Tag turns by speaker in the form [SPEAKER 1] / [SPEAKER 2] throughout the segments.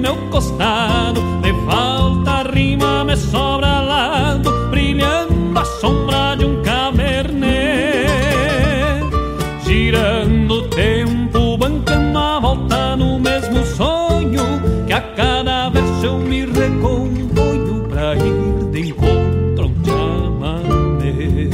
[SPEAKER 1] meu costado. Me falta rima, me sobra lado, brilhando a sombra de um cabernet. Girando o tempo, bancando a volta no mesmo sonho, que a cada verso eu me recomponho pra ir de encontro a um chamamé.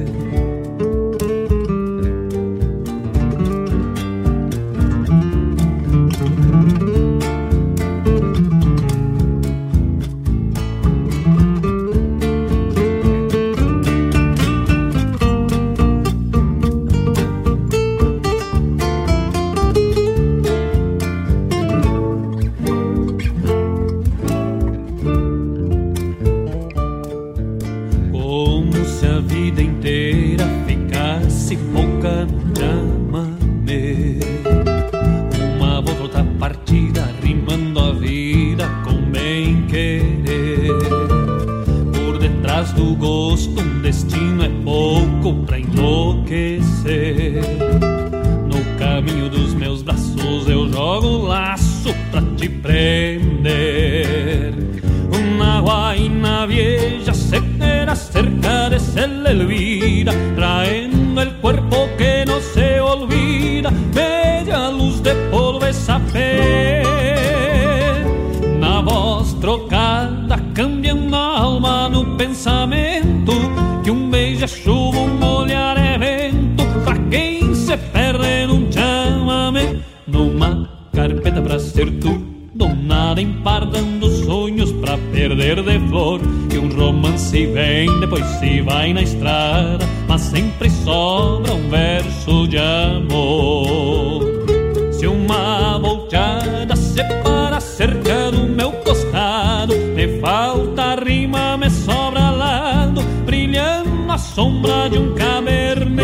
[SPEAKER 1] Do gosto, um destino é pouco pra enlouquecer. No caminho dos meus braços eu jogo o laço pra te prender. Una guaina vieja se queda cerca de Elvira, traendo el cuerpo que no se olvida, bella luz de polvo esa fe. Na voz trocada cambiando a alma no pensamento, que um beijo é chuva, um olhar é vento, pra quem se perde num chamamé. Numa carpeta pra ser tudo, nada impar, dando sonhos pra perder de flor, que um romance vem, depois se vai na estrada, mas sempre sobra um verso de amor. Se uma volteada separa cerca do meu costado, me falta rima, me sobra lado, brilhando a sombra de um cabernet.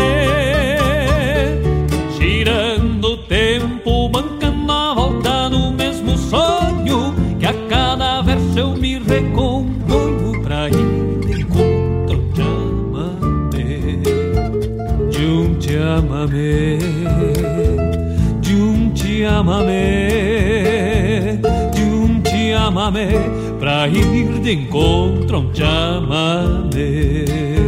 [SPEAKER 1] Girando o tempo, bancando a volta no mesmo sonho, que a cada verso eu me recomponho pra ir de encontro de um chamamé. De um chamamé, de um chamamé, pra ir de encontro a um chamamé.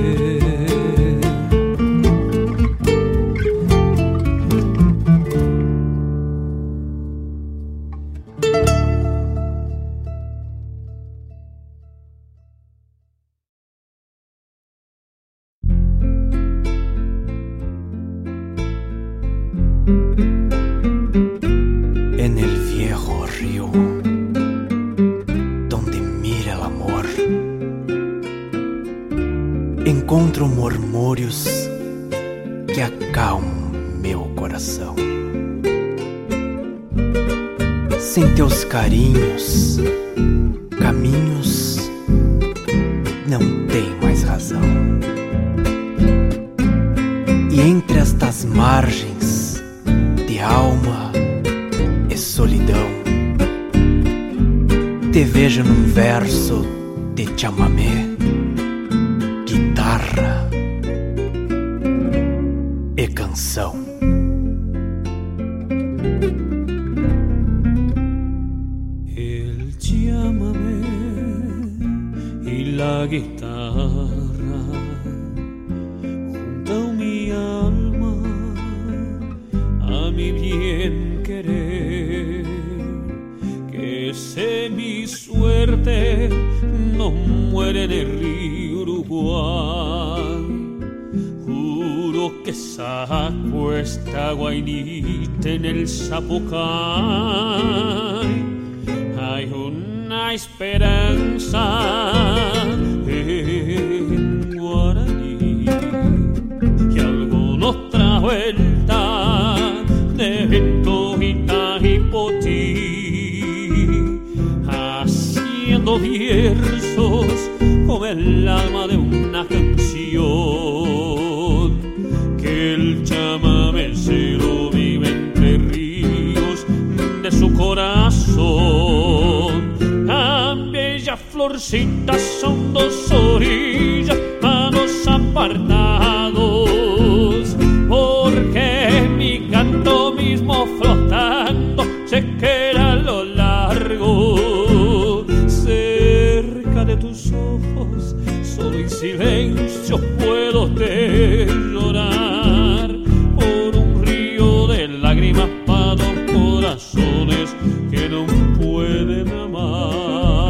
[SPEAKER 2] Encontro murmúrios que acalmam meu coração. Sem teus carinhos, caminhos não tem mais razão. E entre estas margens de alma e solidão, te vejo num verso de chamamé, guitarra e canção.
[SPEAKER 1] El chamamé y la guitarra juntan mi alma a mi bien querer, que sé mi suerte no muere en el río Uruguay. Juro que saco esta guainita en el Zapucay. Hay una esperanza en guaraní y alguna otra vuelta de ventojita y potí, haciendo versos con el alma de una canción, que el chamamé se lo vive entre ríos de su corazón. Tan bella florcita son dos orillas, manos apartados, porque mi canto mismo flotando se queda a lo largo. silencio puedo te llorar por un río de lágrimas para dos corazones que no pueden amar.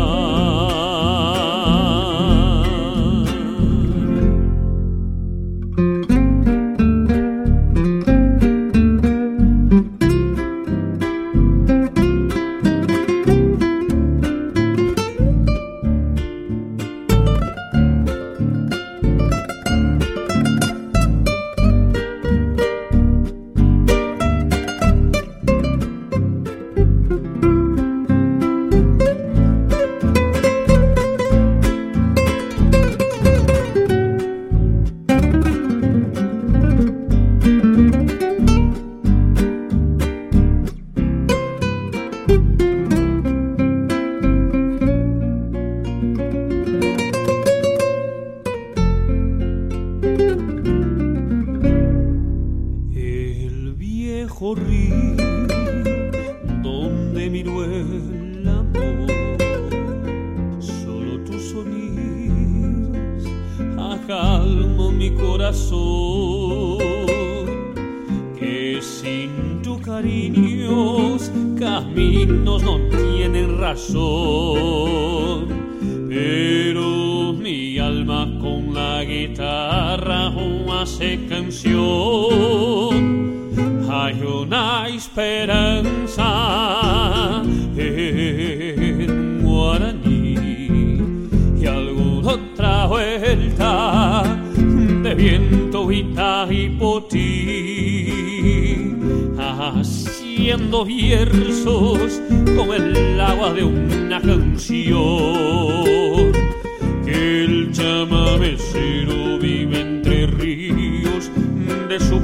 [SPEAKER 1] Haciendo versos como el agua de una canción, que el chamamecero vive entre ríos de su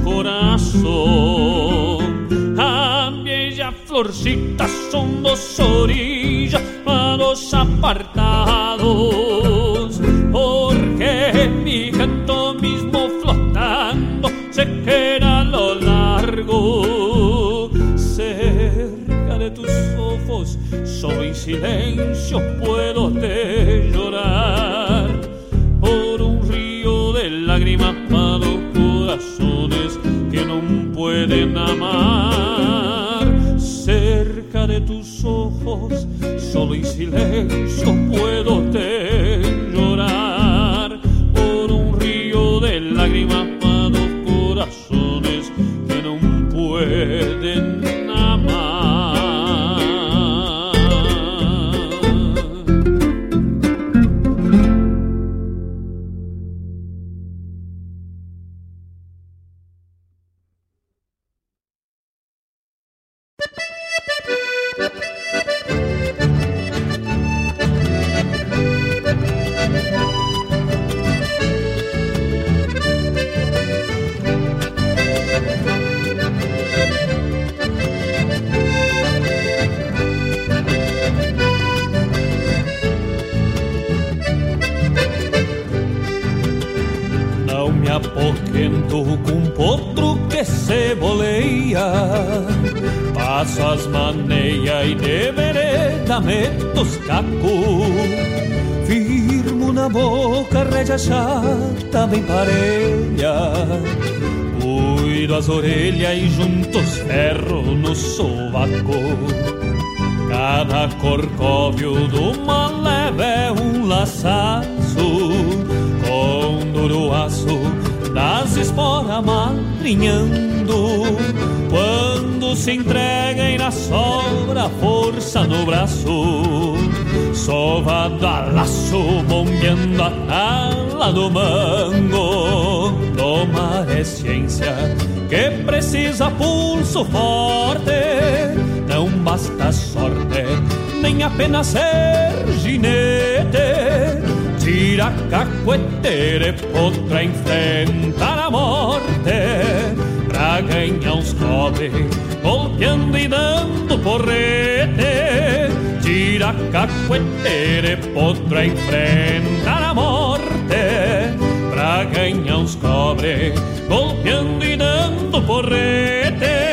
[SPEAKER 1] corazón. A mi bella florcita son dos orillas, manos apartados, porque mi canto mismo flotando se queda a lo largo. Cerca de tus ojos, solo en silencio puedo te llorar por un río de lágrimas para dos corazones que no pueden amar. Cerca de tus ojos, solo en silencio puedo te llorar por un río de lágrimas para dos corazones que no pueden amar. Com potro que se boleia, passo as maneias e de vereda meto os cacos. Firmo na boca, rédea chata bem parelha, cuido as orelhas e junto os ferros no sovaco. Cada corcóvio do maleve é um laçaço, com duro aço das esporas marinhando. Quando se entrega e na sobra força no braço, sovado a laço, bombeando a tala do mango. Domar é ciência que precisa pulso forte, não basta sorte, nem apenas ser ginete. Tira cacueteira e potra enfrentar a morte, pra ganhar uns cobre, golpeando e dando porrete. Tira cacueteira e potra enfrentar a morte, pra ganhar uns cobre, golpeando e dando porrete.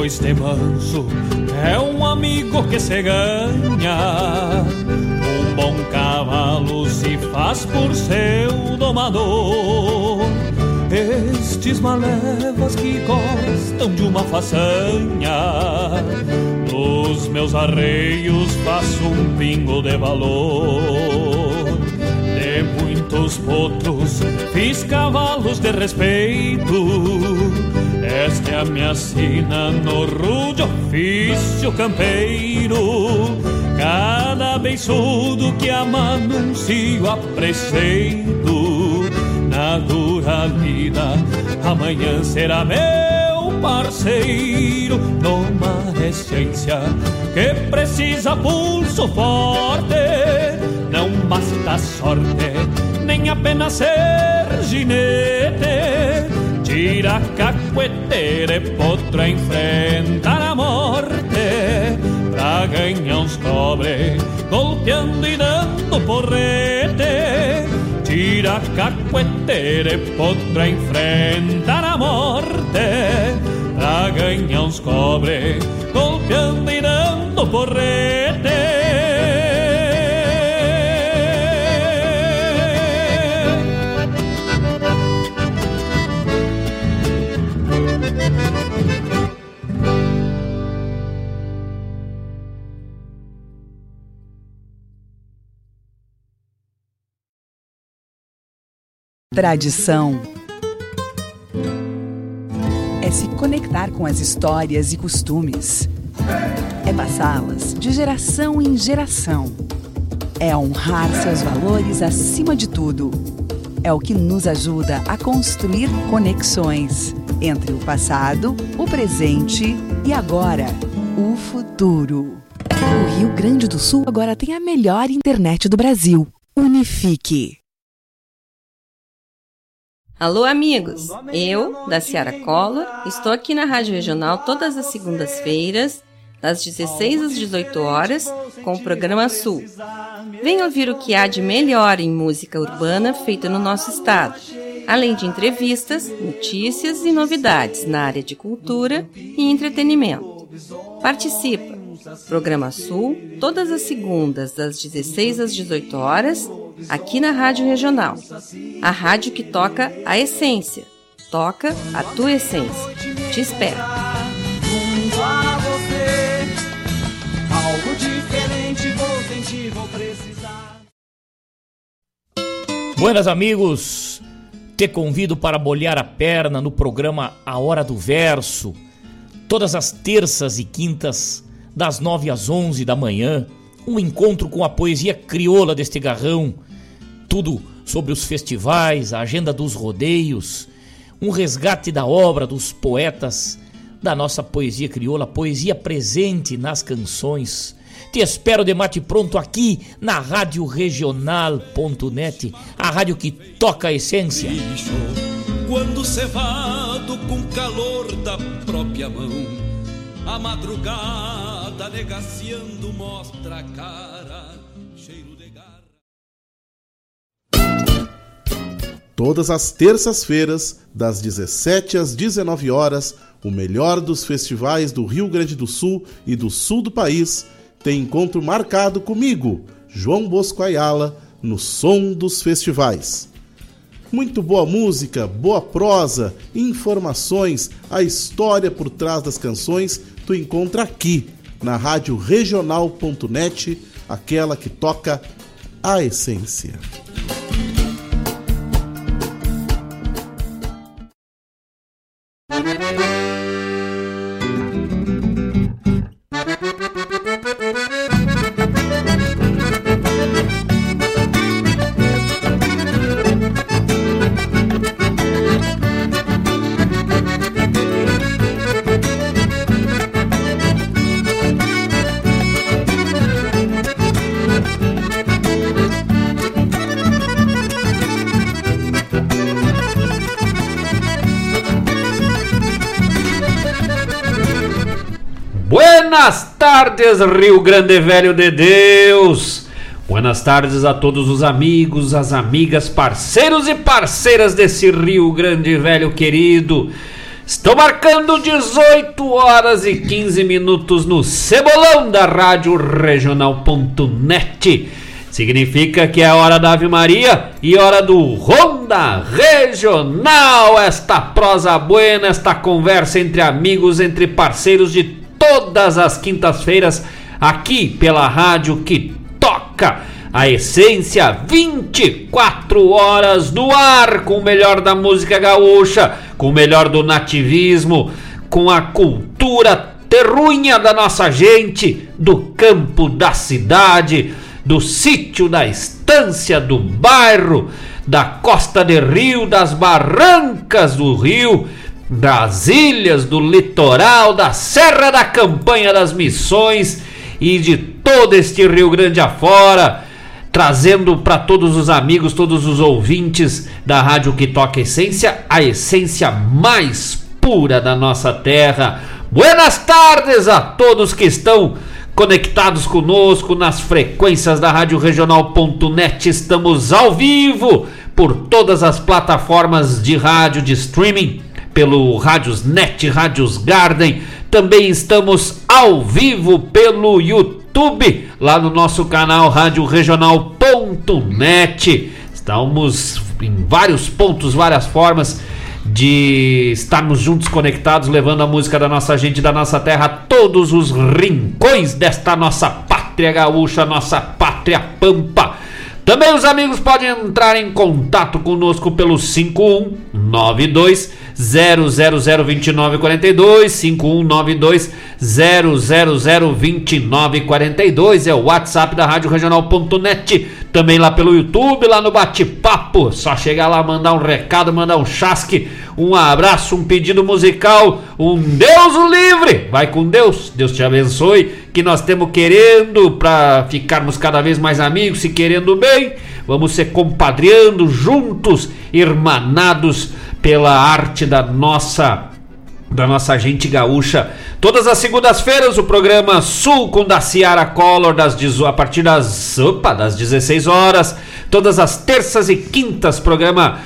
[SPEAKER 1] pois de manso é um amigo que se ganha. Um bom cavalo se faz por seu domador. Estes malevas que gostam de uma façanha, nos meus arreios faço um pingo de valor. De muitos potros fiz cavalos de respeito. Esta é a minha sina no rude ofício campeiro. Cada beiçudo que amanuncio a preceito. Na dura lida, amanhã será meu parceiro. Numa essência que precisa pulso forte. Não basta sorte, nem apenas ser ginete. Tira cacueteira e potra enfrentar a morte. Pra ganhar uns cobre, golpeando e dando porrete. Tira cacueteira e potra enfrentar a morte. Pra ganhar uns cobre, golpeando e dando porrete.
[SPEAKER 3] Tradição é se conectar com as histórias e costumes. É passá-las de geração em geração. É honrar seus valores acima de tudo. É o que nos ajuda a construir conexões entre o passado, o presente e agora, o futuro. O Rio Grande do Sul agora tem a melhor internet do Brasil. Unifique.
[SPEAKER 4] Alô, amigos! Eu, da Ciara Collor, estou aqui na Rádio Regional todas as segundas-feiras, das 16 às 18 horas, com o programa Sul. Venha ouvir o que há de melhor em música urbana feita no nosso estado, além de entrevistas, notícias e novidades na área de cultura e entretenimento. Participa! Programa Sul, todas as segundas, das 16 às 18 horas, aqui na Rádio Regional. A rádio que toca a essência. Toca a tua essência. Te espero.
[SPEAKER 5] Junto a você, algo diferente vou sentir, vou precisar.
[SPEAKER 6] Buenas, amigos. Te convido para molhar a perna no programa A Hora do Verso. Todas as terças e quintas, das 9 às 11 da manhã, um encontro com a poesia crioula deste garrão, tudo sobre os festivais, a agenda dos rodeios, um resgate da obra dos poetas da nossa poesia crioula, poesia presente nas canções. Te espero de mate pronto aqui na Rádio Regional.net, a rádio que toca a essência.
[SPEAKER 7] Quando cevado com calor da própria mão, a madrugada negaciando mostra a cara, cheiro de garra.
[SPEAKER 8] Todas as terças-feiras, das 17 às 19 horas, o melhor dos festivais do Rio Grande do Sul e do sul do país tem encontro marcado comigo, João Bosco Ayala, no Som dos Festivais. Muito boa música, boa prosa, informações, a história por trás das canções, tu encontra aqui, na Rádio Regional.net, aquela que toca a essência.
[SPEAKER 9] Buenas tardes, Rio Grande Velho de Deus! Buenas tardes a todos os amigos, as amigas, parceiros e parceiras desse Rio Grande Velho querido. Estou marcando 18 horas e 15 minutos no cebolão da Rádio Regional.net. Significa que é hora da Ave Maria e hora do Ronda Regional. Esta prosa buena, esta conversa entre amigos, entre parceiros de todas as quintas-feiras aqui pela rádio que toca a essência, 24 horas no ar, com o melhor da música gaúcha, com o melhor do nativismo, com a cultura terrunha da nossa gente, do campo, da cidade, do sítio, da estância, do bairro, da costa de rio, das barrancas do rio, das ilhas, do litoral, da Serra da Campanha das Missões e de todo este Rio Grande afora, trazendo para todos os amigos, todos os ouvintes da Rádio que toca essência, a essência mais pura da nossa terra. Buenas tardes a todos que estão conectados conosco nas frequências da Rádio Regional.net. Estamos ao vivo por todas as plataformas de rádio de streaming, pelo Radiosnet, Radios Garden. Também estamos ao vivo pelo YouTube, lá no nosso canal Rádio Regional.net. Estamos em vários pontos, várias formas de estarmos juntos conectados, levando a música da nossa gente, da nossa terra, a todos os rincões desta nossa pátria gaúcha, nossa pátria pampa. Também os amigos podem entrar em contato conosco pelo 5192-0002942, 5192-0002942, é o WhatsApp da Rádio Regional.net. Também lá pelo YouTube, lá no bate-papo, só chegar lá, mandar um recado, mandar um chasque, um abraço, um pedido musical, um Deus o livre, vai com Deus, Deus te abençoe, que nós estamos querendo para ficarmos cada vez mais amigos, se querendo bem, vamos ser compadreando juntos, irmanados pela arte da nossa gente gaúcha. Todas as segundas-feiras o programa Sul com Daciara Collor a partir das 16 horas. Todas as terças e quintas programa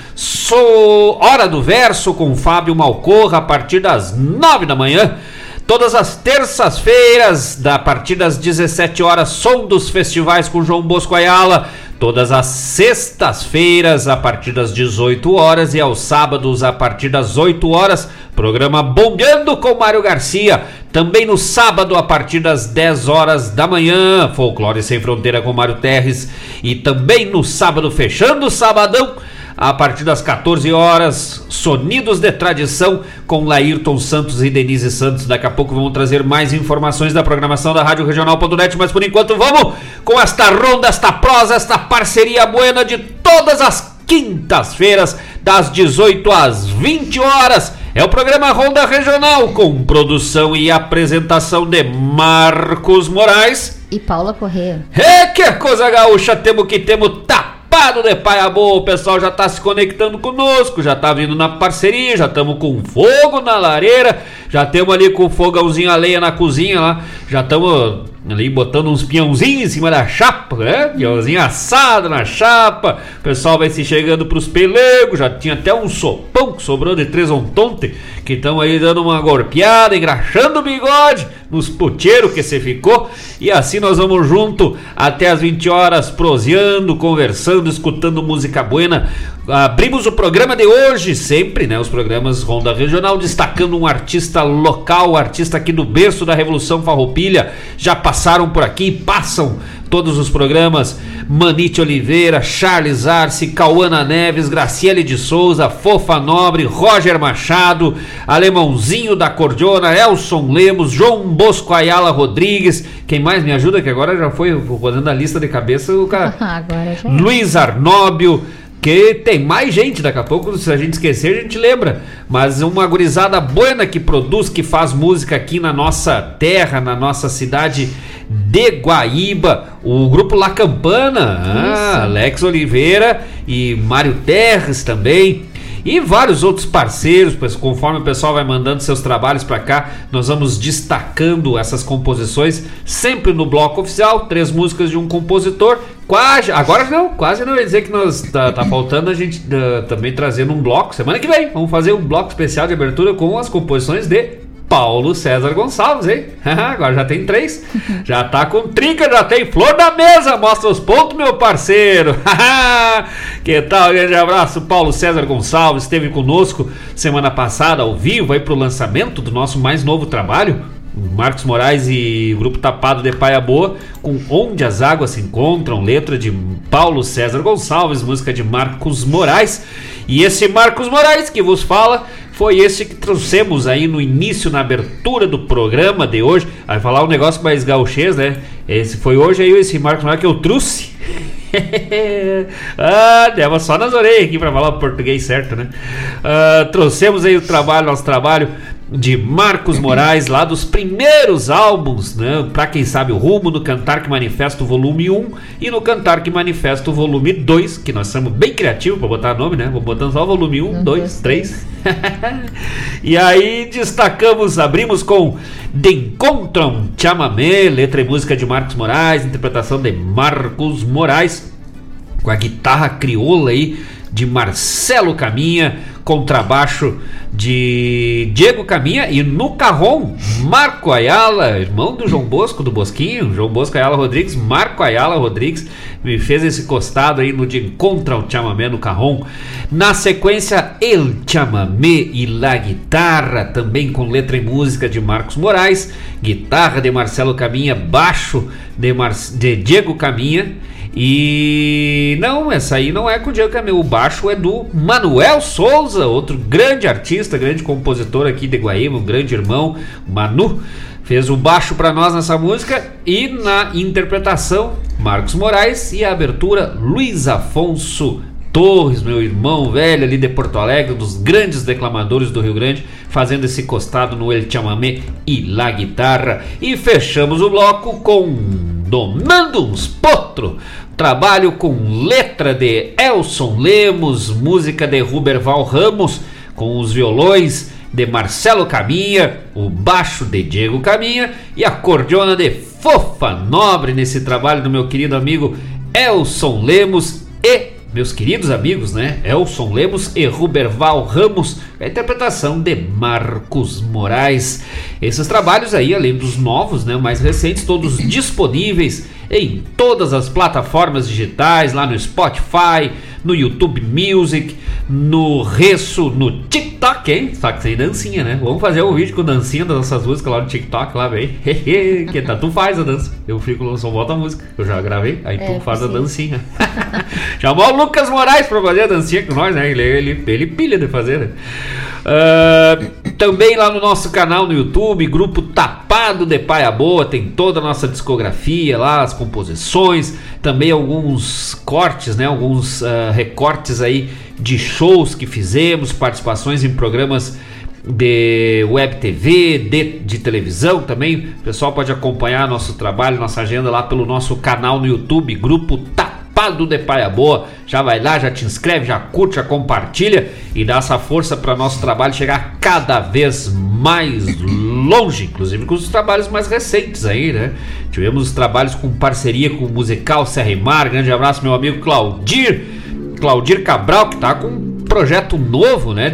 [SPEAKER 9] Hora do Verso com Fábio Malcorra a partir das 9 da manhã. Todas as terças-feiras, a partir das 17 horas, Som dos Festivais com João Bosco Ayala. Todas as sextas-feiras, a partir das 18 horas e aos sábados, a partir das 8 horas, programa Bombeando com Mário Garcia. Também no sábado, a partir das 10 horas da manhã, Folclore Sem Fronteira com Mário Terres. E também no sábado, fechando o sabadão, a partir das 14 horas, Sonidos de Tradição com Laírton Santos e Denise Santos. Daqui a pouco vamos trazer mais informações da programação da Rádio Regional.net, mas por enquanto vamos com esta ronda, esta prosa, esta parceria buena de todas as quintas-feiras, das 18 às 20 horas. É o programa Ronda Regional, com produção e apresentação de Marcos Moraes
[SPEAKER 10] e Paula Corrêa.
[SPEAKER 9] Que coisa gaúcha, temos tapado de paia boa. O pessoal já tá se conectando conosco, já tá vindo na parceria, já estamos com fogo na lareira, já temos ali com o fogãozinho a lenha na cozinha lá, já estamos ali botando uns pinhãozinhos em cima da chapa, né? Pinhãozinho assado na chapa. O pessoal vai se chegando pros pelegos. Já tinha até um sopão que sobrou de três ontem, que estão aí dando uma golpeada, engraxando o bigode nos puteiros que você ficou. E assim nós vamos junto até as 20 horas, proseando, conversando, escutando música buena. Abrimos o programa de hoje, sempre, né? Os programas Ronda Regional, destacando um artista local, artista aqui do berço da Revolução Farroupilha. Já passaram por aqui, passam todos os programas: Manite Oliveira, Charles Arce, Cauana Neves, Graciele de Souza, Fofa Nobre, Roger Machado, Alemãozinho da Cordiona, Elson Lemos, João Bosco Ayala Rodrigues. Quem mais me ajuda? Que agora já foi rodando a lista de cabeça o cara.
[SPEAKER 10] Agora já.
[SPEAKER 9] Luiz Arnóbio. Que tem mais gente, daqui a pouco, se a gente esquecer, a gente lembra. Mas uma gurizada buena que produz, que faz música aqui na nossa terra, na nossa cidade de Guaíba. O grupo La Campana, Alex Oliveira e Mário Terres também. e vários outros parceiros, pois conforme o pessoal vai mandando seus trabalhos para cá, nós vamos destacando essas composições sempre no bloco oficial, 3 músicas de um compositor. Quase não ia dizer que nós tá faltando a gente também trazendo um bloco semana que vem. Vamos fazer um bloco especial de abertura com as composições de Paulo César Gonçalves, hein? Agora já tem 3. Já tá com trinca, já tem flor na mesa. Mostra os pontos, meu parceiro. Que tal? Grande abraço. Paulo César Gonçalves esteve conosco semana passada ao vivo aí pro lançamento do nosso mais novo trabalho, Marcos Moraes e o Grupo Tapado de Paia Boa, com Onde as Águas se Encontram, letra de Paulo César Gonçalves, música de Marcos Moraes. E esse Marcos Moraes que vos fala foi esse que trouxemos aí no início, na abertura do programa de hoje. Vai falar um negócio mais gauchês, né? Esse foi hoje aí, esse Marcos Moraes que eu trouxe. Deva só nas orelhas aqui pra falar o português certo, né? Trouxemos aí nosso trabalho de Marcos Moraes, lá dos primeiros álbuns, né? Pra quem sabe o rumo, no Cantar que Manifesto volume 1 e no Cantar que Manifesto volume 2, que nós somos bem criativos pra botar nome, né? Vou botando só o volume 1, 2, 3. E aí abrimos com De Encontram Chamamé, letra e música de Marcos Moraes, interpretação de Marcos Moraes, com a guitarra crioula aí de Marcelo Caminha, contrabaixo de Diego Caminha e no carrom Marco Ayala, irmão do João Bosco do Bosquinho, João Bosco Ayala Rodrigues. Marco Ayala Rodrigues me fez esse costado aí no De Encontra o Chamamé no carrom. Na sequência, El Chamamé e La Guitarra, também com letra e música de Marcos Moraes, guitarra de Marcelo Caminha, baixo de Diego Caminha. E não, essa aí não é com o Diego Caminha, o baixo é do Manuel Souza, outro grande artista, grande compositor aqui de Guaíba, um grande irmão, Manu, fez o baixo para nós nessa música. E na interpretação, Marcos Moraes, e a abertura, Luiz Afonso Torres, meu irmão velho ali de Porto Alegre, dos grandes declamadores do Rio Grande, fazendo esse costado no El Chamamé e La Guitarra. E fechamos o bloco com Domando uns Potro, trabalho com letra de Elson Lemos, música de Ruberval Ramos, com os violões de Marcelo Caminha, o baixo de Diego Caminha e a cordiona de Fofa Nobre, nesse trabalho do meu querido amigo Elson Lemos e meus queridos amigos, né? Elson Lemos e Ruberval Ramos, a interpretação de Marcos Moraes. Esses trabalhos aí, além dos novos, né, mais recentes, todos disponíveis em todas as plataformas digitais, lá no Spotify, no YouTube Music, no Resso, no TikTok, hein? Só que sem dancinha, né? Vamos fazer um vídeo com dancinha das nossas músicas lá no TikTok, lá, bem. Que tá, tu faz a dança. Eu fico, só boto a música. Eu já gravei, aí tu faz a dancinha. Chamou o Lucas Moraes pra fazer a dancinha com nós, né? Ele pilha de fazer, né? Também lá no nosso canal no YouTube, Grupo Tapado de Paia Boa, tem toda a nossa discografia lá, as composições, também alguns cortes, né? Alguns recortes aí de shows que fizemos, participações em programas de web TV, de televisão também. O pessoal pode acompanhar nosso trabalho, nossa agenda lá pelo nosso canal no YouTube, Grupo Tapado de Paia Boa. Já vai lá, já te inscreve, já curte, já compartilha e dá essa força para nosso trabalho chegar cada vez mais longe, inclusive com os trabalhos mais recentes aí, né? Tivemos trabalhos com parceria com o Musical Serra e Mar. Grande abraço, meu amigo Claudir Cabral, que tá com um projeto novo, né,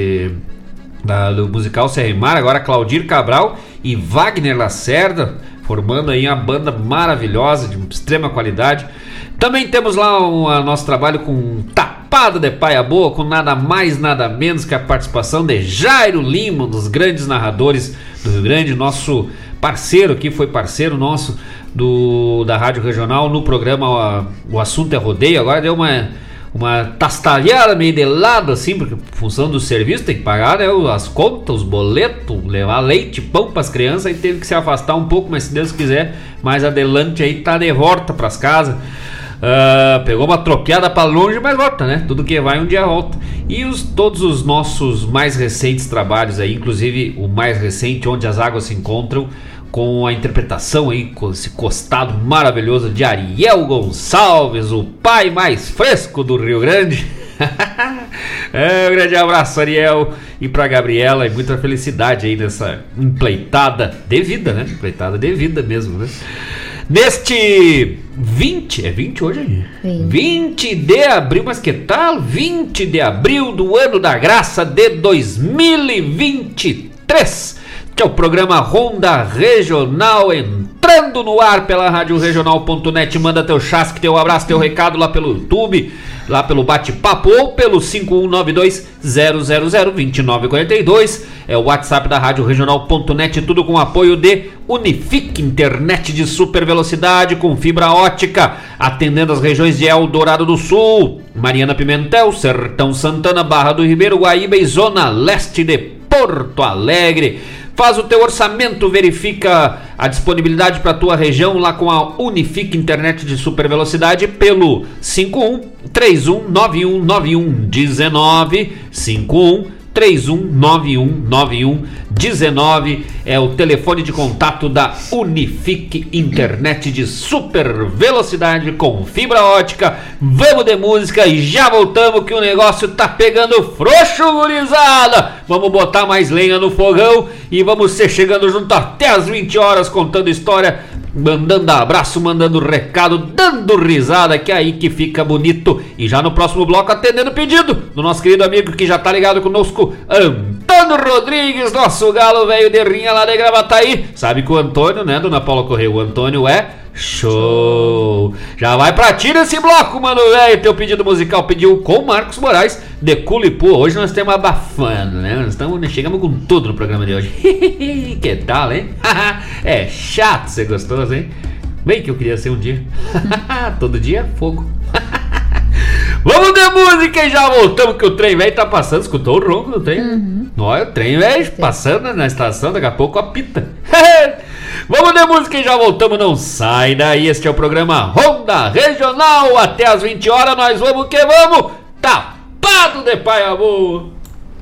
[SPEAKER 9] do Musical Serra e Mar. Agora Claudir Cabral e Wagner Lacerda formando aí uma banda maravilhosa, de extrema qualidade. Também temos lá o nosso trabalho com Tapado de Paia Boa, com nada mais, nada menos que a participação de Jairo Lima, um dos grandes narradores do Rio Grande, nosso parceiro aqui, foi parceiro nosso da Rádio Regional no programa O Assunto é Rodeio. Agora deu uma tastalhada meio de lado assim, porque função do serviço tem que pagar, né, as contas, os boletos, levar leite, pão para as crianças, e teve que se afastar um pouco, mas se Deus quiser, mais adelante aí tá de volta para as casas. Pegou uma tropeada para longe, mas volta, né? Tudo que vai um dia volta. E todos os nossos mais recentes trabalhos aí, inclusive o mais recente, Onde as Águas se Encontram, com a interpretação aí, com esse costado maravilhoso de Ariel Gonçalves, o pai mais fresco do Rio Grande. Um grande abraço, Ariel, e pra Gabriela, e muita felicidade aí nessa empleitada de vida, né? Empleitada de vida mesmo, né? Neste 20, é 20 hoje aí? 20 de abril, mas que tal? 20 de abril do ano da graça de 2023. Que é o programa Ronda Regional entrando no ar pela Rádio Regional.net. Manda teu chasque, teu abraço, teu recado lá pelo YouTube, lá pelo bate-papo ou pelo 5192-000-2942. É o WhatsApp da Rádio Regional.net, tudo com apoio de Unifique, internet de super velocidade com fibra ótica, atendendo as regiões de Eldorado do Sul, Mariana Pimentel, Sertão Santana, Barra do Ribeiro, Guaíba e Zona Leste de Porto Alegre. Faz o teu orçamento, verifica a disponibilidade para a tua região lá com a Unifique Internet de super velocidade pelo 51-3191-9119, 51-3191-9119 é o telefone de contato da Unifique Internet de super velocidade com fibra ótica. Vamos de música e já voltamos que o negócio tá pegando frouxo, gurizada. Vamos botar mais lenha no fogão e vamos ser chegando junto até as 20 horas contando história, mandando abraço, mandando recado, dando risada, que é aí que fica bonito. E já no próximo bloco atendendo o pedido do nosso querido amigo que já tá ligado conosco, Antônio Rodrigues, nosso galo velho de rinha lá de Gravataí. Sabe que o Antônio, né, dona Paula Correia, o Antônio é show. Já vai pra ti nesse bloco, mano velho. Teu pedido musical pediu com Marcos Moraes de Culipu. Hoje nós estamos abafando, né? Chegamos com tudo no programa de hoje. Que tal, hein? É chato ser gostoso, hein? Bem que eu queria ser um dia. Todo dia, fogo. Vamos de música e já voltamos, que o trem velho tá passando. Escutou o ronco do trem? Olha, o trem velho passando na estação, daqui a pouco apita. Vamos de música e já voltamos, não sai daí. Este é o programa Ronda Regional. Até as 20 horas nós vamos que vamos. Tapado de pai amor.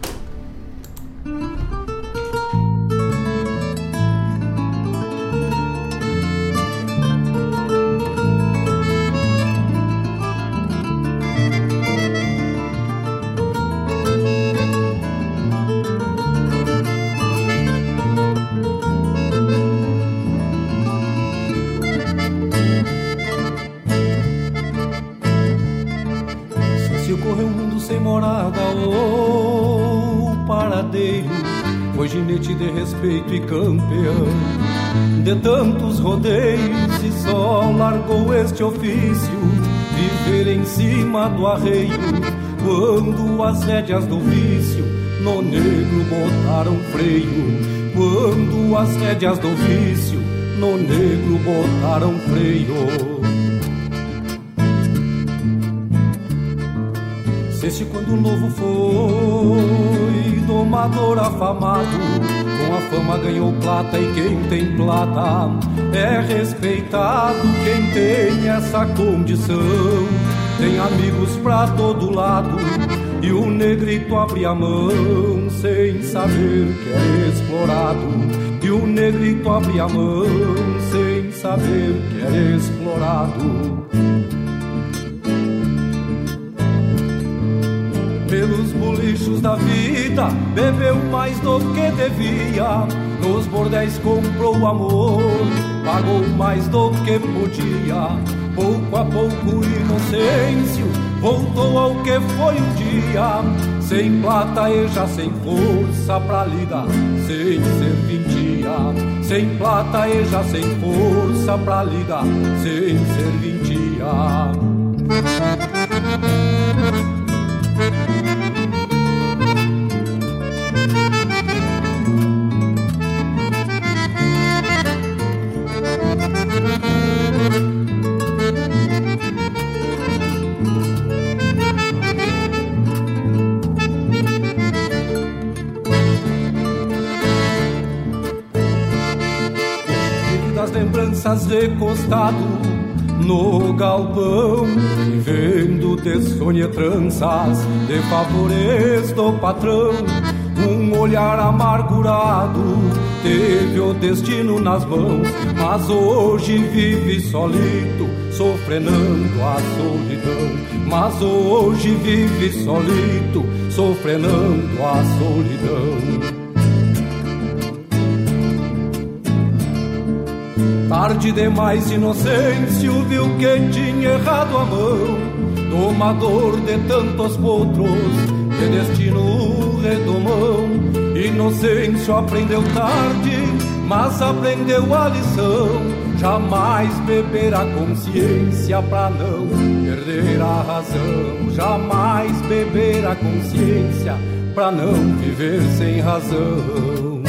[SPEAKER 5] Morada ou paradeiro, foi ginete de respeito e campeão de tantos rodeios, e só largou este ofício, viver em cima do arreio, quando as rédeas do vício no negro botaram freio, quando as rédeas do vício no negro botaram freio. Este quando o novo foi domador afamado, com a fama ganhou plata, e quem tem plata é respeitado. Quem tem essa condição tem amigos pra todo lado, e o negrito abre a mão sem saber que é explorado, e o negrito abre a mão sem saber que é explorado. Pelos bolichos da vida, bebeu mais do que devia, nos bordéis comprou amor, pagou mais do que podia. Pouco a pouco inocêncio voltou ao que foi um dia, sem plata e já sem força pra lidar, sem serventia. Sem plata e já sem força pra lidar, sem serventia. Das lembranças recostado no galpão, vivendo de sonhetranças, de favores do patrão, um olhar amargurado, teve o destino nas mãos, mas hoje vive solito, sofrenando a solidão. Mas hoje vive solito, sofrenando a solidão. Tarde demais Inocêncio viu que tinha errado a mão, domador de tantos potros, de destino redomão. Inocêncio aprendeu tarde, mas aprendeu a lição. Jamais beber a consciência pra não perder a razão. Jamais beber a consciência pra não viver sem razão.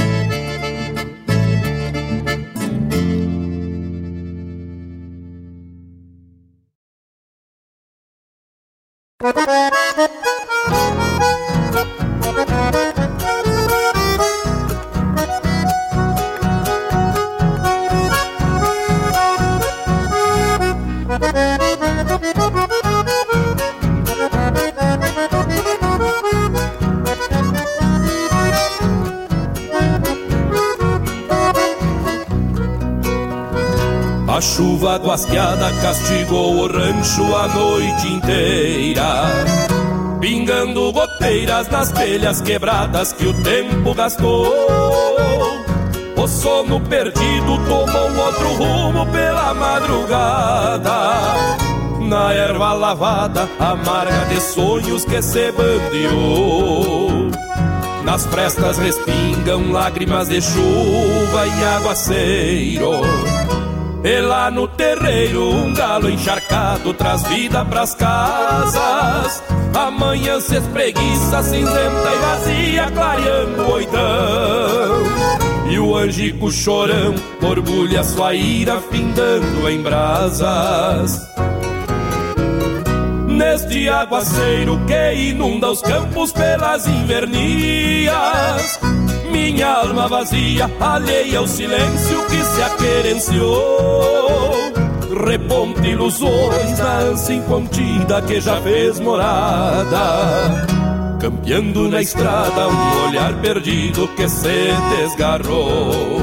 [SPEAKER 7] A chuva guasqueada castigou o rancho a noite inteira, pingando goteiras nas telhas quebradas que o tempo gastou. O sono perdido tomou outro rumo pela madrugada, na erva lavada, amarga de sonhos que se bandeou. Nas frestas respingam lágrimas de chuva e aguaceiro, e lá no terreiro um galo encharcado traz vida pras casas. Amanhã se espreguiça, cinzenta e vazia, clareando o oitão. E o angico chorão borbulha sua ira, findando em brasas. Neste aguaceiro que inunda os campos pelas invernias, minha alma vazia, alheia ao silêncio que se aquerenciou. Reponte ilusões na ânsia incontida que já fez morada, campeando na estrada um olhar perdido que se desgarrou.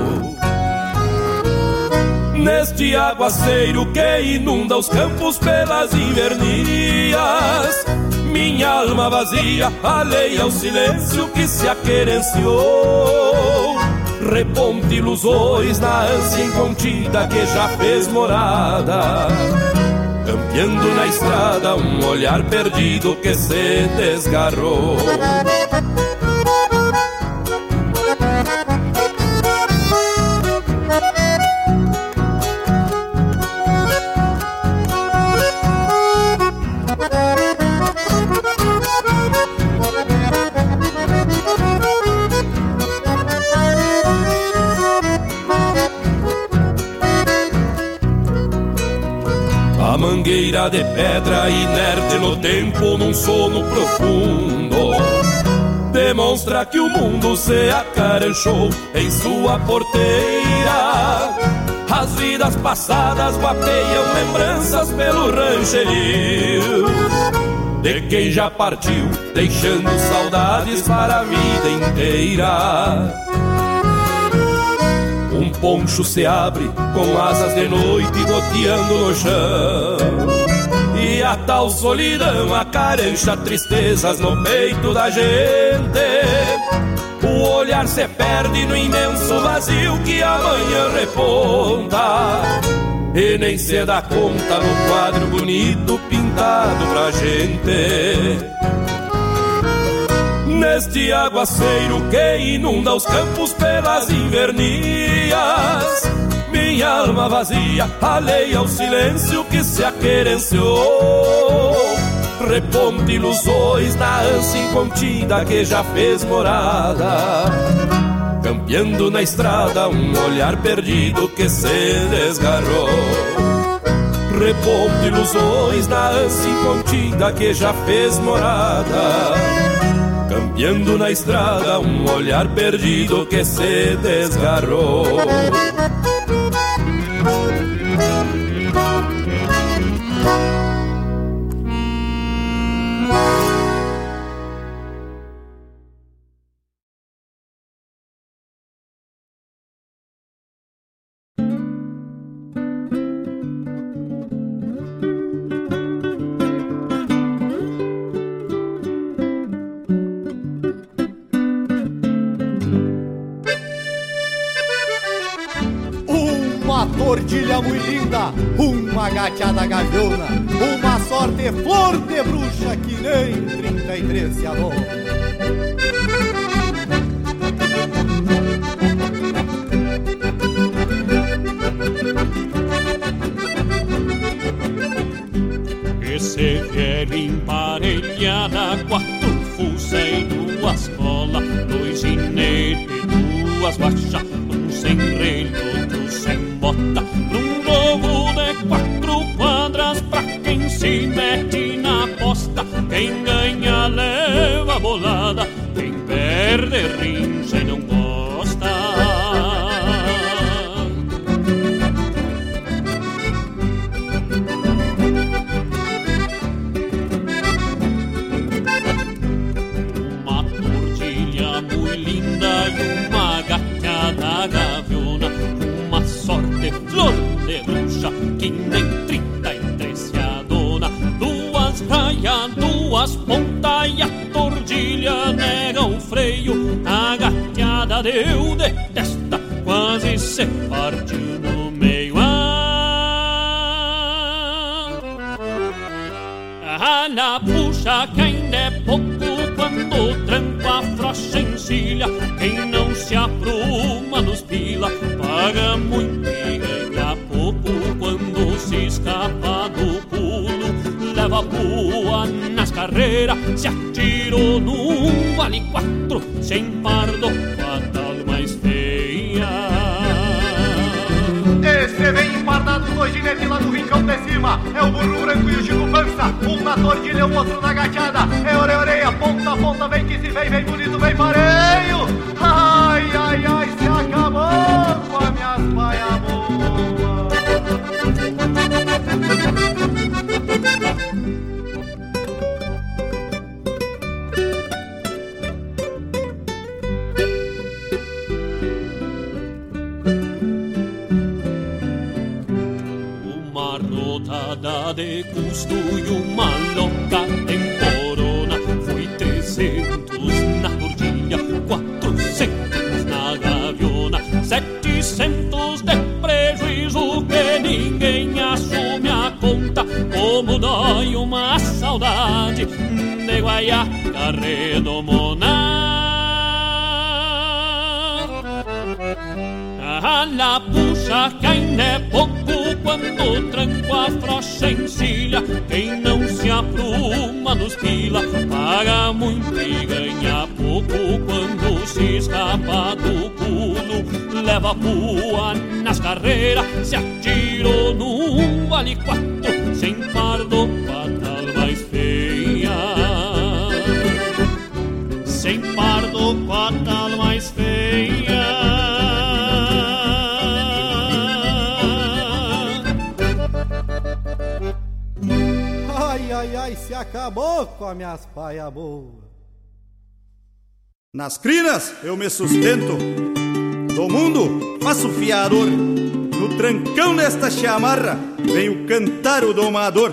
[SPEAKER 7] Neste aguaceiro que inunda os campos pelas invernias, minha alma vazia, alheia ao silêncio que se aquerenciou. Reponte ilusões na ânsia incontida que já fez morada, campeando na estrada um olhar perdido que se desgarrou. A mangueira de pedra inerte no tempo num sono profundo demonstra que o mundo se acaranchou em sua porteira. As vidas passadas vapeiam lembranças pelo rancherio de quem já partiu, deixando saudades para a vida inteira. Um poncho se abre com asas de noite goteando no chão, e a tal solidão acarancha tristezas no peito da gente. O olhar se perde no imenso vazio que amanhã reponta, e nem se dá conta no quadro bonito pintado pra gente. Neste aguaceiro que inunda os campos pelas invernias, minha alma vazia, alheia ao silêncio que se aquerenciou. Reponte ilusões na ânsia incontida que já fez morada, campeando na estrada um olhar perdido que se desgarrou. Reponte ilusões na ânsia incontida que já fez morada, campeando na estrada um olhar perdido que se desgarrou.
[SPEAKER 10] tordilha muito linda, uma gateada gaviona, uma sorte flor de bruxa que nem 33 se adora.
[SPEAKER 1] Esse velho emparelhada, 4 fuça e 2 cola, 2 ginetes e 2 baixas, um sem relho, outro sem bota, num jogo de 4 quadras pra quem se mete na aposta. Quem ganha leva bolada, quem perde rincha e não gosta. Flor de bruxa que nem 33 se adona, 2 raias, 2 pontas e a tordilha nega o freio. A gateada deu de testa, quase se partiu no meio. Na puxa que ainda é pouco quando tranco a frocha encilha. Quem não se apruma nos pila paga muito e ganha pouco. Quando se escapa do pulo leva pua nas carreiras. Se atirou num vale 4 sem pardo, fatal mais feia.
[SPEAKER 10] Esse vem empardado, 2 ginetes lá do rincão de cima. É o burro branco e o Chico Pança, um na tordilha, o outro na gateada. É orelha, ponta a ponta, vem que se vem bonito, vem pareio. Ai, ai, ai, se acabou com as minhas paias boas.
[SPEAKER 1] De custo e uma louca temporona. Foi 300 na tordilha, 400 na gaviona, 700 de prejuízo que ninguém assume a conta. Como dói uma saudade de guaiaca redomona. La puxa que ainda é pouco quando tranco a frocha encilha. Quem não se apruma nos pila paga muito e ganha pouco. Quando se escapa do pulo leva pua nas carreiras. Se atirou num vale 4 sem pardo, fatal mais feia. Sem pardo, fatal mais feia.
[SPEAKER 10] Ai, ai, ai, se acabou com as minhas paias boas. Nas crinas eu me sustento, do mundo faço fiador. No trancão desta chamarra venho cantar o domador.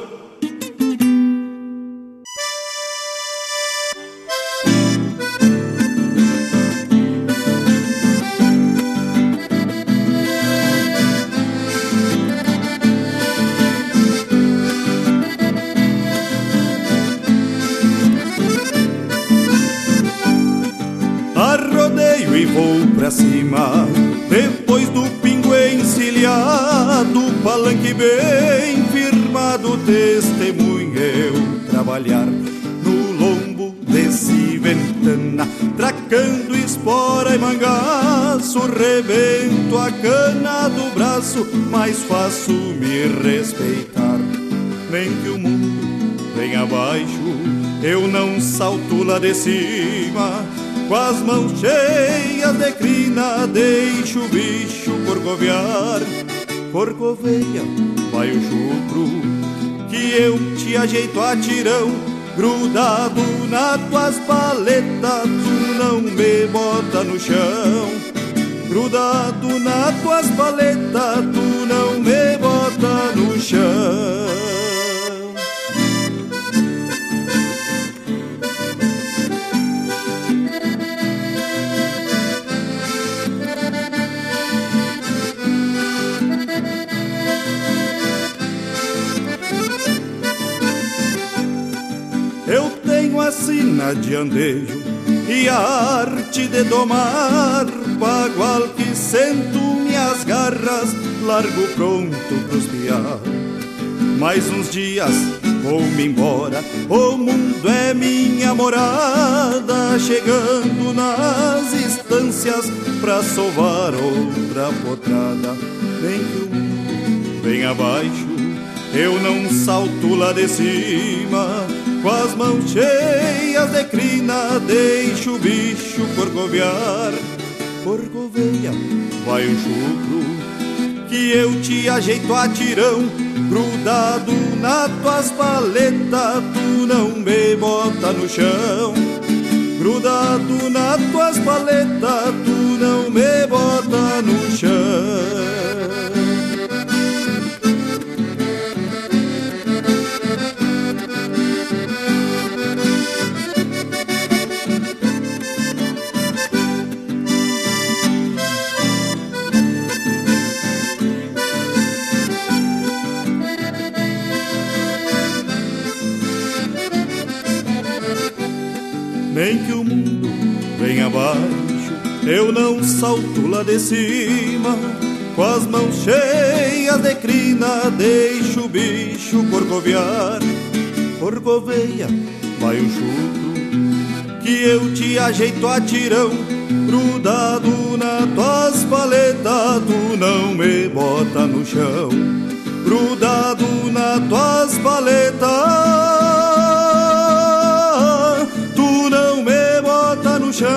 [SPEAKER 10] E vou pra cima, depois do pingo encilhado, palanque bem firmado, testemunha eu trabalhar no lombo desse ventana, tracando espora e mangaço, rebento a cana do braço, mas faço me respeitar. Nem que o mundo venha abaixo, eu não salto lá de cima. Com as mãos cheias de crina, deixo o bicho corcovear. Corcoveia, vai o chucro, que eu te ajeito a tirão. Grudado nas tuas paletas, tu não me bota no chão. Grudado nas tuas paletas, tu não me bota no chão. máquina de andejo e a arte de domar, bagual que sento minhas garras, largo pronto pros piar. Mais uns dias vou-me embora, o mundo é minha morada, chegando nas estâncias pra sovar outra potrada. Vem que o mundo vem abaixo, eu não salto lá de cima, com as mãos cheias de crina, deixo o bicho corcovear. Corcoveia, vai o chucro, que eu te ajeito a tirão, grudado nas tuas paletas, tu não me bota no chão. Grudado nas tuas paletas, tu não me bota no chão. Nem que o mundo venha abaixo, eu não salto lá de cima, com as mãos cheias de crina, deixo o bicho corcovear. Corcoveia, vai o chucro, que eu te ajeito a tirão, grudado nas tuas paletas, tu não me bota no chão. Grudado nas tuas paletas, não me bota no chão.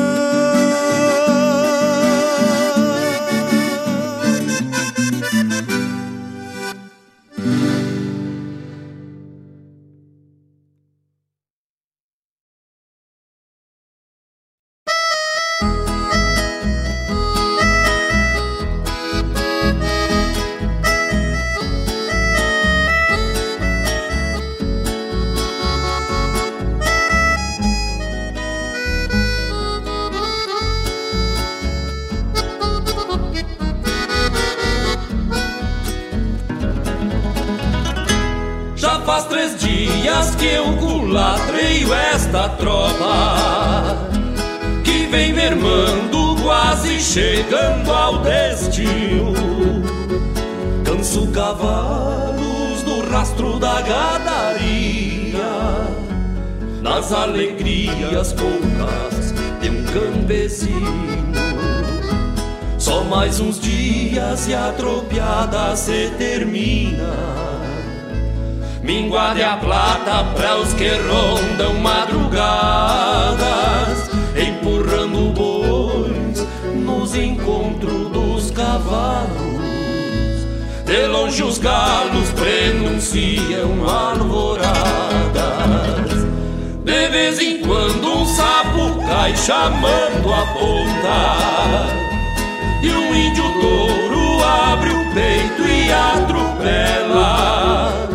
[SPEAKER 1] Faz 3 dias que eu culatreio esta tropa, que vem mermando, quase chegando ao destino. Canso cavalos no rastro da gadaria, nas alegrias poucas de um campesino. Só mais uns dias e a tropiada se termina. Minguade a plata para os que rondam madrugadas, empurrando bois nos encontros dos cavalos. De longe os galos prenunciam alvoradas. De vez em quando um sapo cai chamando a ponta, e um índio touro abre o peito e atropela.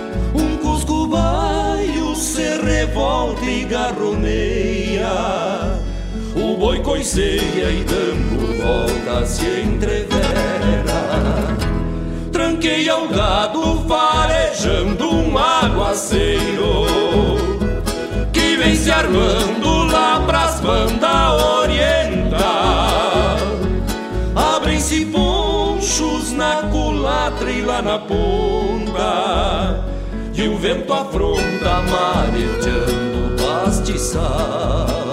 [SPEAKER 1] Revolta e garroneia, o boi coiceia e dando volta se entrevera. Tranqueia o gado farejando um aguaceiro, que vem se armando lá pras bandas oriental. Abrem-se ponchos na culatra e lá na ponta, e o vento afronta marejando o pastiçal.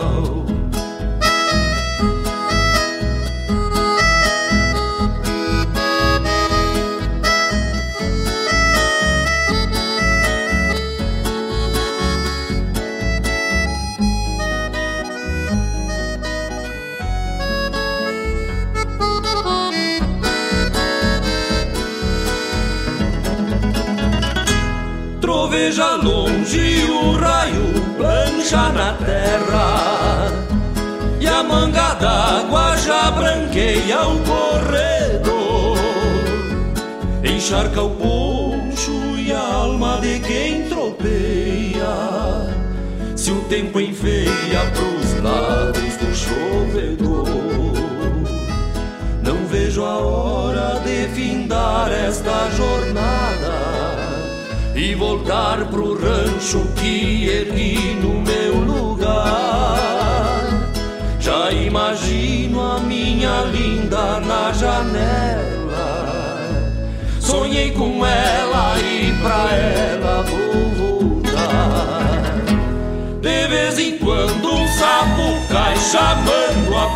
[SPEAKER 1] Troveja longe o raio plancha na terra, e a manga d'água já branqueia o corredor. Encharca o poncho e a alma de quem tropeia, se o tempo enfeia pros lados do chovedor. Não vejo a hora de findar esta jornada,
[SPEAKER 7] e voltar pro rancho que ergui no meu lugar. Já imagino a minha linda na janela, sonhei com ela e pra ela vou voltar. De vez em quando um sapo cai chamando a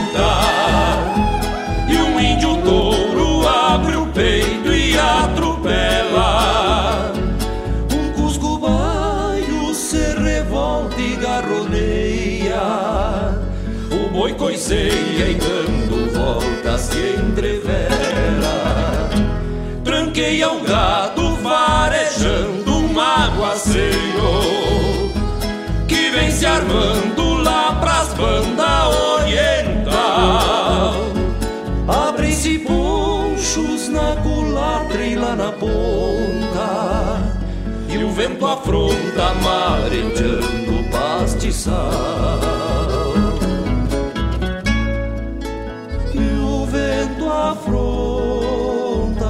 [SPEAKER 7] ponta, e um índio touro abre o peito e atropela. Um cusco baio se revolta e garroneia, o boi coiceia e dando voltas se entrevera. Tranqueia o gado farejando um aguaceiro que vem se armando lá pras bandas oriental. Abrem-se ponchos na culatra e lá na ponta, e o vento afronta marejando o pastiçal. E o vento afronta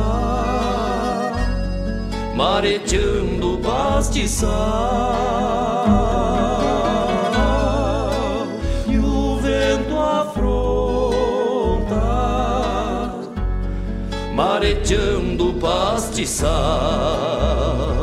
[SPEAKER 7] marejando o pastiçal. E o vento afronta marejando o pastiçal.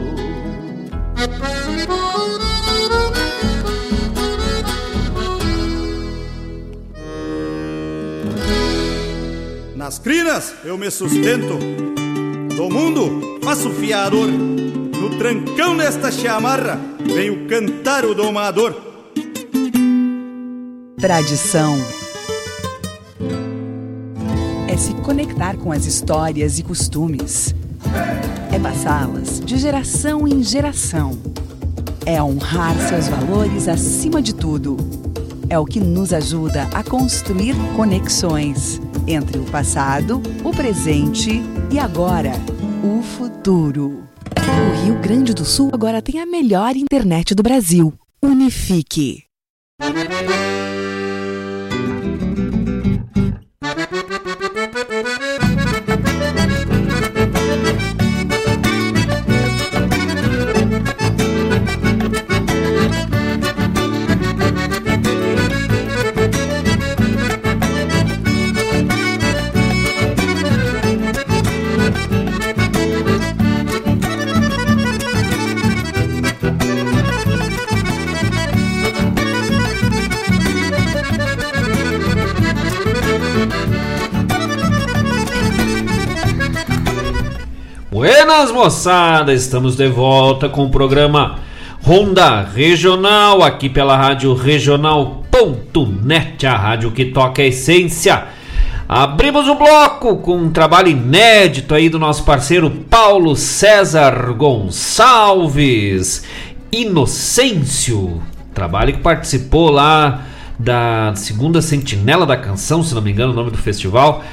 [SPEAKER 10] Nas crinas eu me sustento, do mundo faço fiador. No trancão desta chamarra venho cantar o domador.
[SPEAKER 3] Tradição é se conectar com as histórias e costumes. É passá-las de geração em geração. É honrar seus valores acima de tudo. É o que nos ajuda a construir conexões entre o passado, o presente e agora, o futuro. O Rio Grande do Sul agora tem a melhor internet do Brasil. Unifique.
[SPEAKER 9] Buenas, moçada, estamos de volta com o programa Ronda Regional, aqui pela Rádio Regional.net, a rádio que toca a essência. Abrimos o bloco com um trabalho inédito aí do nosso parceiro Paulo César Gonçalves, Inocêncio, trabalho que participou lá da segunda Sentinela da Canção, se não me engano o nome do festival,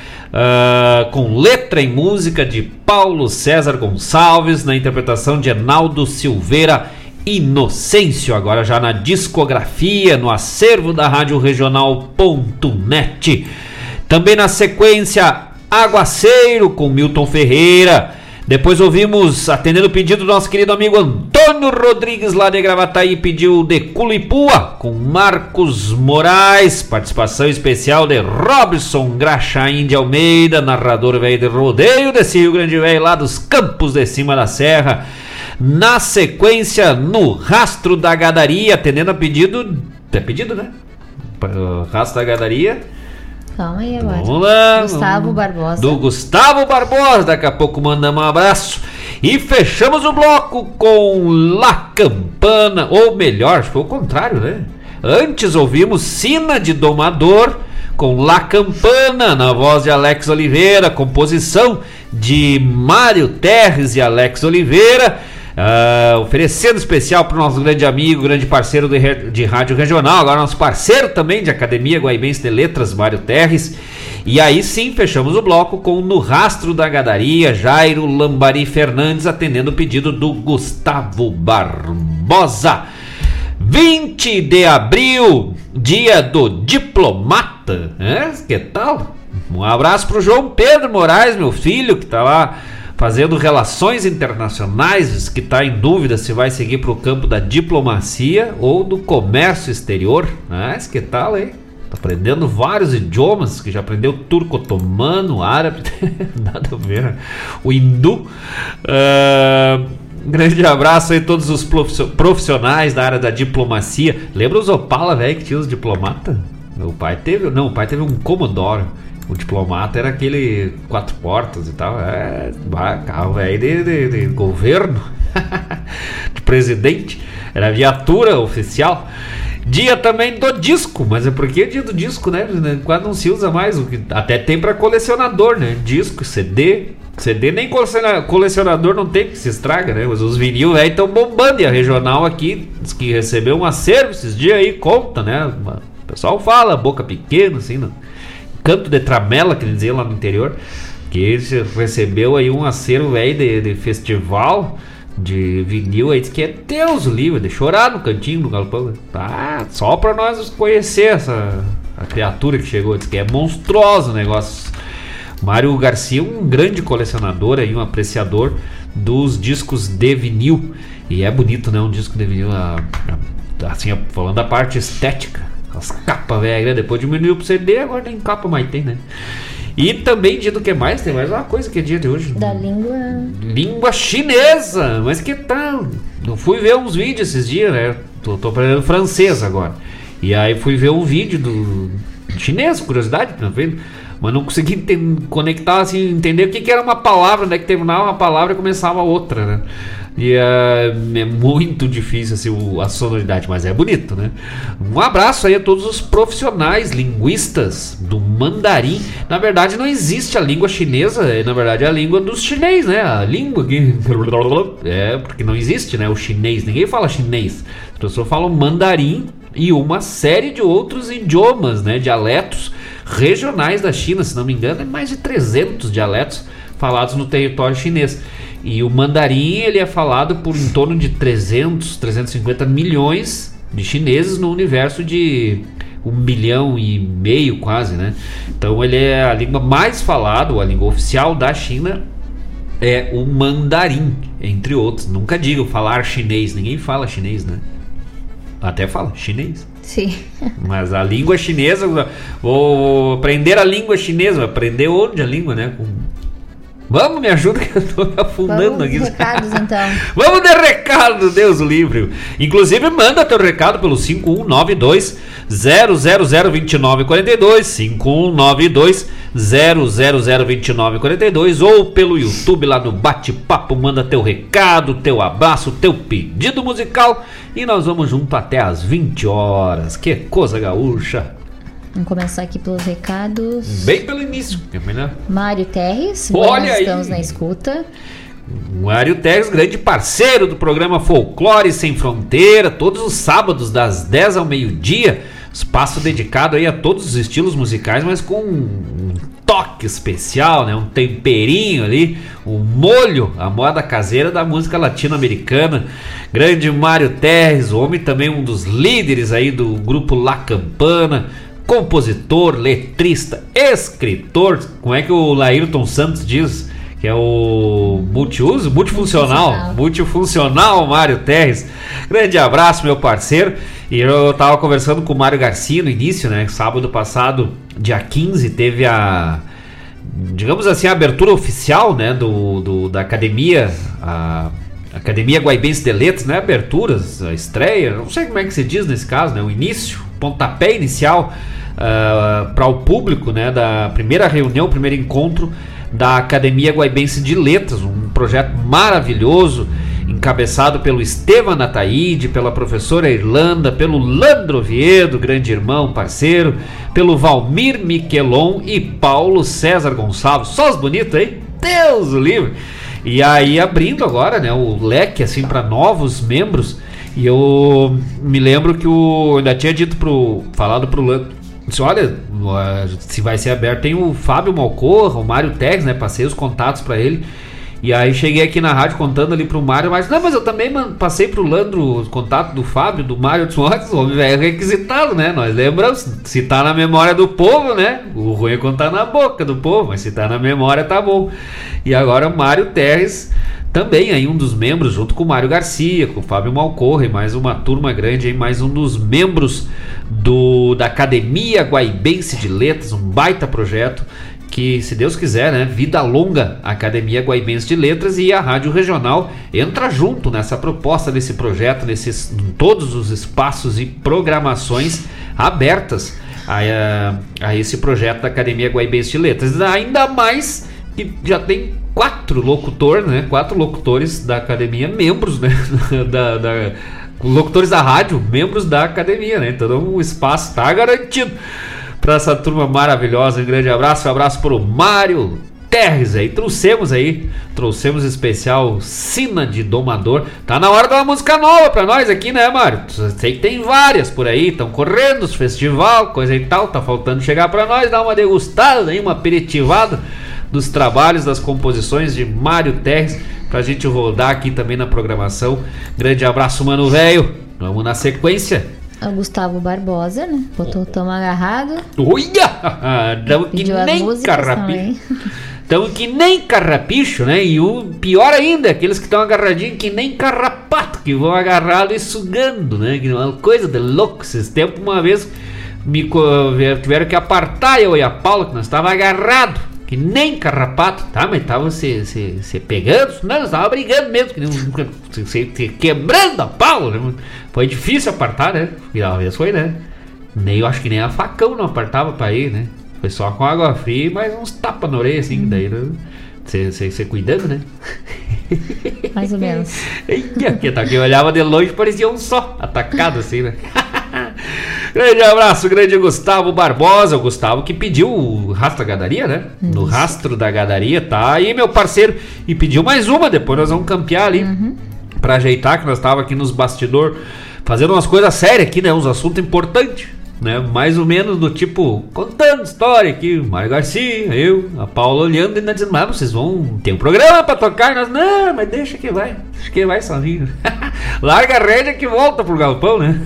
[SPEAKER 9] com letra e música de Paulo César Gonçalves, na interpretação de Enaldo Silveira, Inocêncio, agora já na discografia, no acervo da Rádio Regional.net. Também na sequência, Aguaceiro com Milton Ferreira. Depois ouvimos, atendendo o pedido do nosso querido amigo Antônio Rodrigues, lá de Gravataí, pediu De Culipua, com Marcos Moraes, participação especial de Robson Graxaim de Almeida, narrador velho de rodeio desse Rio Grande Velho, lá dos campos de cima da serra. Na sequência, No Rastro da Gadaria, atendendo a pedido... É pedido, né? Rastro da Gadaria...
[SPEAKER 11] Calma aí agora.
[SPEAKER 9] Vamos lá.
[SPEAKER 11] Gustavo Barbosa.
[SPEAKER 9] Do Gustavo Barbosa. Daqui a pouco mandamos um abraço. E fechamos o bloco com La Campana. Ou melhor, foi o contrário, né? Antes ouvimos Sina de Domador com La Campana, na voz de Alex Oliveira. Composição de Mário Terres e Alex Oliveira. Oferecendo especial para o nosso grande amigo, grande parceiro de rádio regional, agora nosso parceiro também de Academia Guaibense de Letras, Mário Terres. E aí sim, fechamos o bloco com No Rastro da Gadaria, Jairo Lambari Fernandes, atendendo o pedido do Gustavo Barbosa. 20 de abril, dia do diplomata, que tal? Um abraço pro João Pedro Moraes, meu filho, que tá lá fazendo relações internacionais, diz que está em dúvida se vai seguir para o campo da diplomacia ou do comércio exterior. Mas que tal, hein? Tá aprendendo vários idiomas, que já aprendeu turco, otomano, árabe, nada a ver, né? O hindu. Grande abraço aí a todos os profissionais da área da diplomacia. Lembra os Opala, velho, que tinha os diplomatas? O pai teve um Commodore. O diplomata era aquele 4 portas e tal. Carro velho de governo, de presidente. Era viatura oficial. Dia também do disco, mas é porque é dia do disco, né? Quase não se usa mais. Até tem pra colecionador, né? Disco, CD nem colecionador não tem, que se estraga, né? Mas os vinil aí estão bombando. E a regional aqui, diz que recebeu um acervo esses dias aí, conta, né? O pessoal fala, boca pequena, assim, no canto de tramela, que dizia lá no interior, que recebeu aí um acervo aí de festival de vinil aí, diz que é Deus o livre, de chorar no cantinho do galpão. Tá, só pra nós conhecer a criatura que chegou, diz que é monstruoso o negócio. Mário Garcia, um grande colecionador aí, um apreciador dos discos de vinil. E é bonito, né? Um disco de vinil, assim, falando da parte estética, as capas velhas, depois diminuiu pro CD, agora nem capa mais tem, né? E também dia do que mais? Tem mais uma coisa que é dia de hoje.
[SPEAKER 11] Da
[SPEAKER 9] língua chinesa. Mas que tal? Eu fui ver uns vídeos esses dias, né? Tô aprendendo francês agora. E aí fui ver um vídeo do chinês, curiosidade, tá vendo? Mas não consegui conectar, assim, entender o que era uma palavra, né? Que terminava uma palavra e começava outra, né? E é muito difícil assim, a sonoridade, mas é bonito, né? Um abraço aí a todos os profissionais linguistas do mandarim. Na verdade não existe a língua chinesa, na verdade é a língua dos chinês, né? A língua que... porque não existe, né? O chinês, ninguém fala chinês. As pessoas falam mandarim e uma série de outros idiomas, né? Dialetos regionais da China, se não me engano, é mais de 300 dialetos falados no território chinês. E o mandarim ele é falado por em torno de 350 milhões de chineses no universo de 1,5 bilhão quase, né? Então ele é a língua mais falada, a língua oficial da China é o mandarim, entre outros. Nunca digo falar chinês, ninguém fala chinês, né? Até fala chinês.
[SPEAKER 11] Sim.
[SPEAKER 9] Mas a língua chinesa, vou aprender a língua chinesa, aprender onde a língua, né? Vamos, me ajuda que eu tô me afundando aqui.
[SPEAKER 11] Vamos de recados, então.
[SPEAKER 9] Vamos de recado, Deus o livre. Inclusive, manda teu recado pelo 5192-0002942, 5192-0002942, ou pelo YouTube lá no Bate-Papo. Manda teu recado, teu abraço, teu pedido musical e nós vamos junto até às 20 horas. Que coisa gaúcha.
[SPEAKER 11] Vamos começar aqui pelos recados.
[SPEAKER 9] Bem pelo início, é melhor.
[SPEAKER 11] Mário Terres,
[SPEAKER 9] olha aí.
[SPEAKER 11] Estamos na escuta.
[SPEAKER 9] Mário Terres, grande parceiro do programa Folclore Sem Fronteira, todos os sábados das 10 ao meio-dia. Espaço dedicado aí a todos os estilos musicais, mas com um toque especial, né? Um temperinho ali, um molho, a moda caseira da música latino-americana. Grande Mário Terres, o homem também um dos líderes aí do grupo La Campana. Compositor, letrista, escritor, como é que o Laírton Santos diz? Que é o multiuso, multifuncional Mário Terres. Grande abraço, meu parceiro. E eu tava conversando com o Mário Garcia no início, né? Sábado passado, dia 15, teve digamos assim, a abertura oficial, né? Da academia, a Academia Guaibense de Letras, né? Aberturas, a estreia, não sei como é que se diz nesse caso, né? O início, pontapé inicial para o público, né? Da primeira reunião, o primeiro encontro da Academia Guaibense de Letras, um projeto maravilhoso, encabeçado pelo Estevam Ataíde, pela professora Irlanda, pelo Landro Oviedo, grande irmão, parceiro, pelo Valmir Miquelon e Paulo César Gonçalves. Só os bonitos aí, Deus o livre. E aí abrindo agora, né, o leque assim para novos membros. E eu me lembro que eu ainda tinha falado pro Landro, disse, olha, se vai ser aberto, tem o Fábio Malcorra, o Mário Terres, né, passei os contatos para ele. E aí cheguei aqui na rádio contando ali pro Mário, mas eu também passei pro Landro o contato do Fábio, do Mário Tsunox, o homem velho requisitado, né? Nós lembramos, se tá na memória do povo, né? O ruim é contar na boca do povo, mas se tá na memória tá bom. E agora o Mário Terres, também aí um dos membros, junto com o Mário Garcia, com o Fábio Malcorre, mais uma turma grande aí, mais um dos membros da Academia Guaibense de Letras, um baita projeto, que, se Deus quiser, né, vida longa a Academia Guaibense de Letras, e a Rádio Regional entra junto nessa proposta desse projeto, todos os espaços e programações abertas a esse projeto da Academia Guaibense de Letras. Ainda mais que já tem 4 locutores da Academia, membros, né, locutores da rádio, membros da Academia, né, então o espaço está garantido para essa turma maravilhosa. Um grande abraço, um abraço para o Mário Terres aí. Trouxemos especial Sina de Domador. Tá na hora de uma música nova para nós aqui, né, Mário? Sei que tem várias por aí, estão correndo os festival, coisa e tal, tá faltando chegar para nós, dar uma degustada aí, uma aperitivada dos trabalhos, das composições de Mário Terres, pra gente rodar aqui também na programação. Grande abraço, mano velho. Vamos na sequência.
[SPEAKER 11] O Gustavo Barbosa, né? Botou Tamo Agarrado.
[SPEAKER 9] Uia! Tamo que nem carrapicho. Tamo que nem carrapicho, né? E o pior ainda, aqueles que estão agarradinhos que nem carrapato, que vão agarrado e sugando, né? Que é uma coisa de louco. Esses tempos, uma vez, tiveram que apartar eu e a Paula, que nós estávamos agarrados, que nem carrapato, tá? Mas estavam se pegando, não, nós tava brigando mesmo, se quebrando a pau, né? Foi difícil apartar, né? E uma vez foi, né? Eu acho que nem a facão não apartava pra ir, né? Foi só com água fria e mais uns tapas na orelha, assim, daí, né? Você cuidando, né?
[SPEAKER 11] Mais ou menos.
[SPEAKER 9] Que olhava de longe, parecia um só, atacado assim, né? Grande abraço, grande Gustavo Barbosa. O Gustavo que pediu o Rastro da Gadaria, né? No Rastro da Gadaria, tá aí, meu parceiro. E pediu mais uma, depois nós vamos campear ali, pra ajeitar, que nós tava aqui nos bastidores fazendo umas coisas sérias aqui, né? Uns assuntos importantes, né? Mais ou menos do tipo, contando história aqui, o Mário Garcia, eu, a Paula olhando e ainda dizendo, mas vocês vão ter um programa pra tocar? E nós, não, mas deixa que vai sozinho. Larga a rédea que volta pro galpão, né?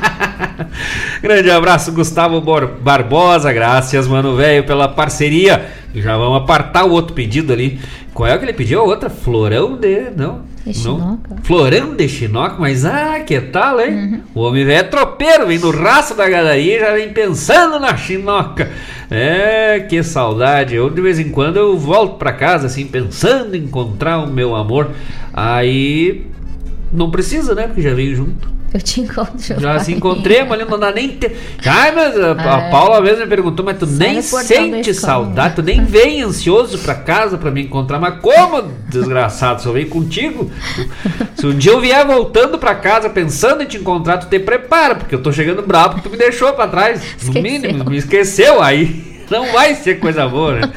[SPEAKER 9] Grande abraço, Gustavo Barbosa. Graças, mano velho, pela parceria. E já vamos apartar o outro pedido ali. Qual é o que ele pediu? A outra? Florão de... Não. Florão de Chinoca, mas que tal, hein? O homem velho é tropeiro, vem no Rastro da Gadaria e já vem pensando na chinoca. Que saudade. Eu de vez em quando eu volto pra casa assim, pensando em encontrar o meu amor. Aí não precisa, né? Porque já veio junto.
[SPEAKER 11] Eu te encontro.
[SPEAKER 9] Já se encontremos ali, não dá nem tempo. Mas a Paula às vezes me perguntou, mas tu nem sente saudade, tu nem vem ansioso pra casa pra me encontrar. Mas como, desgraçado, se eu venho contigo, se um dia eu vier voltando pra casa pensando em te encontrar, tu te prepara, porque eu tô chegando bravo porque tu me deixou pra trás. No mínimo, me esqueceu, aí não vai ser coisa boa, né?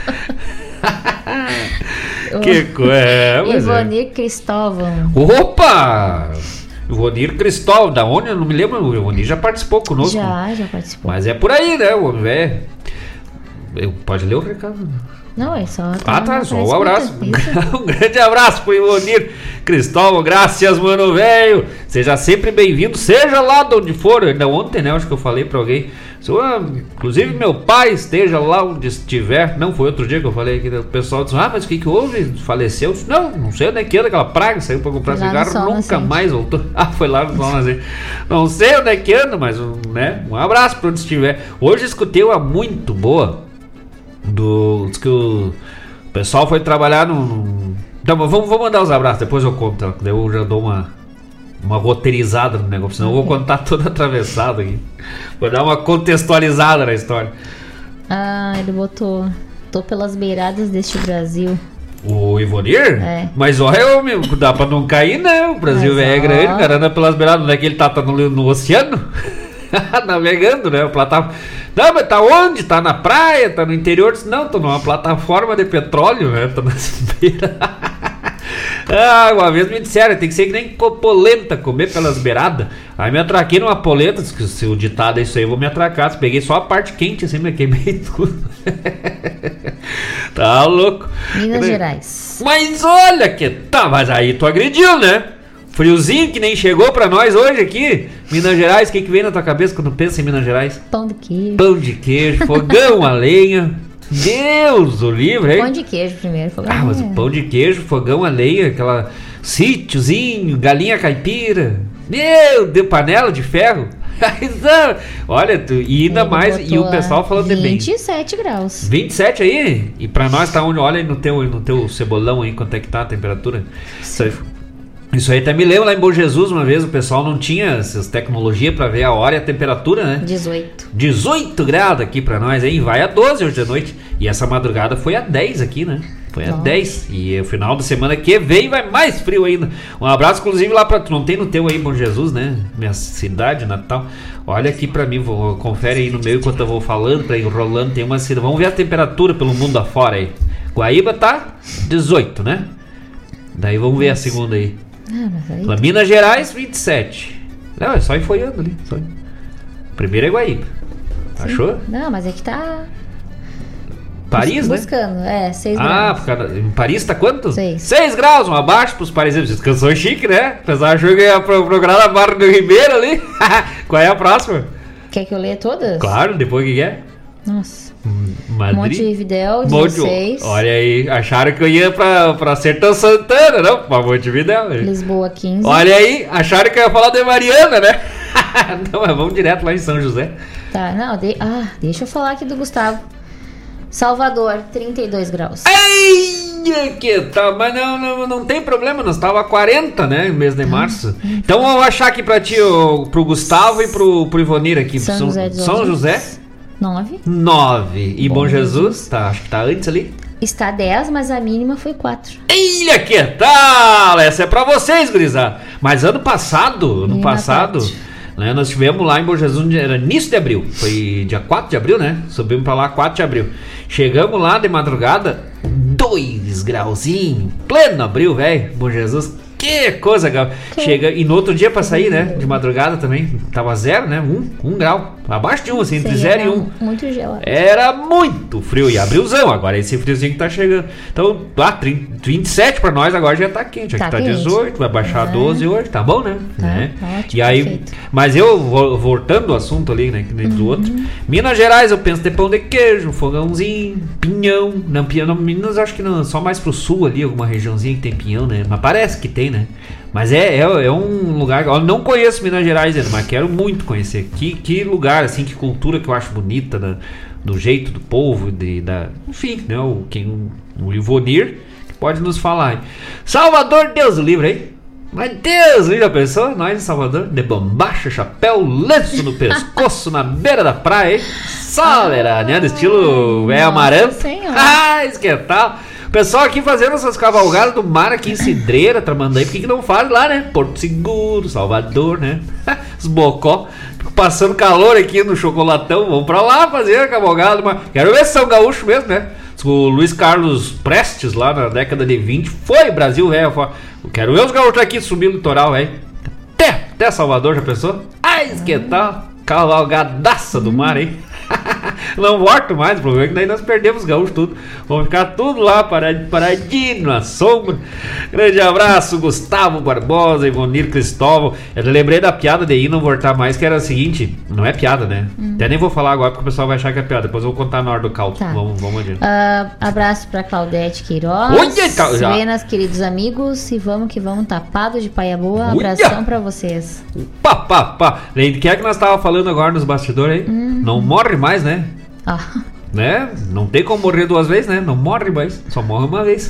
[SPEAKER 9] Que coisa.
[SPEAKER 11] Ivonir Cristóvão.
[SPEAKER 9] Opa! Ivonir Cristóvão, da onde? Eu não me lembro. O Ivonir já participou conosco.
[SPEAKER 11] Já participou.
[SPEAKER 9] Mas é por aí, né? O homem velho. Pode ler o recado?
[SPEAKER 11] Não, é só.
[SPEAKER 9] Tá, só um abraço. Um grande abraço pro Ivonir Cristóvão. Graças, mano velho. Seja sempre bem-vindo, seja lá de onde for. Ainda ontem, né? Acho que eu falei pra alguém. Inclusive meu pai esteja lá onde estiver. Não, foi outro dia que eu falei aqui. O pessoal disse, mas o que houve? Faleceu? Não sei onde é que anda aquela praga. Saiu pra comprar cigarro, nunca mais voltou. Foi lá no Sol Nascente. Não sei onde é que anda, mas né? Um abraço pra onde estiver. Hoje escutei uma muito boa diz que o pessoal foi trabalhar no... Então, vamos mandar os abraços, depois eu conto. Eu já dou uma roteirizada no negócio, senão eu vou contar todo atravessado aqui. Vou dar uma contextualizada na história.
[SPEAKER 11] Ele botou: tô pelas beiradas deste Brasil.
[SPEAKER 9] O Ivonir? Mas olha, dá pra não cair, né? O Brasil é grande, o cara anda pelas beiradas. Não é que ele tá no oceano? Navegando, né? Não, mas tá onde? Tá na praia? Tá no interior? Não, tô numa plataforma de petróleo, né? Tô nas beiras. Uma vez me disseram, tem que ser que nem polenta, comer pelas beiradas. Aí me atraquei numa polenta, se o ditado é isso aí, eu vou me atracar. Peguei só a parte quente assim, me queimei tudo. Tá louco.
[SPEAKER 11] Minas Gerais.
[SPEAKER 9] Mas olha que tá, mas aí tu agrediu, né? Friozinho que nem chegou pra nós hoje aqui. Minas Gerais, o que vem na tua cabeça quando pensa em Minas Gerais?
[SPEAKER 11] Pão de queijo.
[SPEAKER 9] Pão de queijo, fogão a lenha. Deus, o livro, hein?
[SPEAKER 11] Pão de queijo primeiro, fogão a lenha.
[SPEAKER 9] Mas o pão de queijo, fogão a lenha, aquela sítiozinho, galinha caipira. Meu Deus, panela de ferro. Olha, e ainda mais, e o pessoal falando de bem.
[SPEAKER 11] 27 graus.
[SPEAKER 9] 27 aí? E pra nós tá onde? Olha aí no teu cebolão aí, quanto é que tá a temperatura. Isso aí até me lembro lá em Bom Jesus uma vez, o pessoal não tinha essas tecnologias pra ver a hora e a temperatura, né? 18 graus aqui pra nós, hein? Vai a 12 hoje de noite. E essa madrugada foi a 10 aqui, né? Foi a 10. E o final da semana que vem vai mais frio ainda. Um abraço, inclusive, lá pra... Tu não tem no teu aí, Bom Jesus, né? Minha cidade, Natal. Olha aqui pra mim, confere aí no meu enquanto eu vou falando, pra ir rolando. Tem uma cidade. Vamos ver a temperatura pelo mundo afora aí. Guaíba tá 18, né? Daí vamos ver a segunda aí. Aí... Minas Gerais, 27. Não, é só ir folhando ali. Só ir. Primeiro é Guaíba. Sim. Achou?
[SPEAKER 11] Não, mas é que tá...
[SPEAKER 9] Paris,
[SPEAKER 11] buscando,
[SPEAKER 9] né?
[SPEAKER 11] 6 graus.
[SPEAKER 9] Em Paris tá quanto?
[SPEAKER 11] 6
[SPEAKER 9] graus, um abaixo pros parisienses. Descansou chique, né? O pessoal achou que ia procurar na Barra do Ribeiro ali. Qual é a próxima?
[SPEAKER 11] Quer que eu leia todas?
[SPEAKER 9] Claro, depois que é?
[SPEAKER 11] Nossa.
[SPEAKER 9] Madrid.
[SPEAKER 11] Montevidéu, 16.
[SPEAKER 9] Olha aí, acharam que eu ia pra Sertão Santana, não? Pra Montevidéu.
[SPEAKER 11] Lisboa, 15.
[SPEAKER 9] Olha aí, acharam que eu ia falar de Mariana, né? Não, mas vamos direto lá em São José.
[SPEAKER 11] Tá, não, deixa eu falar aqui do Gustavo. Salvador, 32 graus.
[SPEAKER 9] Eia, que tal? Mas não tem problema, nós tava a 40, né? No mês de março. Então eu vou achar aqui pra ti, pro Gustavo e pro Ivonir aqui.
[SPEAKER 11] São José.
[SPEAKER 9] 9. E Bom Jesus, tá, acho que tá antes ali.
[SPEAKER 11] Está 10, mas a mínima foi 4.
[SPEAKER 9] Eia, que tal? Essa é pra vocês, gurizada. Mas ano passado, né, nós estivemos lá em Bom Jesus, era início de abril. Foi dia 4 de abril, né? Subimos pra lá 4 de abril. Chegamos lá de madrugada, 2 grauzinho, pleno abril, velho. Bom Jesus, que coisa, gal. Chega, e no outro dia pra sair, né? De madrugada também, tava 0, né? 1 grau. Abaixo de 1, assim, entre 0 e 1.
[SPEAKER 11] Muito gelado.
[SPEAKER 9] Era muito frio. E abrilzão, agora esse friozinho que tá chegando. Então, 27 pra nós agora já tá quente. Aqui tá 18, vai baixar 12 hoje, tá bom, né?
[SPEAKER 11] Tá ótimo,
[SPEAKER 9] e aí,
[SPEAKER 11] perfeito.
[SPEAKER 9] mas eu, voltando ao assunto ali, né? Que nem do outro. Minas Gerais, eu penso de pão de queijo, fogãozinho, pinhão. Não, Minas, acho que não, só mais pro sul ali, alguma regiãozinha que tem pinhão, né? Mas parece que tem, né? Mas é um lugar... Eu não conheço Minas Gerais ainda, mas quero muito conhecer. Que lugar, assim, que cultura que eu acho bonita, do jeito do povo, enfim, né? O Ivonir, que pode nos falar aí. Salvador, Deus o livre aí. Mas Deus, já pensou? Nós em Salvador, de bombacha, chapéu, lenço no pescoço, na beira da praia, hein? Sólera, né? Do estilo amaranto. Isso que tal? O pessoal aqui fazendo essas cavalgadas do mar aqui em Cidreira, Tramandaí, por que não faz lá, né? Porto Seguro, Salvador, né? Os bocó, passando calor aqui no chocolatão, vamos pra lá fazer a cavalgada. Quero ver se são gaúchos mesmo, né? O Luiz Carlos Prestes, lá na década de 20, foi Brasil, velho. Quero ver os gaúchos aqui subir o litoral, velho. Até Salvador, já pensou? Que tal? Cavalgadaça do mar, hein? Não volto mais, o problema é que daí nós perdemos os gaúchos tudo. Vamos ficar tudo lá paradinho na sombra. Grande abraço, Gustavo Barbosa, Ivonir Cristóvão. Eu lembrei da piada de ir não voltar mais, que era a seguinte. Não é piada, né? Até nem vou falar agora porque o pessoal vai achar que é piada. Depois eu vou contar na hora do caldo.
[SPEAKER 11] Tá.
[SPEAKER 9] Vamos adiante.
[SPEAKER 11] Abraço pra Claudete Queiroz. Buenas, queridos amigos. E vamos que vamos, tapado de paia boa. Abração pra vocês.
[SPEAKER 9] Pá. Quem é que nós tava falando agora nos bastidores aí? Não morre mais, né? Né? Não tem como morrer 2 vezes, né? Não morre mais, só morre uma vez.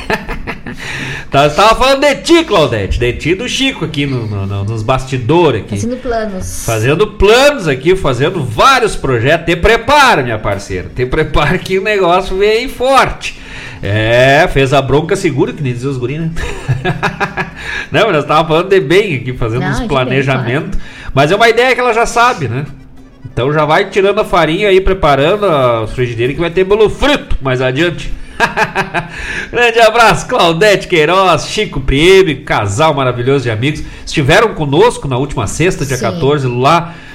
[SPEAKER 9] Tava falando de ti, Claudete, de ti do Chico aqui nos bastidores aqui. Fazendo planos aqui, fazendo vários projetos. Te prepara, minha parceira, te prepara que o negócio vem forte. Fez a bronca segura, que nem dizia os guri, né? Não, mas nós tava falando de bem aqui, fazendo uns planejamentos. Mas é uma ideia que ela já sabe, né? Então já vai tirando a farinha aí, preparando a frigideira que vai ter bolo frito mais adiante. Grande abraço, Claudete Queiroz, Chico Priebe, casal maravilhoso de amigos. Estiveram conosco na última sexta, dia 14, lá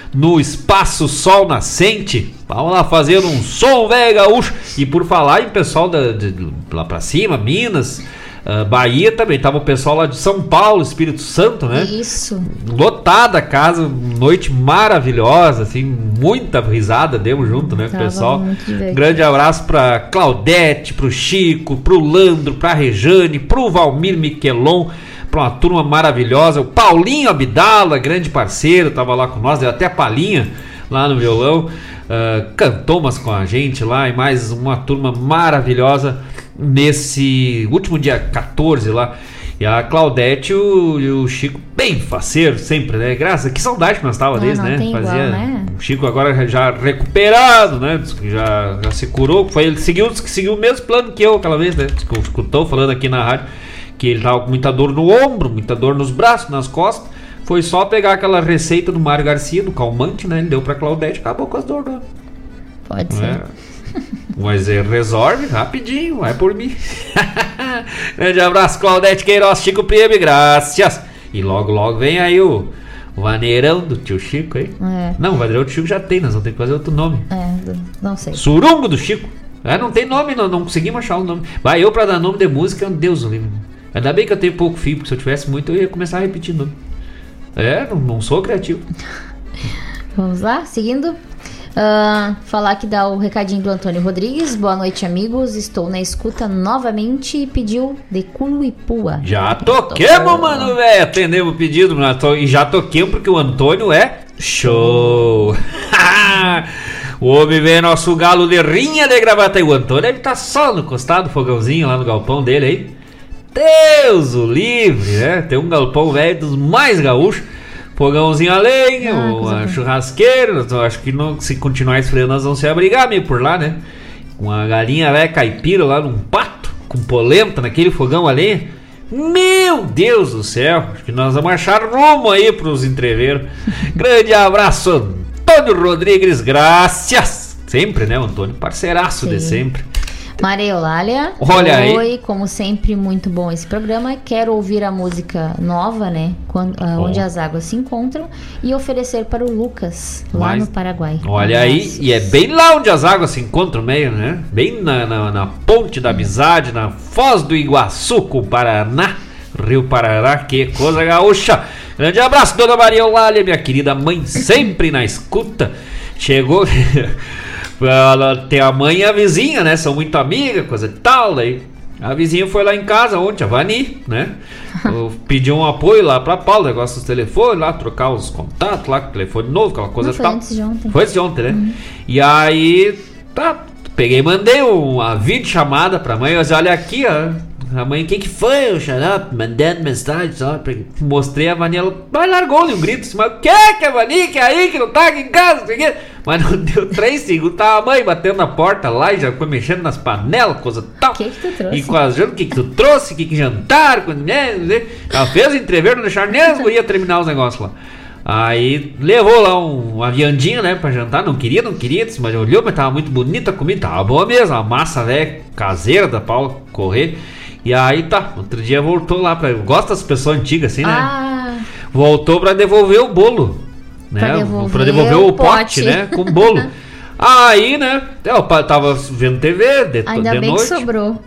[SPEAKER 9] no Espaço Sol Nascente. Vamos lá fazendo um som, velho gaúcho. E por falar em pessoal lá pra cima, Minas, Bahia também, tava o pessoal lá de São Paulo, Espírito Santo, né?
[SPEAKER 11] Isso.
[SPEAKER 9] Lotada a casa, noite maravilhosa, assim, muita risada demos junto, né, com o pessoal. Grande abraço pra Claudete, pro Chico, pro Landro, pra Rejane, pro Valmir Miquelon, pra uma turma maravilhosa. O Paulinho Abdala, grande parceiro, tava lá com nós, deu até palhinha lá no violão, cantou umas com a gente lá, e mais uma turma maravilhosa nesse último dia 14 lá. E a Claudete e o Chico, bem faceiro sempre, né? Graças, que saudade que nós tava deles, né? Fazia igual, né? O Chico agora já recuperado, né? Já se curou. Ele seguiu o mesmo plano que eu aquela vez, né? Escutou falando aqui na rádio que ele tava com muita dor no ombro, muita dor nos braços, nas costas. Foi só pegar aquela receita do Mário Garcia, do calmante, né? Ele deu pra Claudete, acabou com as dores, né?
[SPEAKER 11] Pode ser.
[SPEAKER 9] Mas resolve rapidinho, vai por mim. Grande abraço, Claudete Queiroz, Chico Priebe, graças. E logo vem aí o vaneirão do tio Chico aí. Não, o vaneirão do Chico já tem, nós vamos ter que fazer outro nome.
[SPEAKER 11] Não sei.
[SPEAKER 9] Surungo do Chico. Não tem nome, não conseguimos achar o nome. Vai, eu pra dar nome de música, Deus o livre. Ainda bem que eu tenho pouco fio, porque se eu tivesse muito eu ia começar a repetir nome. Não sou criativo.
[SPEAKER 11] Vamos lá, seguindo. Falar que dá o recadinho do Antônio Rodrigues. Boa noite, amigos. Estou na escuta novamente e pediu de Culuipua.
[SPEAKER 9] Já toquemos, mano, velho. Atendemos o pedido, e já toquemos porque o Antônio é show. O homem vem nosso galo de rinha de gravata. E o Antônio deve estar só no costado do fogãozinho lá no galpão dele aí. Deus o livre, né? Tem um galpão velho dos mais gaúchos. Fogãozinho a lenha, uma churrasqueira. Acho que se continuar esfriando nós vamos se abrigar meio por lá, né? Uma galinha velha caipira lá num pato, com polenta naquele fogão a lenha. Meu Deus do céu, acho que nós vamos achar rumo aí pros entreveiros. Grande abraço, Antônio Rodrigues, graças. Sempre, né, Antônio? Parceiraço de sempre.
[SPEAKER 11] Maria Eulália,
[SPEAKER 9] olha aí.
[SPEAKER 11] Oi, como sempre, muito bom esse programa. Quero ouvir a música nova, né? Onde as águas se encontram, e oferecer para o Lucas, lá no Paraguai.
[SPEAKER 9] Olha aí, e é bem lá onde as águas se encontram, meio, né? Bem na ponte da amizade, na Foz do Iguaçu com o Paraná, Rio Paraná, que coisa gaúcha. Grande abraço, dona Maria Eulália, minha querida mãe, sempre na escuta. Chegou. Ela tem a mãe e a vizinha, né? São muito amigas, coisa e tal. Daí a vizinha foi lá em casa ontem, a Vani, né? Pediu um apoio lá pra Paula, negócio dos telefones, lá, trocar os contatos lá, com o telefone novo, aquela coisa
[SPEAKER 11] e tal.
[SPEAKER 9] Foi antes de ontem. Foi antes de ontem, né? E aí, peguei e mandei uma videochamada pra mãe. Eu disse, olha aqui, ó. A mãe, o que foi, o xarope? Mandando mensagem, só. Mostrei a Vani, ela largou-lhe um grito. Mas o que a Vani, que é aí, que não tá aqui em casa? Mas não deu 3 segundos, tava a mãe batendo na porta lá e já foi mexendo nas panelas, coisa tal.
[SPEAKER 11] O que tu trouxe?
[SPEAKER 9] E com as jantas, o que tu trouxe, que jantaram. Ela fez o entreveiro, não deixaram nem as gurias terminar os negócios lá. Aí levou lá uma viandinha, né, pra jantar. Não queria, mas olhou, mas tava muito bonita a comida, tava boa mesmo. A massa, né, caseira da Paula Correr. E aí outro dia voltou lá pra... Eu gosto das pessoas antigas assim, né? Voltou pra devolver o bolo, né? Pra devolver o pote, né? Com bolo. Aí, né? Eu tava vendo TV de
[SPEAKER 11] Ainda bem
[SPEAKER 9] noite.
[SPEAKER 11] Que sobrou.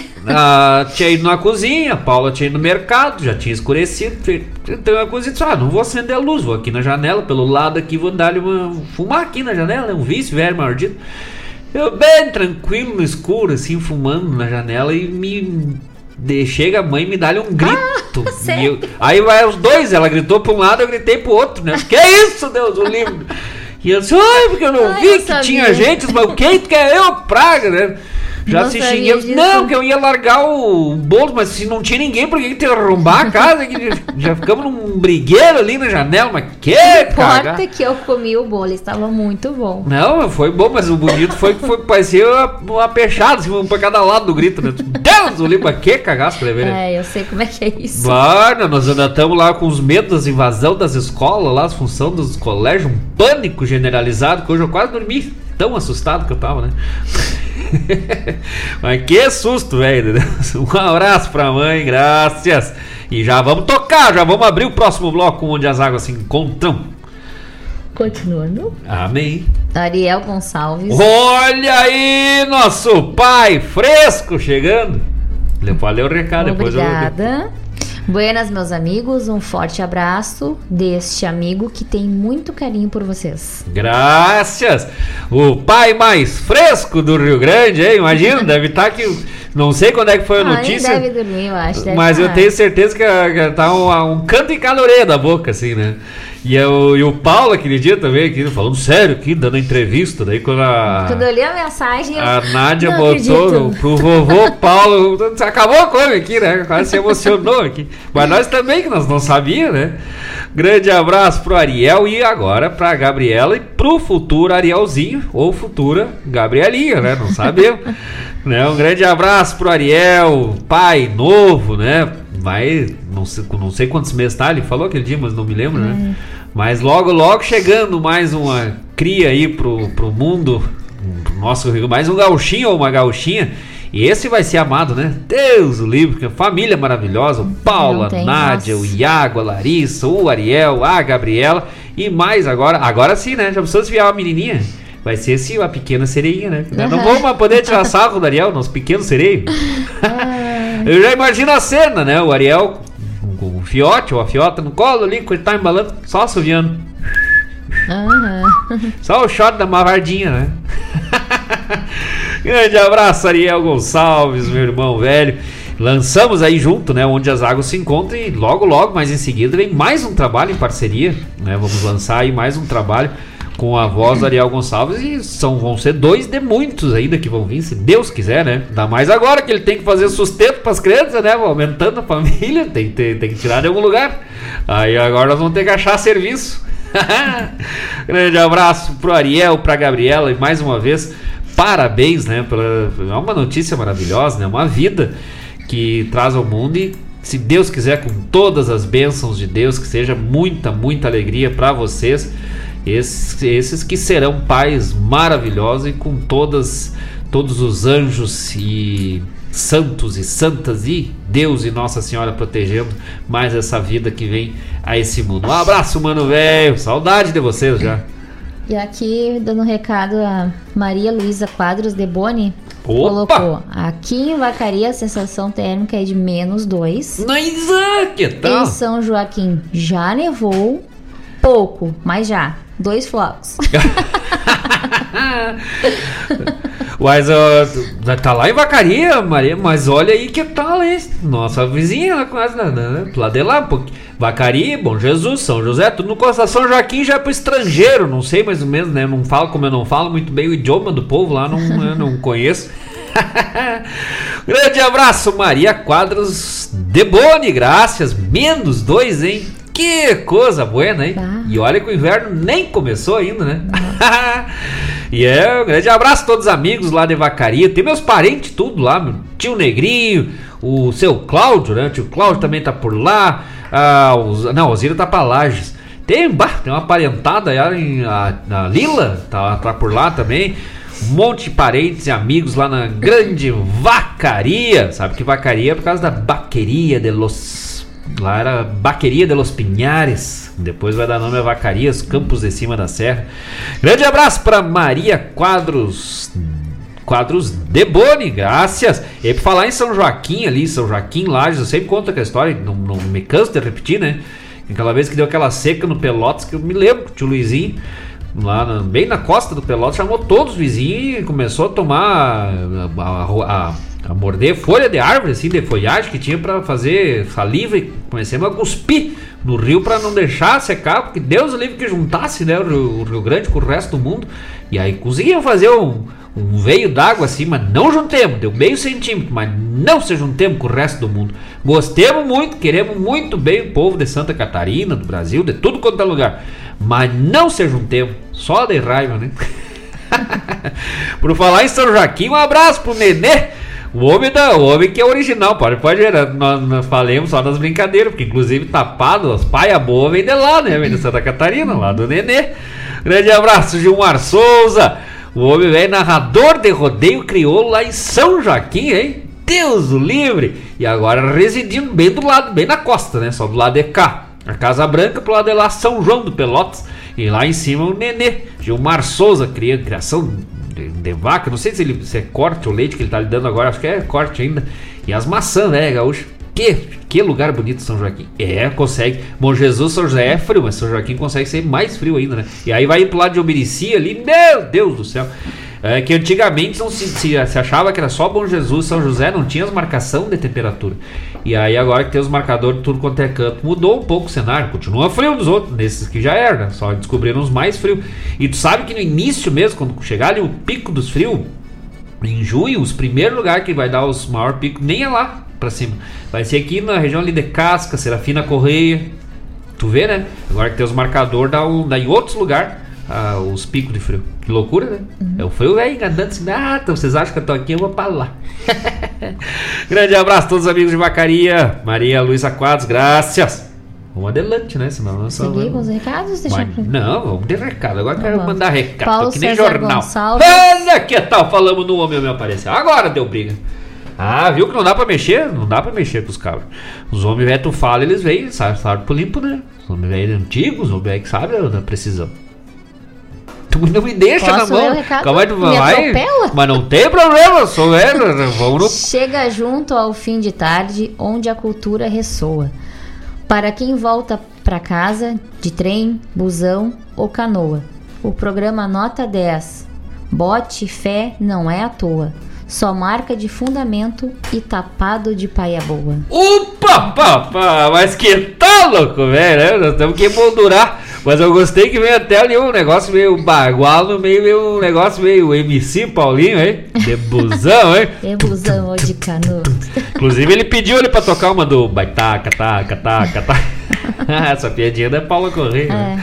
[SPEAKER 9] Tinha ido na cozinha, a Paula tinha ido no mercado, já tinha escurecido. Então a cozinha disse, não vou acender a luz, vou aqui na janela, pelo lado aqui, vou dar-lhe fumar aqui na janela, um vício velho maldito. Eu bem tranquilo no escuro, assim, fumando na janela, e chega a mãe e me dá-lhe um grito. Aí vai os dois, ela gritou pra um lado, eu gritei pro outro, né? Que isso, Deus, o livro. E eu disse, porque eu não vi que tinha gente, mas o que é eu, praga, né? Já se xinguei, não, que eu ia largar o bolo, mas se não tinha ninguém, por que ter que arrombar a casa? Já ficamos num brigueiro ali na janela, mas que
[SPEAKER 11] caga. Importa que eu comi o bolo, estava muito bom.
[SPEAKER 9] Não, foi bom, mas o bonito foi que parecia uma peixada, assim, um pra cada lado do grito, né? Deus, o livro, que cagaço, né?
[SPEAKER 11] Eu sei como é que é isso.
[SPEAKER 9] Nós ainda estamos lá com os medos das invasão das escolas, lá, as funções dos colégios, um pânico generalizado, que hoje eu quase dormi, tão assustado que eu tava, né? Mas que susto, velho. Um abraço pra mãe, graças. E já vamos tocar, já vamos abrir o próximo bloco onde as águas se encontram.
[SPEAKER 11] Continuando.
[SPEAKER 9] Amém.
[SPEAKER 11] Ariel Gonçalves.
[SPEAKER 9] Olha aí, nosso pai fresco chegando. Valeu o recado.
[SPEAKER 11] Obrigada. Buenas, meus amigos. Um forte abraço deste amigo que tem muito carinho por vocês.
[SPEAKER 9] Graças. O pai mais fresco do Rio Grande, hein? Imagina, deve estar aqui. Não sei quando é que foi a notícia.
[SPEAKER 11] Nem deve dormir, eu acho.
[SPEAKER 9] Mas eu tenho certeza que tá um canto em cada orelha da boca, assim, né? E o Paulo, aquele dia também, aqui, falando sério aqui, dando entrevista. Daí quando
[SPEAKER 11] eu li a mensagem,
[SPEAKER 9] a Nádia botou pro vovô Paulo. Acabou a coisa aqui, né? Quase se emocionou aqui. Mas nós também, que nós não sabíamos, né? Grande abraço pro Ariel e agora pra Gabriela e pro futuro Arielzinho ou futura Gabrielinha, né? Não sabemos. Né? Um grande abraço pro Ariel, pai novo, né? Vai, não sei quantos meses tá, ele falou aquele dia, mas não me lembro, né? Mas logo chegando mais uma cria aí pro mundo, nosso Rio, mais um gauchinho ou uma gauchinha. E esse vai ser amado, né? Deus o livre, que família maravilhosa, o Paulo, a Nádia, o Iago, a Larissa, o Ariel, a Gabriela e mais agora sim, né? Já precisou se vier uma menininha? Vai ser assim, uma pequena sereiinha, né? Não vamos poder tirar sarro do Ariel, nosso pequeno sereio. Eu já imagino a cena, né? O Ariel com o fiote ou a fiota no colo ali, quando ele tá embalando, só assoviando. Só o shot da mavardinha, né? Grande abraço, Ariel Gonçalves, meu irmão velho. Lançamos aí junto, né? Onde as águas se encontram e logo, mais em seguida vem mais um trabalho em parceria, né? Vamos lançar aí mais um trabalho com a voz do Ariel Gonçalves e vão ser 2 de muitos ainda que vão vir, se Deus quiser, né? Ainda mais agora que ele tem que fazer sustento para as crianças, né? Aumentando a família, tem que tirar de algum lugar. Aí agora nós vamos ter que achar serviço. Grande abraço pro Ariel, pra Gabriela e mais uma vez, parabéns, né? É uma notícia maravilhosa, né? Uma vida que traz ao mundo e se Deus quiser, com todas as bênçãos de Deus, que seja muita alegria para vocês. Esses que serão pais maravilhosos e com todos os anjos e santos e santas e Deus e Nossa Senhora protegendo mais essa vida que vem a esse mundo. Um abraço, mano velho, saudade de vocês já.
[SPEAKER 11] E aqui dando um recado, a Maria Luísa Quadros de Boni colocou: aqui em Vacaria a sensação térmica é de -2.
[SPEAKER 9] Que tal?
[SPEAKER 11] Em São Joaquim já nevou pouco, mas já 2 flocos.
[SPEAKER 9] Mas tá lá em Vacaria, Maria, mas olha aí que tal, hein? Nossa vizinha lá quase, né? Lá de lá, Vacaria, Bom Jesus, São José, tudo no Costa. São Joaquim já é pro estrangeiro, não sei mais ou menos, né? Não falo, como eu não falo muito bem o idioma do povo lá, não conheço. Grande abraço, Maria Quadros de Boni, graças, -2, hein? Que coisa buena, hein? E olha que o inverno nem começou ainda, né? E um grande abraço a todos os amigos lá de Vacaria. Tem meus parentes tudo lá, meu tio Negrinho, o seu Cláudio, né? O tio Cláudio também tá por lá. O Osírio tá pra Lages. Tem uma parentada aí, a Lila tá por lá também. Um monte de parentes e amigos lá na grande Vacaria. Sabe que Vacaria é por causa da Baqueria de los... Lá era Baqueria de los Pinhares. Depois vai dar nome a Vacarias, Campos de Cima da Serra. Grande abraço para Maria Quadros de Boni, graças. E pra falar em São Joaquim ali, São Joaquim Lages, eu sempre conto aquela história, não me canso de repetir, né? Aquela vez que deu aquela seca no Pelotas, que eu me lembro que o tio Luizinho, lá bem na costa do Pelotas, chamou todos os vizinhos e começou a tomar a morder folha de árvore, assim, de folhagem que tinha pra fazer saliva, e comecemos a cuspir no rio pra não deixar secar, porque Deus o livre que juntasse, né, o Rio Grande com o resto do mundo. E aí conseguiam fazer um veio d'água assim, mas não juntemos, deu meio centímetro, mas não se juntemos com o resto do mundo. Gostemos muito, queremos muito bem o povo de Santa Catarina, do Brasil, de tudo quanto é lugar, mas não se juntemos, só de raiva, né? Por falar em São Joaquim, um abraço pro Nenê. O homem que é original, pode ver, nós falemos só das brincadeiras, porque inclusive tapado, as paia boa vem de lá, né? Vem de Santa Catarina, lá do Nenê. Grande abraço, Gilmar Souza, o homem velho narrador de rodeio crioulo lá em São Joaquim, hein? Deus o livre! E agora residindo bem do lado, bem na costa, né? Só do lado de cá. A Casa Branca pro lado de lá, São João do Pelotas. E lá em cima o Nenê, Gilmar Souza, criação de vaca, não sei se é corte ou leite que ele tá lhe dando agora, acho que é corte ainda. E as maçãs, né, gaúcho? Que lugar bonito São Joaquim. Consegue. Bom Jesus, São José é frio, mas São Joaquim consegue ser mais frio ainda, né? E aí vai pro lado de Obirici ali, meu Deus do céu. Que antigamente não se achava que era só Bom Jesus, São José, não tinha as marcação de temperatura. E aí agora que tem os marcadores tudo quanto é canto, mudou um pouco o cenário. Continua frio dos outros, nesses que já era, né? Só descobriram os mais frios. E tu sabe que no início mesmo, quando chegar ali o pico dos frios, em junho, os primeiros lugares que vai dar os maiores picos, nem é lá pra cima. Vai ser aqui na região ali de Casca, Serafina Correia. Tu vê, né? Agora que tem os marcadores, dá em outros lugares os picos de frio. Que loucura, né? É o frio velho andando assim, então vocês acham que eu tô aqui, eu vou pra lá. Grande abraço a todos os amigos de Vacaria. Maria Luísa Quadros, graças. Vamos adelante, né? Senão nós só
[SPEAKER 11] seguir com os recados?
[SPEAKER 9] Não, vamos ter recado. Agora quero mandar recado.
[SPEAKER 11] Paulo
[SPEAKER 9] que nem
[SPEAKER 11] César
[SPEAKER 9] jornal.
[SPEAKER 11] Gonçalves.
[SPEAKER 9] Olha que tal, falamos no homem aparecer. Agora deu briga. Viu que não dá pra mexer? Não dá pra mexer com os cabros. Os homens velhos, tu fala, eles vêm, sabe pro limpo, né? Os homens velhos antigos, os homens velhos que sabem da precisão. Tu não me deixa na mão. Calma aí, tu vai. Mas não tem problema, sou velho. Vamos no...
[SPEAKER 11] Chega junto ao fim de tarde, onde a cultura ressoa. Para quem volta pra casa, de trem, busão ou canoa. O programa Nota 10. Bote fé não é à toa. Só marca de fundamento e tapado de paia boa.
[SPEAKER 9] Opa, mas que tal, louco, velho? Nós temos que emoldurar. Mas eu gostei que veio até ali um negócio meio bagual, no meio um negócio meio MC Paulinho, hein? De busão, hein?
[SPEAKER 11] De busão ou de canoa.
[SPEAKER 9] Inclusive ele pediu ali pra tocar uma do baitaca, taca. Essa piadinha da Paula Correia. Né?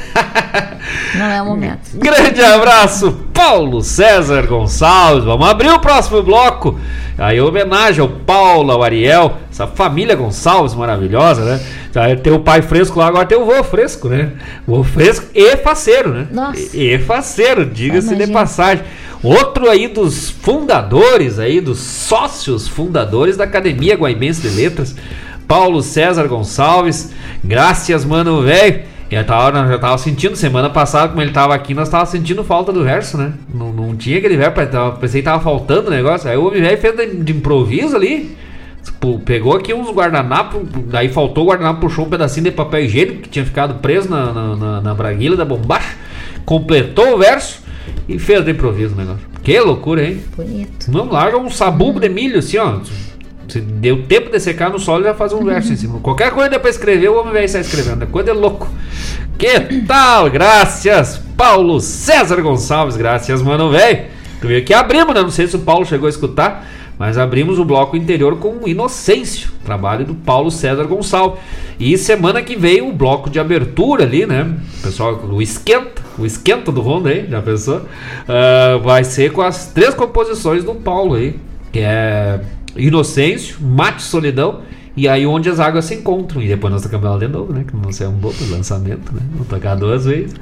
[SPEAKER 11] Não é o momento.
[SPEAKER 9] Grande abraço, Paulo César Gonçalves. Vamos abrir o próximo bloco. Aí homenagem ao Paulo, ao Ariel, essa família Gonçalves maravilhosa, né? Já tem o pai fresco lá, agora tem o vô fresco, né? Vô fresco e faceiro, né?
[SPEAKER 11] Nossa.
[SPEAKER 9] E faceiro, diga-se de passagem. Outro aí dos fundadores aí, dos sócios fundadores da Academia Guaibense de Letras, Paulo César Gonçalves. Graças, mano, velho. Já tava sentindo, semana passada, como ele tava aqui, nós tava sentindo falta do verso, né? Não tinha aquele verso, pensei que tava faltando o negócio. Aí o homem velho fez de improviso ali. Pegou aqui uns guardanapos, daí faltou o guardanapo, puxou um pedacinho de papel higiênico que tinha ficado preso na braguilha da bombacha, completou o verso e fez de improviso o negócio. Que loucura, hein?
[SPEAKER 11] Bonito.
[SPEAKER 9] Não, larga um sabugo de milho assim, ó. Se deu tempo de secar no solo, já faz um verso em cima. Qualquer coisa pra escrever, o homem vai estar escrevendo. Coisa é louco. Que tal? Graças, Paulo César Gonçalves. Graças, mano, velho. Tu viu que abrimos, né? Não sei se o Paulo chegou a escutar, mas abrimos o bloco interior com Inocêncio, trabalho do Paulo César Gonçalves. E semana que vem o bloco de abertura ali, né? O pessoal, o esquenta do Ronda aí, já pensou? Vai ser com as 3 composições do Paulo aí, que é Inocêncio, Mate Solidão e aí Onde as Águas se Encontram. E depois nós tocamos ela de novo, né? Que não sei, um bom lançamento, né? Vou tocar 2 vezes.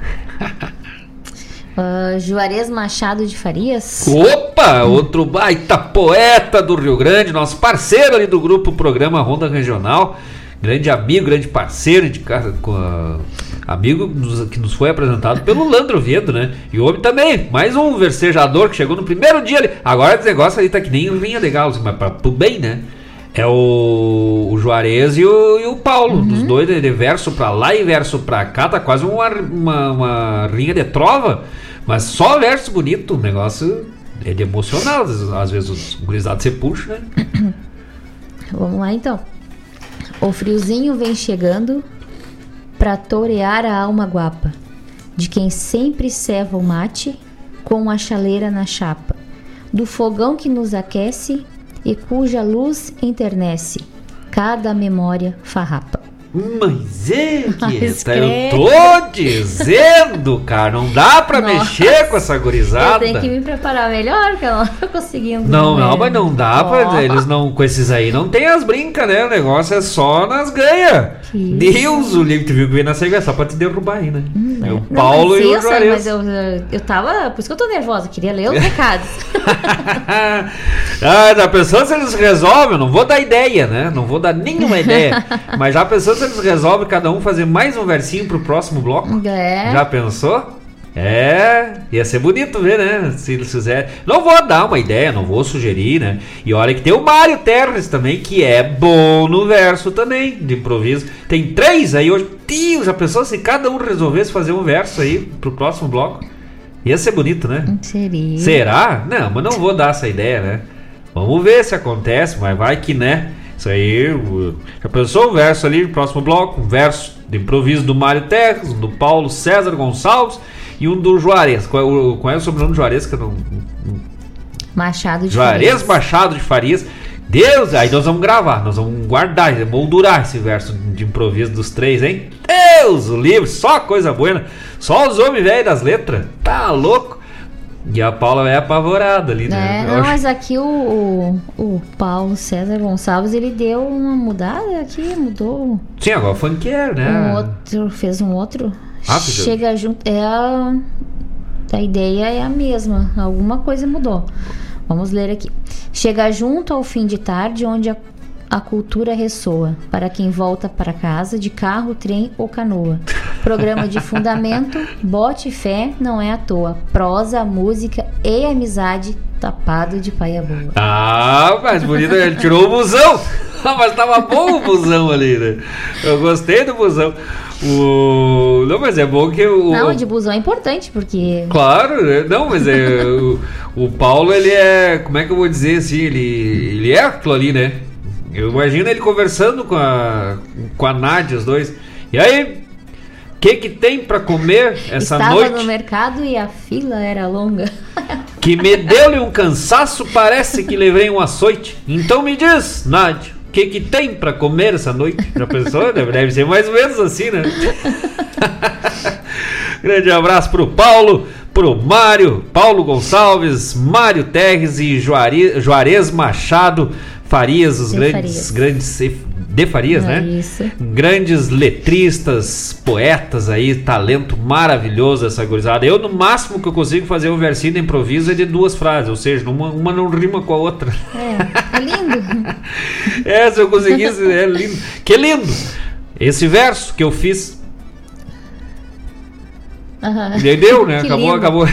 [SPEAKER 11] Juarez Machado de Farias.
[SPEAKER 9] Opa, outro baita poeta do Rio Grande, nosso parceiro ali do grupo Programa Ronda Regional, grande amigo, grande parceiro de casa, amigo que nos foi apresentado pelo Landro Viedo, né? E o homem também, mais um versejador que chegou no primeiro dia ali. Agora esse negócio ali tá que nem linha de galo, mas pro bem, né? É o Juarez e o Paulo, dos dois de verso pra lá e verso pra cá, tá quase uma rinha de trova, mas só verso bonito, o negócio é de emocional, às vezes os gurizados se puxam, né?
[SPEAKER 11] Vamos lá então. O friozinho vem chegando pra torear a alma guapa de quem sempre ceva o mate com a chaleira na chapa, do fogão que nos aquece e cuja luz enternece cada memória farrapa.
[SPEAKER 9] Mas eu tô dizendo, cara, não dá pra mexer com essa gurizada.
[SPEAKER 11] Eu tenho que me preparar melhor, que eu não tô conseguindo.
[SPEAKER 9] Não, mas não dá pra. Eles não, com esses aí não tem as brincas, né? O negócio é só nas ganhas. Deus, o livro, tu viu que veio na sequência só pra te derrubar aí, né? O Paulo e o Juarez.
[SPEAKER 11] Mas eu tava. Por isso que eu tô nervosa, queria ler os recados.
[SPEAKER 9] Já pensou se eles resolvem? Eu não vou dar ideia, né? Não vou dar nenhuma ideia. Mas já pensou se se eles resolvem cada um fazer mais um versinho pro próximo bloco? Já pensou? Ia ser bonito ver, né? Se eles fizerem. Não vou dar uma ideia, não vou sugerir, né? E olha que tem o Mário Terres também, que é bom no verso também, de improviso. Tem 3 aí hoje. Tio, já pensou se cada um resolvesse fazer um verso aí pro próximo bloco? Ia ser bonito, né?
[SPEAKER 11] Seria.
[SPEAKER 9] Será? Não, mas não vou dar essa ideia, né? Vamos ver se acontece, mas vai que, né? Isso aí. Já pensou o verso ali no próximo bloco? Um verso de improviso do Mário Terres, um do Paulo César Gonçalves. E um do Juarez. Qual é o sobrenome do Juarez? Que eu não...
[SPEAKER 11] Machado de
[SPEAKER 9] Juarez
[SPEAKER 11] Farias.
[SPEAKER 9] Machado de Farias. Deus, aí nós vamos gravar, nós vamos guardar, moldurar esse verso de improviso dos 3, hein? Deus, o livro, só coisa boa. Só os homens velhos das letras. Tá louco? E a Paula é apavorada ali, né?
[SPEAKER 11] Não, mas aqui o Paulo César Gonçalves, ele deu uma mudada aqui, mudou.
[SPEAKER 9] Sim, agora funkeiro, né?
[SPEAKER 11] Fez um outro. Chega junto. A ideia é a mesma. Alguma coisa mudou. Vamos ler aqui. Chega junto ao fim de tarde, onde a cultura ressoa. Para quem volta para casa de carro, trem ou canoa. Programa de fundamento, bote fé, não é à toa. Prosa, música e amizade, tapado de paia boa.
[SPEAKER 9] Ah, mas bonito, ele tirou o busão. Mas tava bom o busão ali, né? Eu gostei do busão. Não, mas é bom que
[SPEAKER 11] Não, de busão é importante, porque...
[SPEAKER 9] Claro, né? Não, mas o Paulo, ele é... Como é que eu vou dizer assim? Ele é aquilo ali, né? Eu imagino ele conversando com a Nádia, os dois. E aí, o que tem pra comer essa noite?
[SPEAKER 11] Estava no mercado e a fila era longa.
[SPEAKER 9] Que me deu-lhe um cansaço, parece que levei um açoite. Então me diz, Nádia, o que tem pra comer essa noite? Já pensou? Deve ser mais ou menos assim, né? Grande abraço pro Paulo, pro Mário, Paulo Gonçalves, Mário Terres e Juarez Machado Farias, os grandes de Farias, né?
[SPEAKER 11] Isso.
[SPEAKER 9] Grandes letristas, poetas aí, talento maravilhoso essa gurizada. Eu, no máximo que eu consigo fazer um versinho de improviso é de 2 frases, ou seja, uma não rima com a outra.
[SPEAKER 11] É lindo.
[SPEAKER 9] Se eu conseguisse, é lindo. Que lindo! Esse verso que eu fiz. Entendeu, né? Acabou.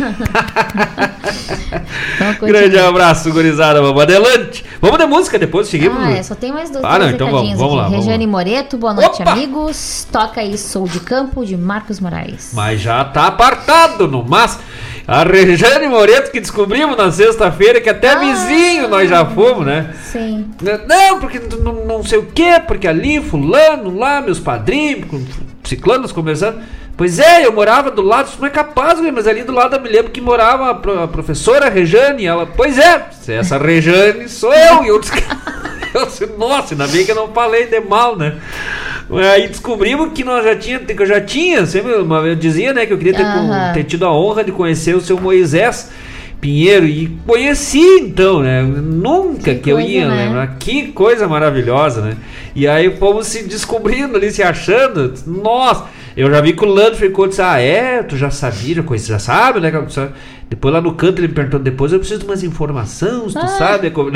[SPEAKER 9] Grande abraço, gurizada. Vamos adelante. Vamos de música depois, seguimos.
[SPEAKER 11] Só tem mais 2
[SPEAKER 9] não, então vamos lá.
[SPEAKER 11] Regiane Moreto, boa noite, amigos. Toca aí Sou de Campo, de Marcos Moraes.
[SPEAKER 9] Mas já tá apartado no mas. A Regiane Moreto que descobrimos na sexta-feira, que até vizinho nós já fomos, né?
[SPEAKER 11] Sim.
[SPEAKER 9] Não, porque não sei o que, porque ali, fulano, lá, meus padrinhos, ciclanos conversando. Pois é, eu morava do lado, isso não é capaz, mas ali do lado eu me lembro que morava a professora Rejane, ela, pois é, essa Rejane sou eu, e eu disse, nossa, ainda bem que eu não falei de mal, né? Aí descobrimos que eu já tinha, sempre eu dizia, né, que eu queria ter tido a honra de conhecer o seu Moisés Pinheiro, e conheci então, né? Nunca que eu ia lembrar. Que coisa maravilhosa, né? E aí fomos se descobrindo ali, se achando. Nossa, eu já vi que o Lando ficou e disse: tu já sabia, já sabe, né? Depois lá no canto ele me perguntou: depois eu preciso de umas informações, tu sabe como.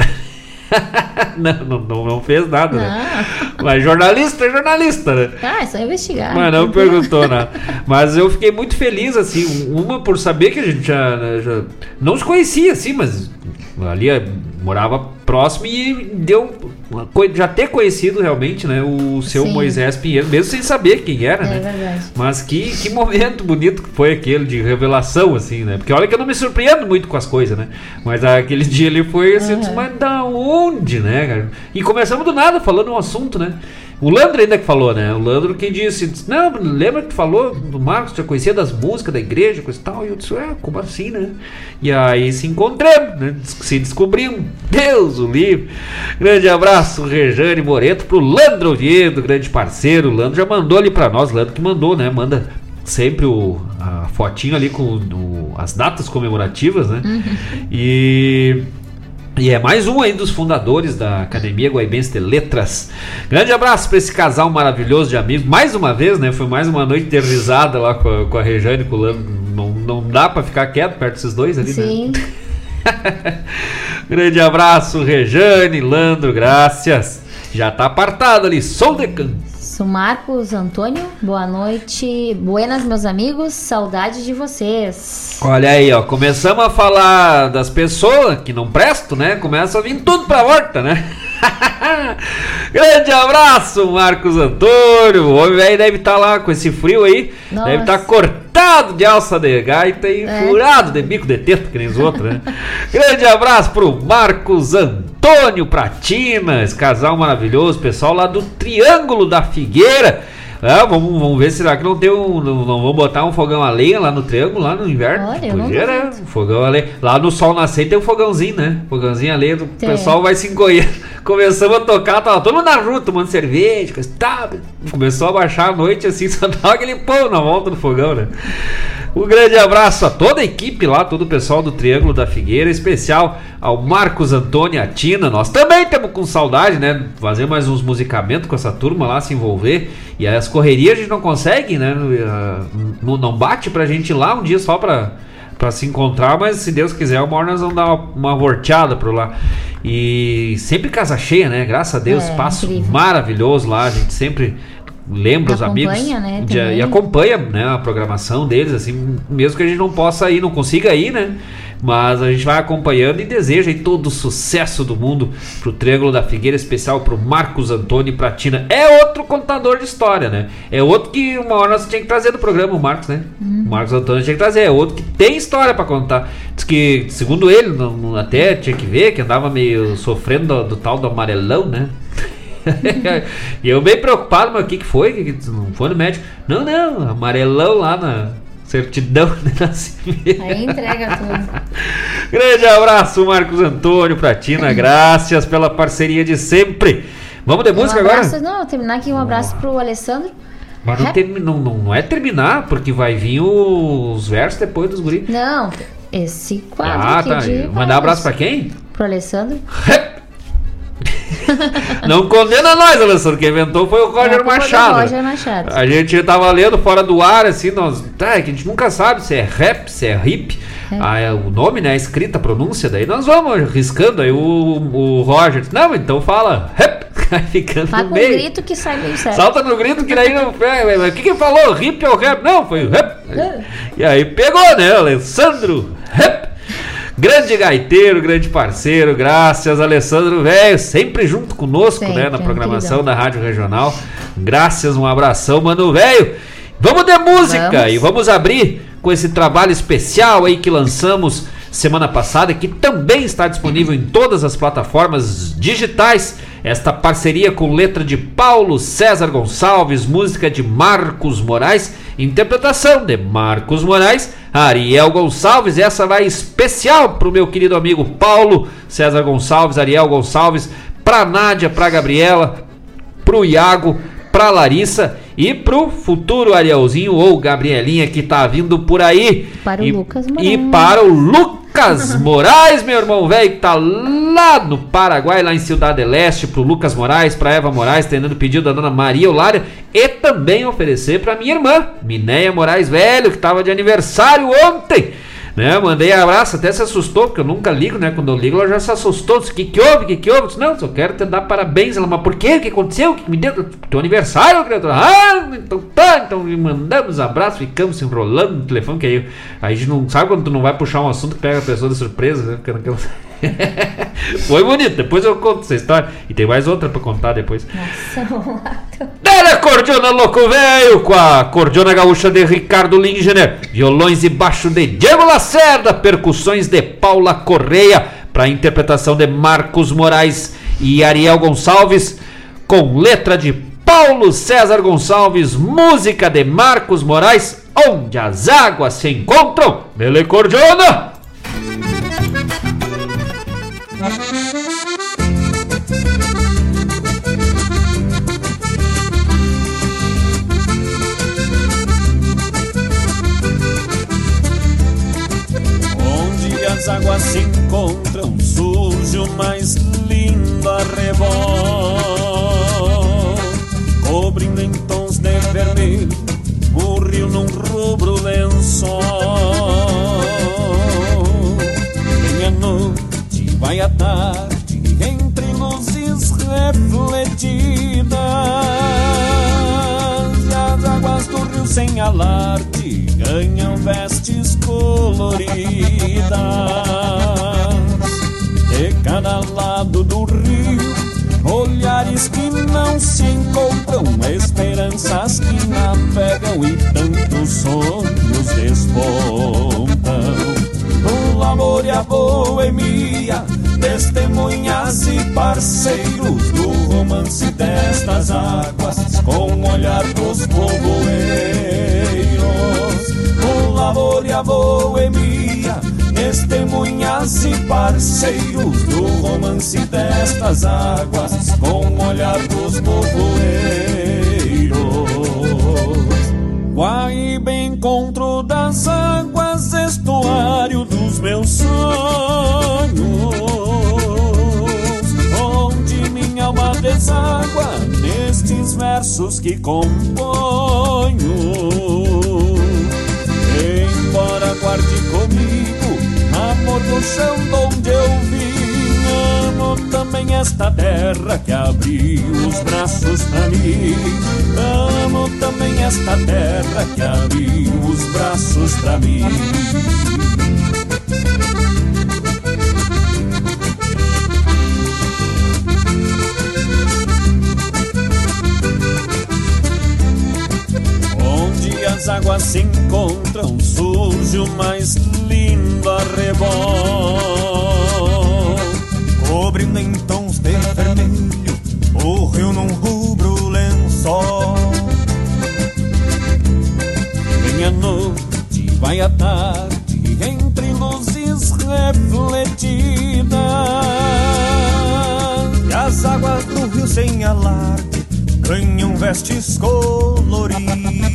[SPEAKER 9] Não fez nada, né? Mas jornalista é jornalista, né?
[SPEAKER 11] É só investigar.
[SPEAKER 9] Mas não perguntou nada. Mas eu fiquei muito feliz, assim, uma por saber que a gente já não se conhecia, assim, mas ali morava próximo e deu já ter conhecido realmente, né, o seu Moisés Pinheiro, mesmo sem saber quem era, né?
[SPEAKER 11] Verdade.
[SPEAKER 9] Mas que momento bonito que foi aquele de revelação, assim, né? Porque olha que eu não me surpreendo muito com as coisas, né? Mas aquele dia ele foi assim, mas da onde, né, cara? E começamos do nada, falando um assunto, né? O Landro ainda que falou, né? O Landro que disse, não, lembra que tu falou do Marcos, já conhecia das músicas da igreja, coisa e tal. E eu disse, como assim, né? E aí se encontramos, né? Se descobrimos. Deus o livre. Grande abraço, Regiane Moreto, pro Landro Oviedo, grande parceiro. O Landro já mandou ali pra nós, o Landro que mandou, né? Manda sempre a fotinho ali com as datas comemorativas, né? E é mais um aí dos fundadores da Academia Guaibense de Letras. Grande abraço para esse casal maravilhoso de amigos. Mais uma vez, né? Foi mais uma noite de risada lá com a Regiane e com o Lando. Não dá para ficar quieto perto desses dois ali,
[SPEAKER 11] sim,
[SPEAKER 9] né? Grande abraço, Regiane, Landro, graças. Já tá apartado ali. Sou de Campo.
[SPEAKER 11] abraço. Marcos Antônio, boa noite. Buenas, meus amigos, saudade de vocês.
[SPEAKER 9] Olha aí, ó, começamos a falar das pessoas que não prestam, né? Começa a vir tudo pra volta, né? Grande abraço, Marcos Antônio. O homem velho deve estar lá com esse frio aí. Nossa. Deve estar cortado de alça de gaita e furado de bico de teta, que nem os outros, né? Grande abraço pro Marcos Antônio Pratina, esse casal maravilhoso, pessoal lá do Triângulo da Figueira. Ah, vamos ver, será que não tem não vamos botar um fogão a lenha lá no Triângulo, lá no inverno?
[SPEAKER 11] Olha,
[SPEAKER 9] podia, né? Um fogão a lenha. Lá no Sol Nascer tem um fogãozinho, né? Fogãozinho a lenha, o pessoal vai se encolher. Começamos a tocar, tava todo mundo na rua tomando cerveja, começou a baixar a noite assim, só dava aquele pão na volta do fogão, né? Um grande abraço a toda a equipe lá, todo o pessoal do Triângulo da Figueira, especial ao Marcos Antônio e a Tina. Nós também estamos com saudade, né? Fazer mais uns musicamentos com essa turma lá, se envolver. E as correrias a gente não consegue, né? Não bate pra gente ir lá um dia só pra se encontrar, mas se Deus quiser, uma hora nós vamos dar uma volteada por lá. E sempre casa cheia, né? Graças a Deus, espaço maravilhoso lá, a gente sempre lembra os amigos, né, e acompanha, né, a programação deles, assim, mesmo que a gente não possa ir, não consiga ir, né, mas a gente vai acompanhando e deseja aí todo o sucesso do mundo pro Triângulo da Figueira, especial pro Marcos Antônio Pratina. É outro contador de história, né, é outro que uma hora nós tinha que trazer do programa, o Marcos, né, o Marcos Antônio tinha que trazer, é outro que tem história pra contar. Diz que, segundo ele, até tinha que ver, que andava meio sofrendo do tal do amarelão, né. E eu bem preocupado, mas o que foi? Que não foi no médico? Não, amarelão lá na certidão de nascimento.
[SPEAKER 11] Aí entrega tudo.
[SPEAKER 9] Grande abraço, Marcos Antônio Pratina, graças pela parceria de sempre. Vamos de música agora?
[SPEAKER 11] Terminar aqui, um abraço pro Alessandro.
[SPEAKER 9] Mas não é terminar, porque vai vir os versos depois dos guris.
[SPEAKER 11] Não, esse quadro aqui
[SPEAKER 9] mandar abraço pra quem?
[SPEAKER 11] Pro Alessandro.
[SPEAKER 9] Não condena nós, Alessandro. Quem inventou foi o Roger Machado. A gente tava lendo fora do ar, assim, que a gente nunca sabe se é rap, se é hip. O nome, né? A escrita, a pronúncia, daí nós vamos riscando. Aí o Roger disse, não, então fala rap. Aí ficando no meio.
[SPEAKER 11] Com um grito que sai meio certo.
[SPEAKER 9] Salta no grito que daí não. O que falou? Hip ou rap? Não, foi rap. E aí pegou, né? Alessandro rap. Grande gaiteiro, grande parceiro, graças, Alessandro velho, sempre junto conosco, sempre, né, na programação da Rádio Regional. Graças, um abração, mano velho. Vamos de música e vamos abrir com esse trabalho especial aí que lançamos semana passada, que também está disponível em todas as plataformas digitais. Esta parceria com letra de Paulo César Gonçalves, música de Marcos Moraes, interpretação de Marcos Moraes, Ariel Gonçalves. Essa vai especial pro meu querido amigo Paulo César Gonçalves, Ariel Gonçalves, pra Nádia, pra Gabriela, pro Iago, pra Larissa e pro futuro Arielzinho ou Gabrielinha que tá vindo por aí.
[SPEAKER 11] Para o Lucas Moraes.
[SPEAKER 9] E para o Lucas Moraes, meu irmão velho, que tá lá no Paraguai, lá em Cidade Leste, pro Lucas Moraes, pra Eva Moraes, tendo pedido da dona Maria Eulária, e também oferecer pra minha irmã, Minéia Moraes Velho, que tava de aniversário ontem. Né, mandei abraço, até se assustou, porque eu nunca ligo, né? Quando eu ligo, ela já se assustou. Disse, que houve? Que houve? Disse, não, só quero te dar parabéns. Ela, mas por quê? O que aconteceu? O que me deu? Teu aniversário, criatura. Então tá, então mandamos abraço, ficamos se enrolando no telefone, que aí a gente não sabe quando tu não vai puxar um assunto que pega a pessoa de surpresa, né? Porque naquela... Foi bonito, depois eu conto essa história. E tem mais outra pra contar depois.
[SPEAKER 11] Nossa, vamos lá.
[SPEAKER 9] Era cordiona louco velho, com a cordiona gaúcha de Ricardo Lingener, violões e baixo de Diego Lacerda, percussões de Paula Correia, para interpretação de Marcos Moraes e Ariel Gonçalves, com letra de Paulo César Gonçalves, música de Marcos Moraes, Onde as Águas se Encontram. Mele cordiona!
[SPEAKER 5] Onde as águas se encontram, surge o mais lindo arrebol, cobrindo em tons de vermelho o rio num rubro lençol. Vem a noite, vai a tarde, entre luzes refletidas,
[SPEAKER 1] rio sem alarde ganham vestes coloridas. De cada lado do rio, olhares que não se encontram, esperanças que navegam e tantos sonhos despontam. O amor e a boemia, testemunhas e parceiros do romance destas águas, com o olhar dos povoeiros. O amor e a boemia, testemunhas e parceiros do romance destas águas, com o olhar dos povoeiros. Guaíba, encontro das águas, estuário dos meus sonhos, onde minha alma deságua nestes versos que componho. Embora guarde comigo amor do chão donde eu vim, amo também esta terra que abriu os braços pra mim. Amo também esta terra que abriu os braços pra mim. Onde as águas se encontram, surge o mais lindo arrebol, cobrindo em tons de vermelho o rio num rubro lençol. Vem a noite, vai a tarde, entre luzes refletidas, e as águas do rio sem alarde ganham vestes coloridas.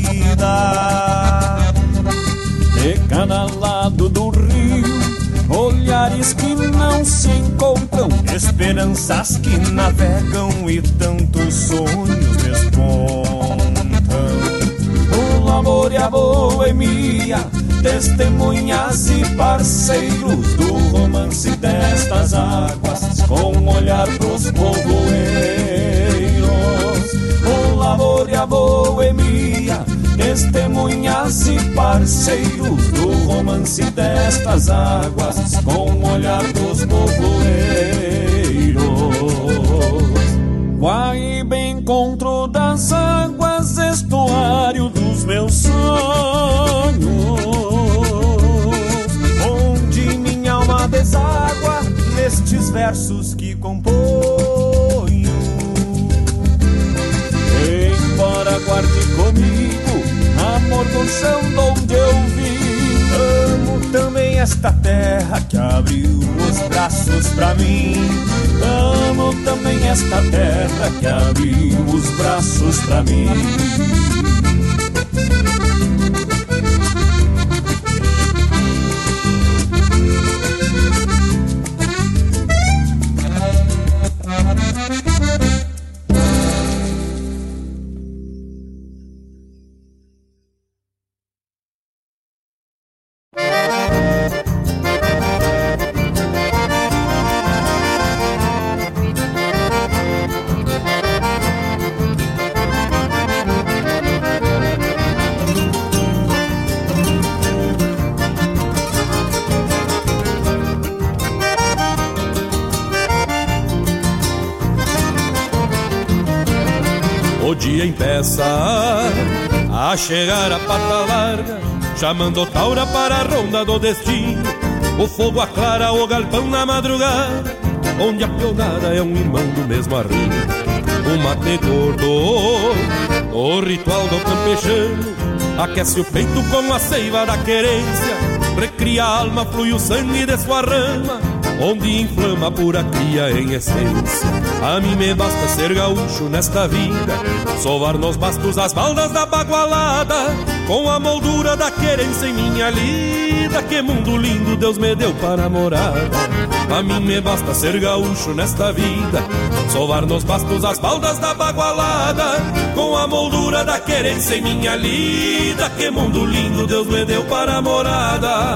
[SPEAKER 1] De cada lado do rio, olhares que não se encontram, esperanças que navegam e tantos sonhos despontam. O amor e a boemia, testemunhas e parceiros do romance destas águas, com o olhar pros povoeiros. O amor e a boemia, testemunhas e parceiros do romance destas águas, com o olhar dos povoeiros. Guaíba, encontro das águas, estuário dos meus sonhos, onde minha alma deságua nestes versos que componho. Embora guarde comigo amor do chão donde eu vim, amo também esta terra que abriu os braços pra mim. Amo também esta terra que abriu os braços pra mim.
[SPEAKER 7] O dia empeça a chegar a pata larga, chamando taura para a ronda do destino. O fogo aclara o galpão na madrugada, onde a pionada é um irmão do mesmo arrimo. O mate gordo, o ritual do campechano, aquece o peito com a seiva da querência. Recria a alma, flui o sangue de sua rama, onde inflama a pura cria em essência. A mim me basta ser gaúcho nesta vida, sovar nos bastos as baldas da bagualada, com a moldura da querência em minha lida. Que mundo lindo Deus me deu para morada. A mim me basta ser gaúcho nesta vida, sovar nos bastos as baldas da bagualada, com a moldura da querência em minha lida. Que mundo lindo Deus me deu para morada.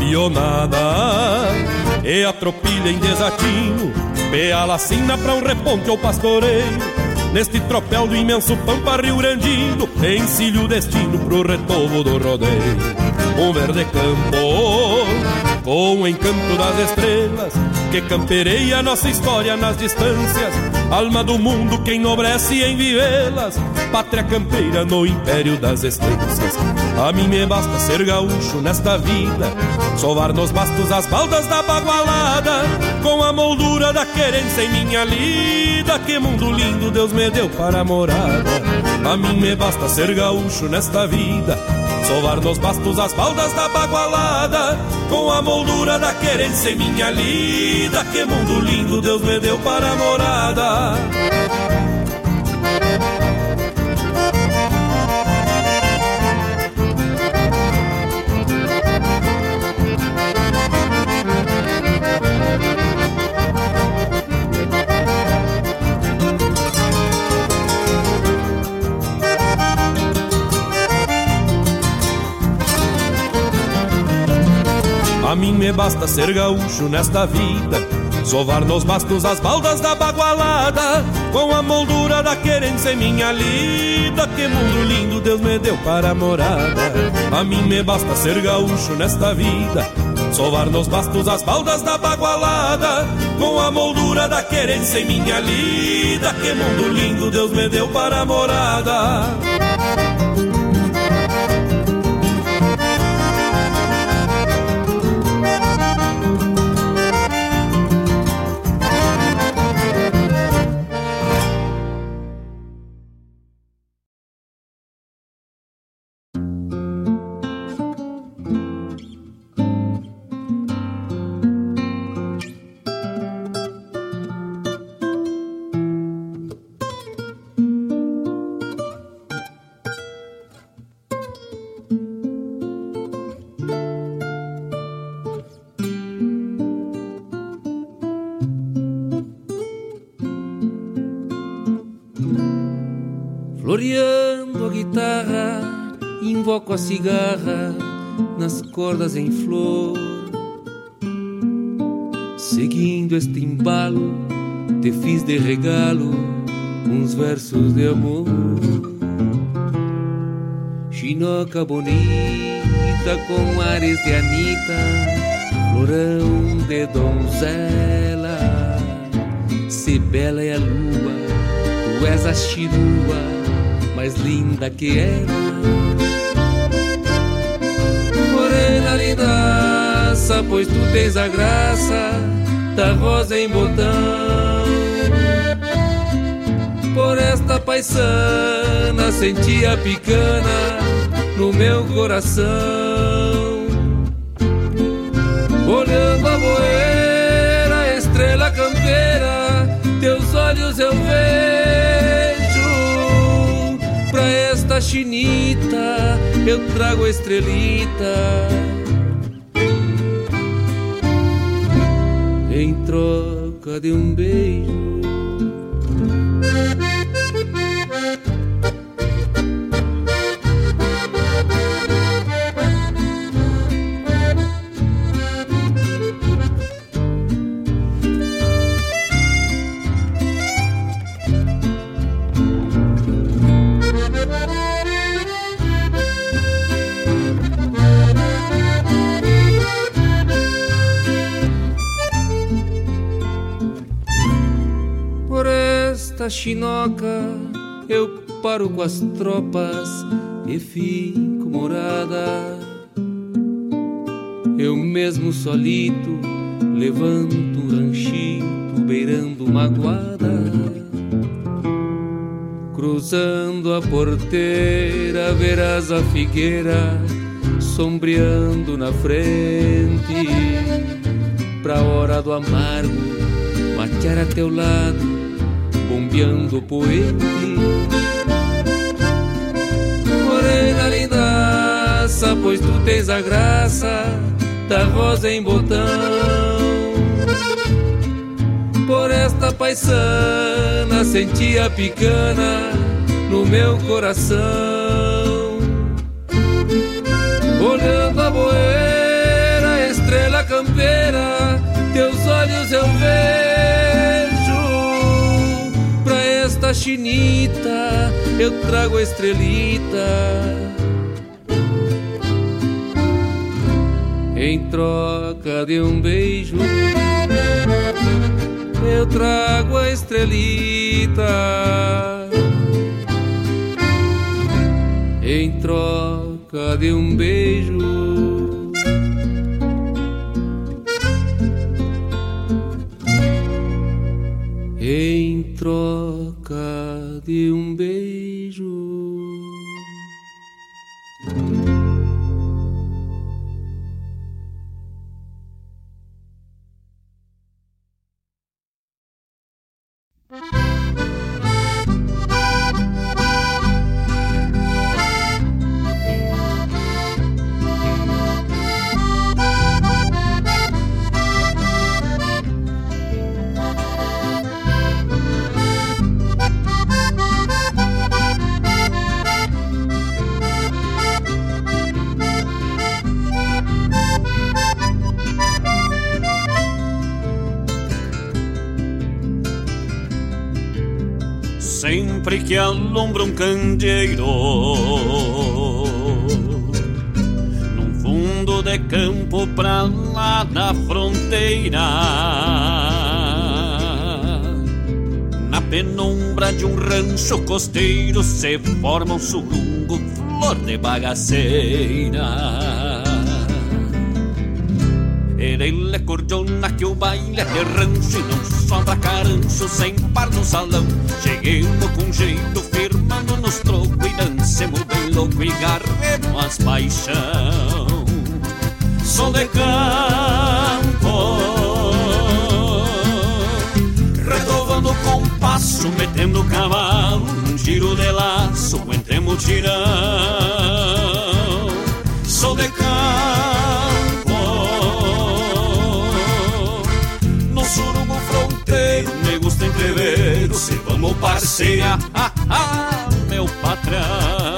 [SPEAKER 7] pionada e a tropilha em desatino, pea lacina pra um reponte ou pastoreio. Neste tropel do imenso pampa rio-grandino, encilho o destino pro retovo do rodeio. Um verde campo com o encanto das estrelas que campereia nossa história nas distâncias. Alma do mundo que enobrece em vivê-las, pátria campeira no império das estâncias. A mim me basta ser gaúcho nesta vida, sovar nos bastos as baldas da bagualada, com a moldura da querência em minha lida. Que mundo lindo Deus me deu para a morada. A mim me basta ser gaúcho nesta vida, sovar nos bastos as baldas da bagualada, com a moldura da querência em minha lida. Que mundo lindo Deus me deu para a morada. A mim me basta ser gaúcho nesta vida, sovar nos bastos as baldas da bagualada, com a moldura da querência em minha lida. Que mundo lindo Deus me deu para a morada. A mim me basta ser gaúcho nesta vida, sovar nos bastos as baldas da bagualada, com a moldura da querência em minha lida. Que mundo lindo Deus me deu para a morada.
[SPEAKER 12] Floreando a guitarra, invoco a cigarra nas cordas em flor. Seguindo este embalo, te fiz de regalo uns versos de amor. Chinoca bonita com ares de Anita, florão de donzela. Se bela é a lua, tu és a chirua mais linda que ela. Morena lindaça, pois tu tens a graça da rosa em botão. Por esta paisana senti a picana no meu coração. Olhando a boeira, a estrela campeira, teus olhos eu vejo. Pra esta chinita eu trago a estrelita, em troca de um beijo. Chinoca, eu paro com as tropas e fico morada. Eu mesmo solito levanto um ranchito beirando uma guada. Cruzando a porteira verás a figueira sombreando na frente. Pra hora do amargo matear a teu lado, bombeando o poente. Morena lindaça, pois tu tens a graça da rosa em botão. Por esta paisana senti a picana no meu coração. Olhando a boeira, a eu vejo, pra esta chinita eu trago a estrelita. Em troca de um beijo, eu trago a estrelita. Em troca de um beijo, em troca de um beijo.
[SPEAKER 1] Sempre que alumbra um candeeiro num fundo de campo pra lá da fronteira, na penumbra de um rancho costeiro se forma um surungo, flor de bagaceira. Ele é cordiona que o baile é de rancho e não sobra carancho sem par no salão. Cheguemos com jeito, firmando nos trocos e dancemos bem louco e garremos as paixão. Sou de campo, retovando o compasso, metendo o cavalo, um giro de laço, entremos tirão. Sou de campo, surugo fronteiro, me gusta entreveiro, se vamos parceira, meu patrão.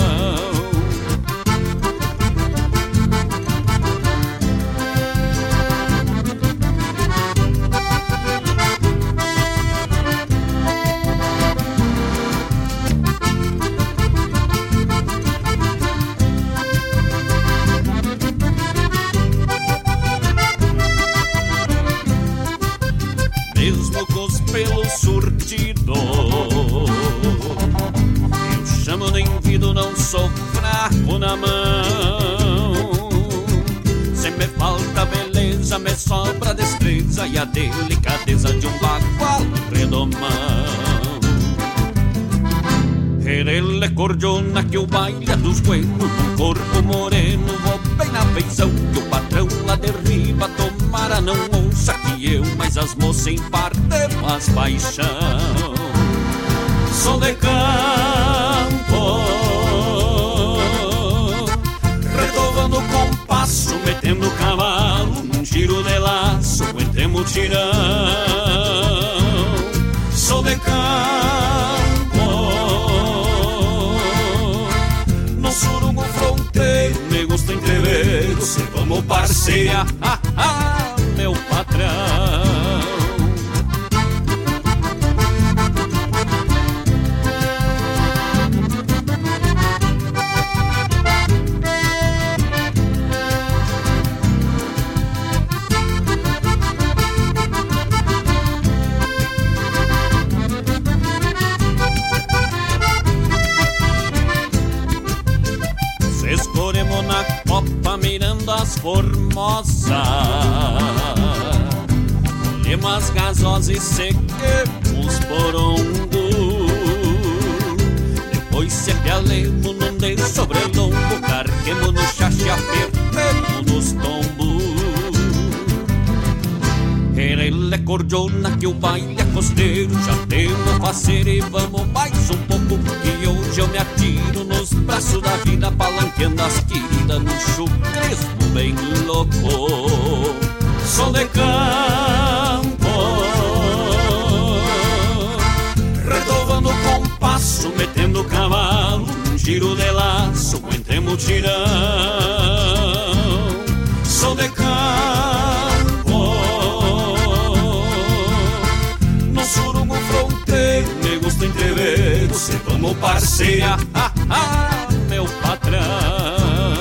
[SPEAKER 1] Mesmo com os pelos surtidos, eu chamo de envido, não sou fraco na mão. Se me falta beleza, me sobra destreza e a delicadeza de um bagual redomão. Ele é cordiona que o baile é dos buenos, um corpo moreno, vou bem na feição. Que o patrão lá derriba, tomara não ouça que eu, mas as moças em parte faz paixão. Sou de campo, retovando o compasso, metendo o cavalo, um giro de laço, entremos tirão. Sou de campo, surungo fronteiro, me gusta entreveiro, se vamos parceira, meu patrão. Escorremos na copa mirando as formosas, colhemos as gasosas e sequemos porongo. Depois se apialemos num de sobrelongo, carquemos no chache, apertemos nos tombos. Ele é cordiona que o baile é costeiro, já temos faceira e vamos mais um pouco, que hoje eu me atiro nos braços da vida, palanqueando as queridas num chucrismo bem louco. Sou de campo, retovando o compasso, metendo o cavalo, um giro de laço, entremos tirão. Sou de campo,
[SPEAKER 7] vamos e vamos parceira,
[SPEAKER 1] meu patrão.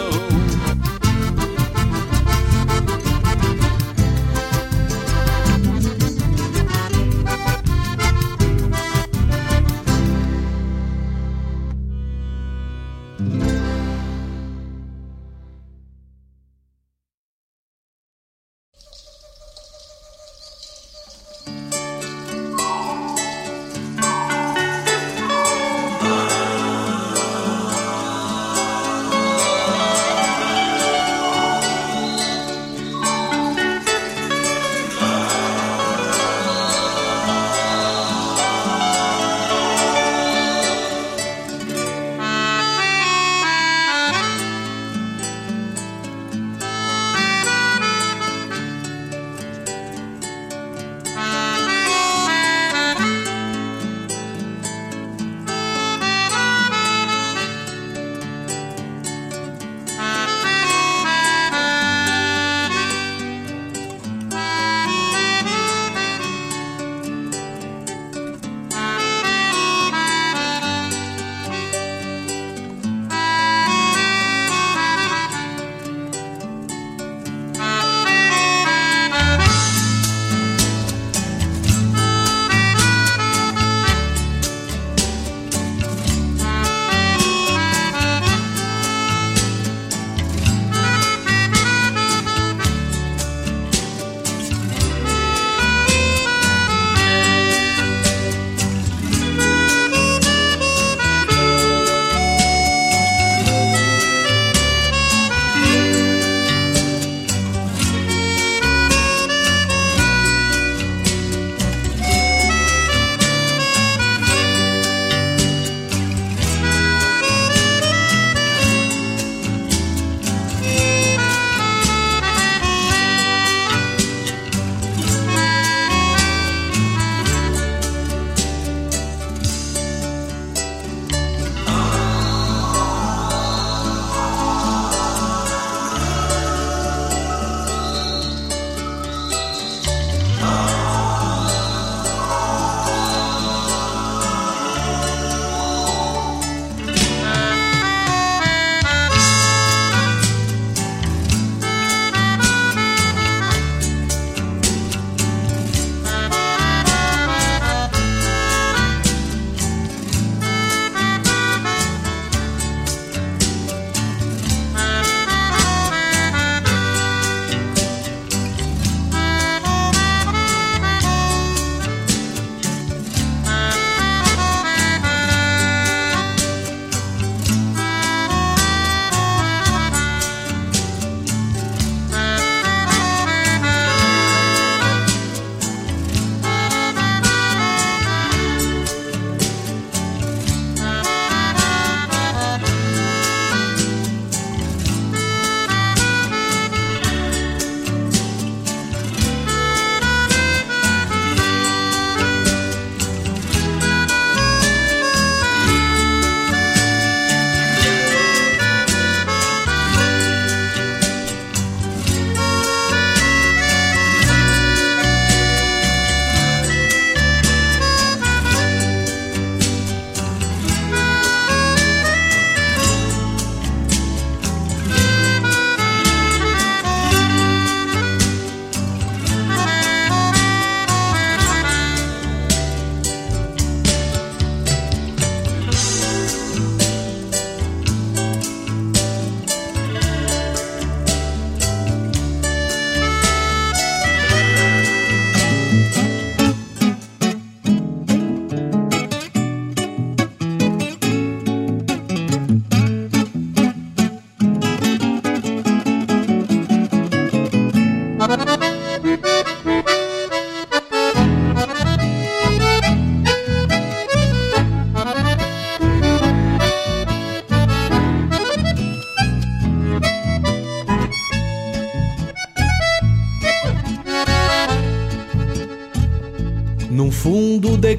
[SPEAKER 5] num fundo de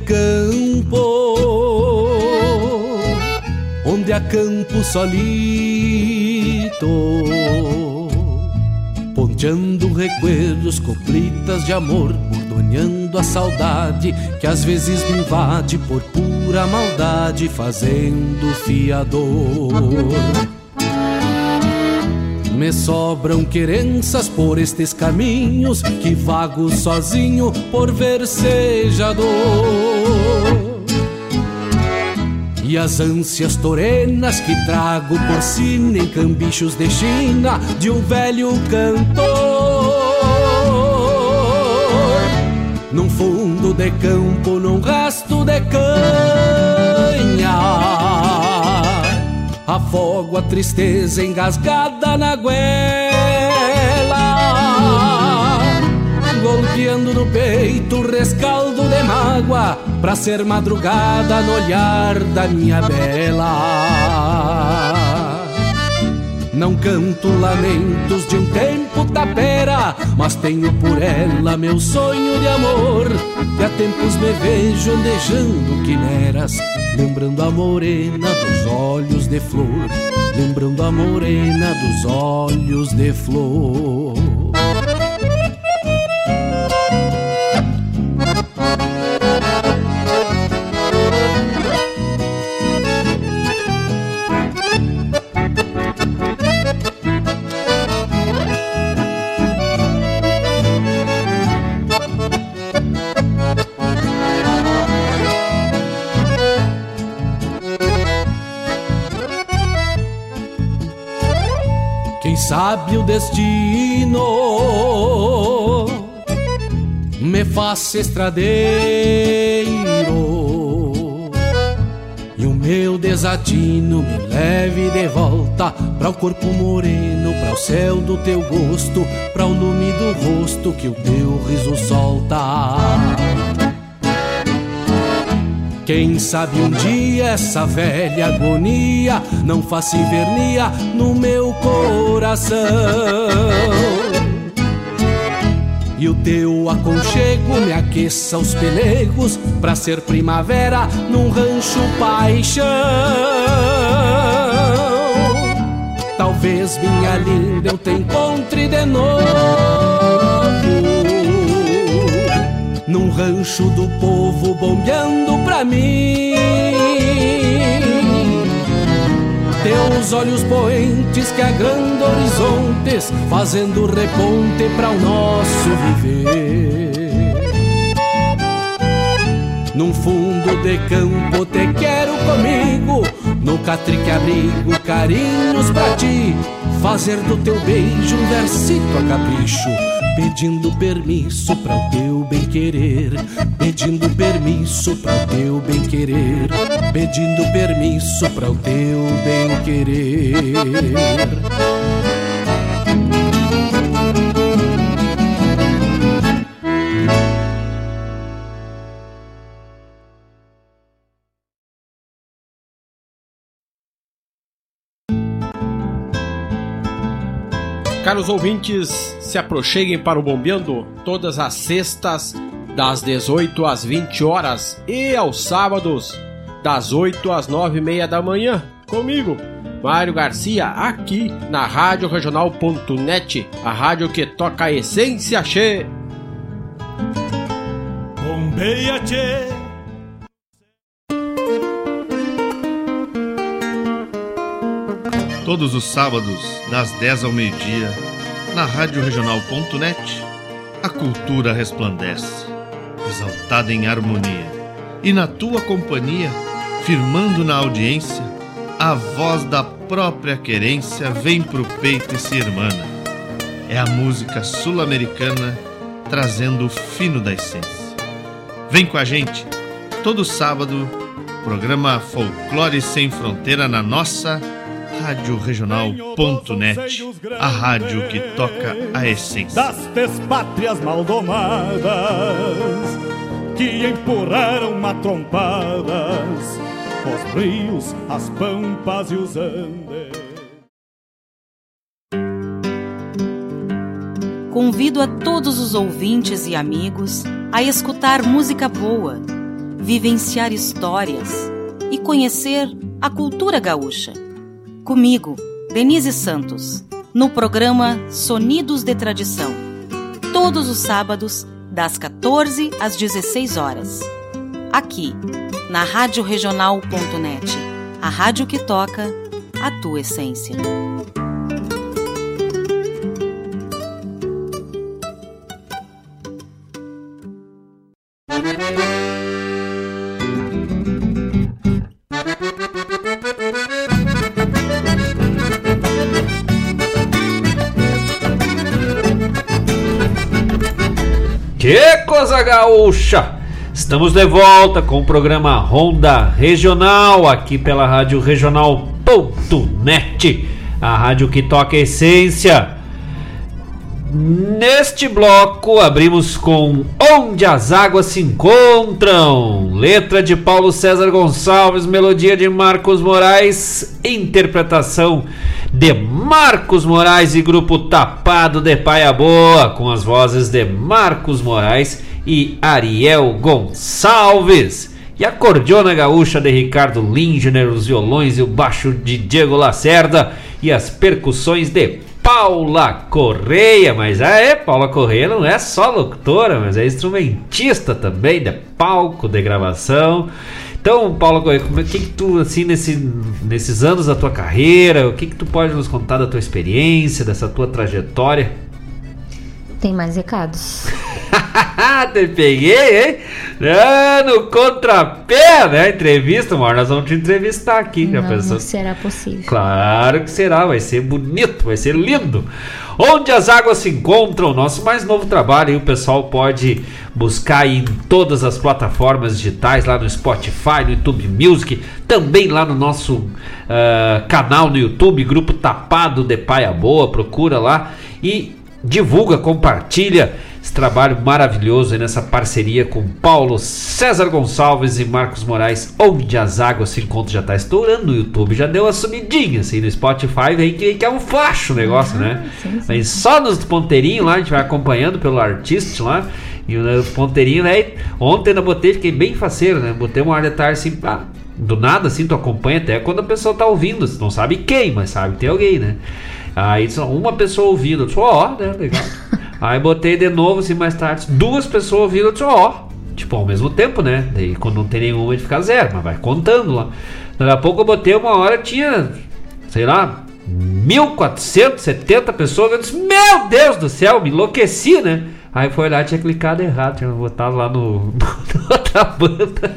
[SPEAKER 5] campo, onde há campo solito, ponteando recuerdos, coplitas de amor,
[SPEAKER 13] apanhando a saudade que às vezes me invade por pura maldade, fazendo fiador. Me sobram querenças por estes caminhos que vago sozinho por versejador. E as ânsias torenas que trago por sina em cambichos de China de um velho cantor. Num fundo de campo, num rasto de canha, afogo a tristeza engasgada na goela, golpeando no peito o rescaldo de mágoa, pra ser madrugada no olhar da minha bela. Não canto lamentos de um tempo tapera, mas tenho por ela meu sonho de amor. E há tempos me vejo andejando quimeras, lembrando a morena dos olhos de flor, lembrando a morena dos olhos de flor. Sabe o destino me faz estradeiro, e o meu desatino me leve de volta pra o corpo moreno, pra o céu do teu gosto, pra o lume do rosto que o teu riso solta. Quem sabe um dia essa velha agonia não faça invernia no meu coração, e o teu aconchego me aqueça os pelegos pra ser primavera num rancho paixão. Talvez, minha linda, eu te encontre de novo num rancho do povo bombeando pra mim. Teus olhos poentes que agrandam horizontes, fazendo reponte pra o nosso viver. Num fundo de campo te quero comigo, no catrique abrigo carinhos pra ti, fazer do teu beijo um versito a capricho, pedindo permisso pra o teu bem-querer, pedindo permisso pra o teu bem-querer, pedindo permisso pra o teu bem-querer.
[SPEAKER 14] Caros ouvintes, se aproxeguem para o Bombeando todas as sextas, das 18 às 20 horas e aos sábados, das 8 às 9h30 da manhã, comigo, Mário Garcia, aqui na Rádio Regional.net, a rádio que toca a essência, che.
[SPEAKER 5] Bombeia, che.
[SPEAKER 15] Todos os sábados, das 10 ao meio-dia, na Rádio Regional.net, a cultura resplandece, exaltada em harmonia. E na tua companhia, firmando na audiência, a voz da própria querência vem pro peito e se irmana. É a música sul-americana trazendo o fino da essência. Vem com a gente, todo sábado, programa Folclore Sem Fronteira na nossa Rádio Regional.net, a rádio que toca a essência
[SPEAKER 5] das despátrias maldomadas que empurraram matrompadas os rios, as pampas e os andes.
[SPEAKER 16] Convido a todos os ouvintes e amigos a escutar música boa, vivenciar histórias e conhecer a cultura gaúcha. Comigo, Denise Santos, no programa Sonidos de Tradição, todos os sábados, das 14 às 16 horas. Aqui, na radioregional.net, a rádio que toca a tua essência.
[SPEAKER 9] Que coisa gaúcha! Estamos de volta com o programa Ronda Regional, aqui pela Rádio Regional.net, a rádio que toca a essência. Neste bloco abrimos com Onde as Águas se Encontram, letra de Paulo César Gonçalves, melodia de Marcos Moraes, interpretação de Marcos Moraes e grupo Tapado de Paia Boa, com as vozes de Marcos Moraes e Ariel Gonçalves, e a cordiona gaúcha de Ricardo Lindner, os violões e o baixo de Diego Lacerda e as percussões de Paula Correia. Mas Paula Correia não é só locutora, mas é instrumentista também, de palco, de gravação. Então, Paula Correia, o que tu, assim, nesses anos da tua carreira, o que tu pode nos contar da tua experiência, dessa tua trajetória?
[SPEAKER 11] Tem mais recados.
[SPEAKER 9] Te peguei, hein? No contrapé, né? Entrevista, amor. Nós vamos te entrevistar aqui. Já pensou?
[SPEAKER 11] Não será possível.
[SPEAKER 9] Claro que será, vai ser bonito, vai ser lindo. Onde as Águas se Encontram, nosso mais novo trabalho, e o pessoal pode buscar aí em todas as plataformas digitais, lá no Spotify, no YouTube Music, também lá no nosso canal no YouTube, Grupo Tapado de Paia Boa, procura lá e divulga, compartilha esse trabalho maravilhoso aí nessa parceria com Paulo César Gonçalves e Marcos Moraes. Onde as Águas se Encontram, já está estourando no YouTube, já deu uma subidinha assim no Spotify, vem que é um flash o negócio, né?
[SPEAKER 11] Sim.
[SPEAKER 9] Mas só nos ponteirinhos lá, a gente vai acompanhando pelo artista lá, e o ponteirinho, né? Ontem eu botei, fiquei bem faceiro, né? Botei uma hora de tarde assim, do nada assim, tu acompanha até quando a pessoa tá ouvindo, você não sabe quem, mas sabe que tem alguém, né? Aí só uma pessoa ouvindo, eu disse, né, legal. Aí botei de novo assim mais tarde, 2 pessoas ouvindo, eu disse, tipo, ao mesmo tempo, né? Daí quando não tem nenhuma, ele fica 0, mas vai contando lá. Daqui a pouco eu botei uma hora, tinha, sei lá, 1.470 pessoas, eu disse, meu Deus do céu, me enlouqueci, né? Aí foi lá, tinha clicado errado, tinha botado lá no outra banda.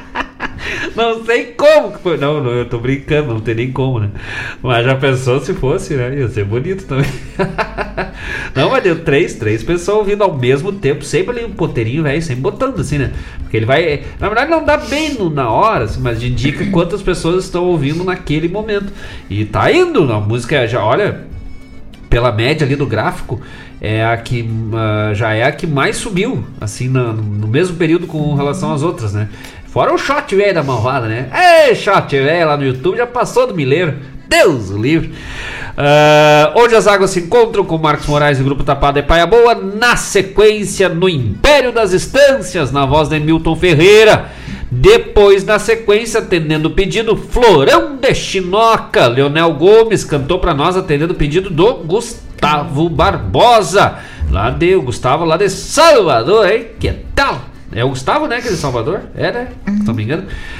[SPEAKER 9] Não sei como que foi. Não, eu tô brincando, não tem nem como, né? Mas já pensou se fosse, né? Ia ser bonito também. Não, mas deu 3 pessoas ouvindo ao mesmo tempo, sempre ali um ponteirinho, velho, sempre botando assim, né? Porque ele vai. Na verdade, não dá bem na hora, assim, mas indica quantas pessoas estão ouvindo naquele momento. E tá indo, a música já, olha, pela média ali do gráfico, é a que já é a que mais subiu, assim, no mesmo período com relação às outras, né? Fora o shot velho da malvada, né? Shot velho lá no YouTube já passou do milheiro. Deus o livre. Onde as Águas se Encontram, com Marcos Moraes e o grupo Tapado de Paia Boa. Na sequência, No Império das Estâncias, na voz de Milton Ferreira. Depois, na sequência, atendendo o pedido, Florão de Chinoca. Leonel Gomes cantou pra nós, atendendo o pedido do Gustavo Barbosa. O Gustavo lá de Salvador, hein? Que tal? É o Gustavo, né? Que é de Salvador? É, né? Se não me engano.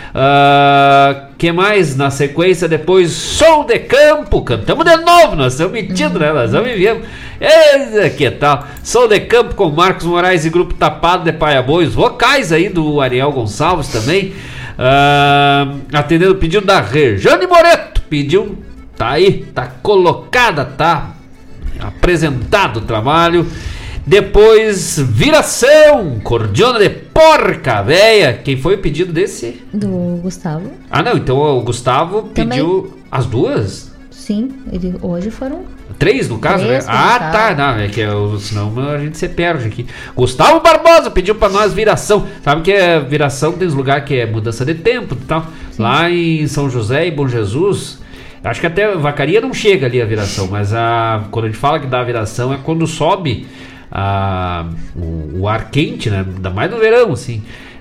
[SPEAKER 9] Que mais? Na sequência, depois, Sol de Campo. Cantamos de novo, nós estamos mentindo, né? Nós estamos vivendo. Que tal? Sol de Campo com Marcos Moraes e grupo Tapado de Paia Boa. Os vocais aí do Ariel Gonçalves também. Atendendo o pedido da Rejane Moreto. Pediu, tá aí, tá colocada, tá apresentado o trabalho. Depois, Viração, cordiona de porca véia. Quem foi o pedido desse?
[SPEAKER 11] Do Gustavo.
[SPEAKER 9] Não, então o Gustavo também pediu as duas?
[SPEAKER 11] Sim, hoje foram
[SPEAKER 9] 3 no caso,
[SPEAKER 11] 3,
[SPEAKER 9] né? Tá, não, é que senão a gente se perde aqui. Gustavo Barbosa pediu pra nós Viração. Sabe que Viração tem uns lugares que é mudança de tempo e tal. Sim. Lá em São José e Bom Jesus, acho que até Vacaria não chega ali a Viração, mas quando a gente fala que dá a Viração é quando sobe o ar quente, né? Ainda mais no verão, assim.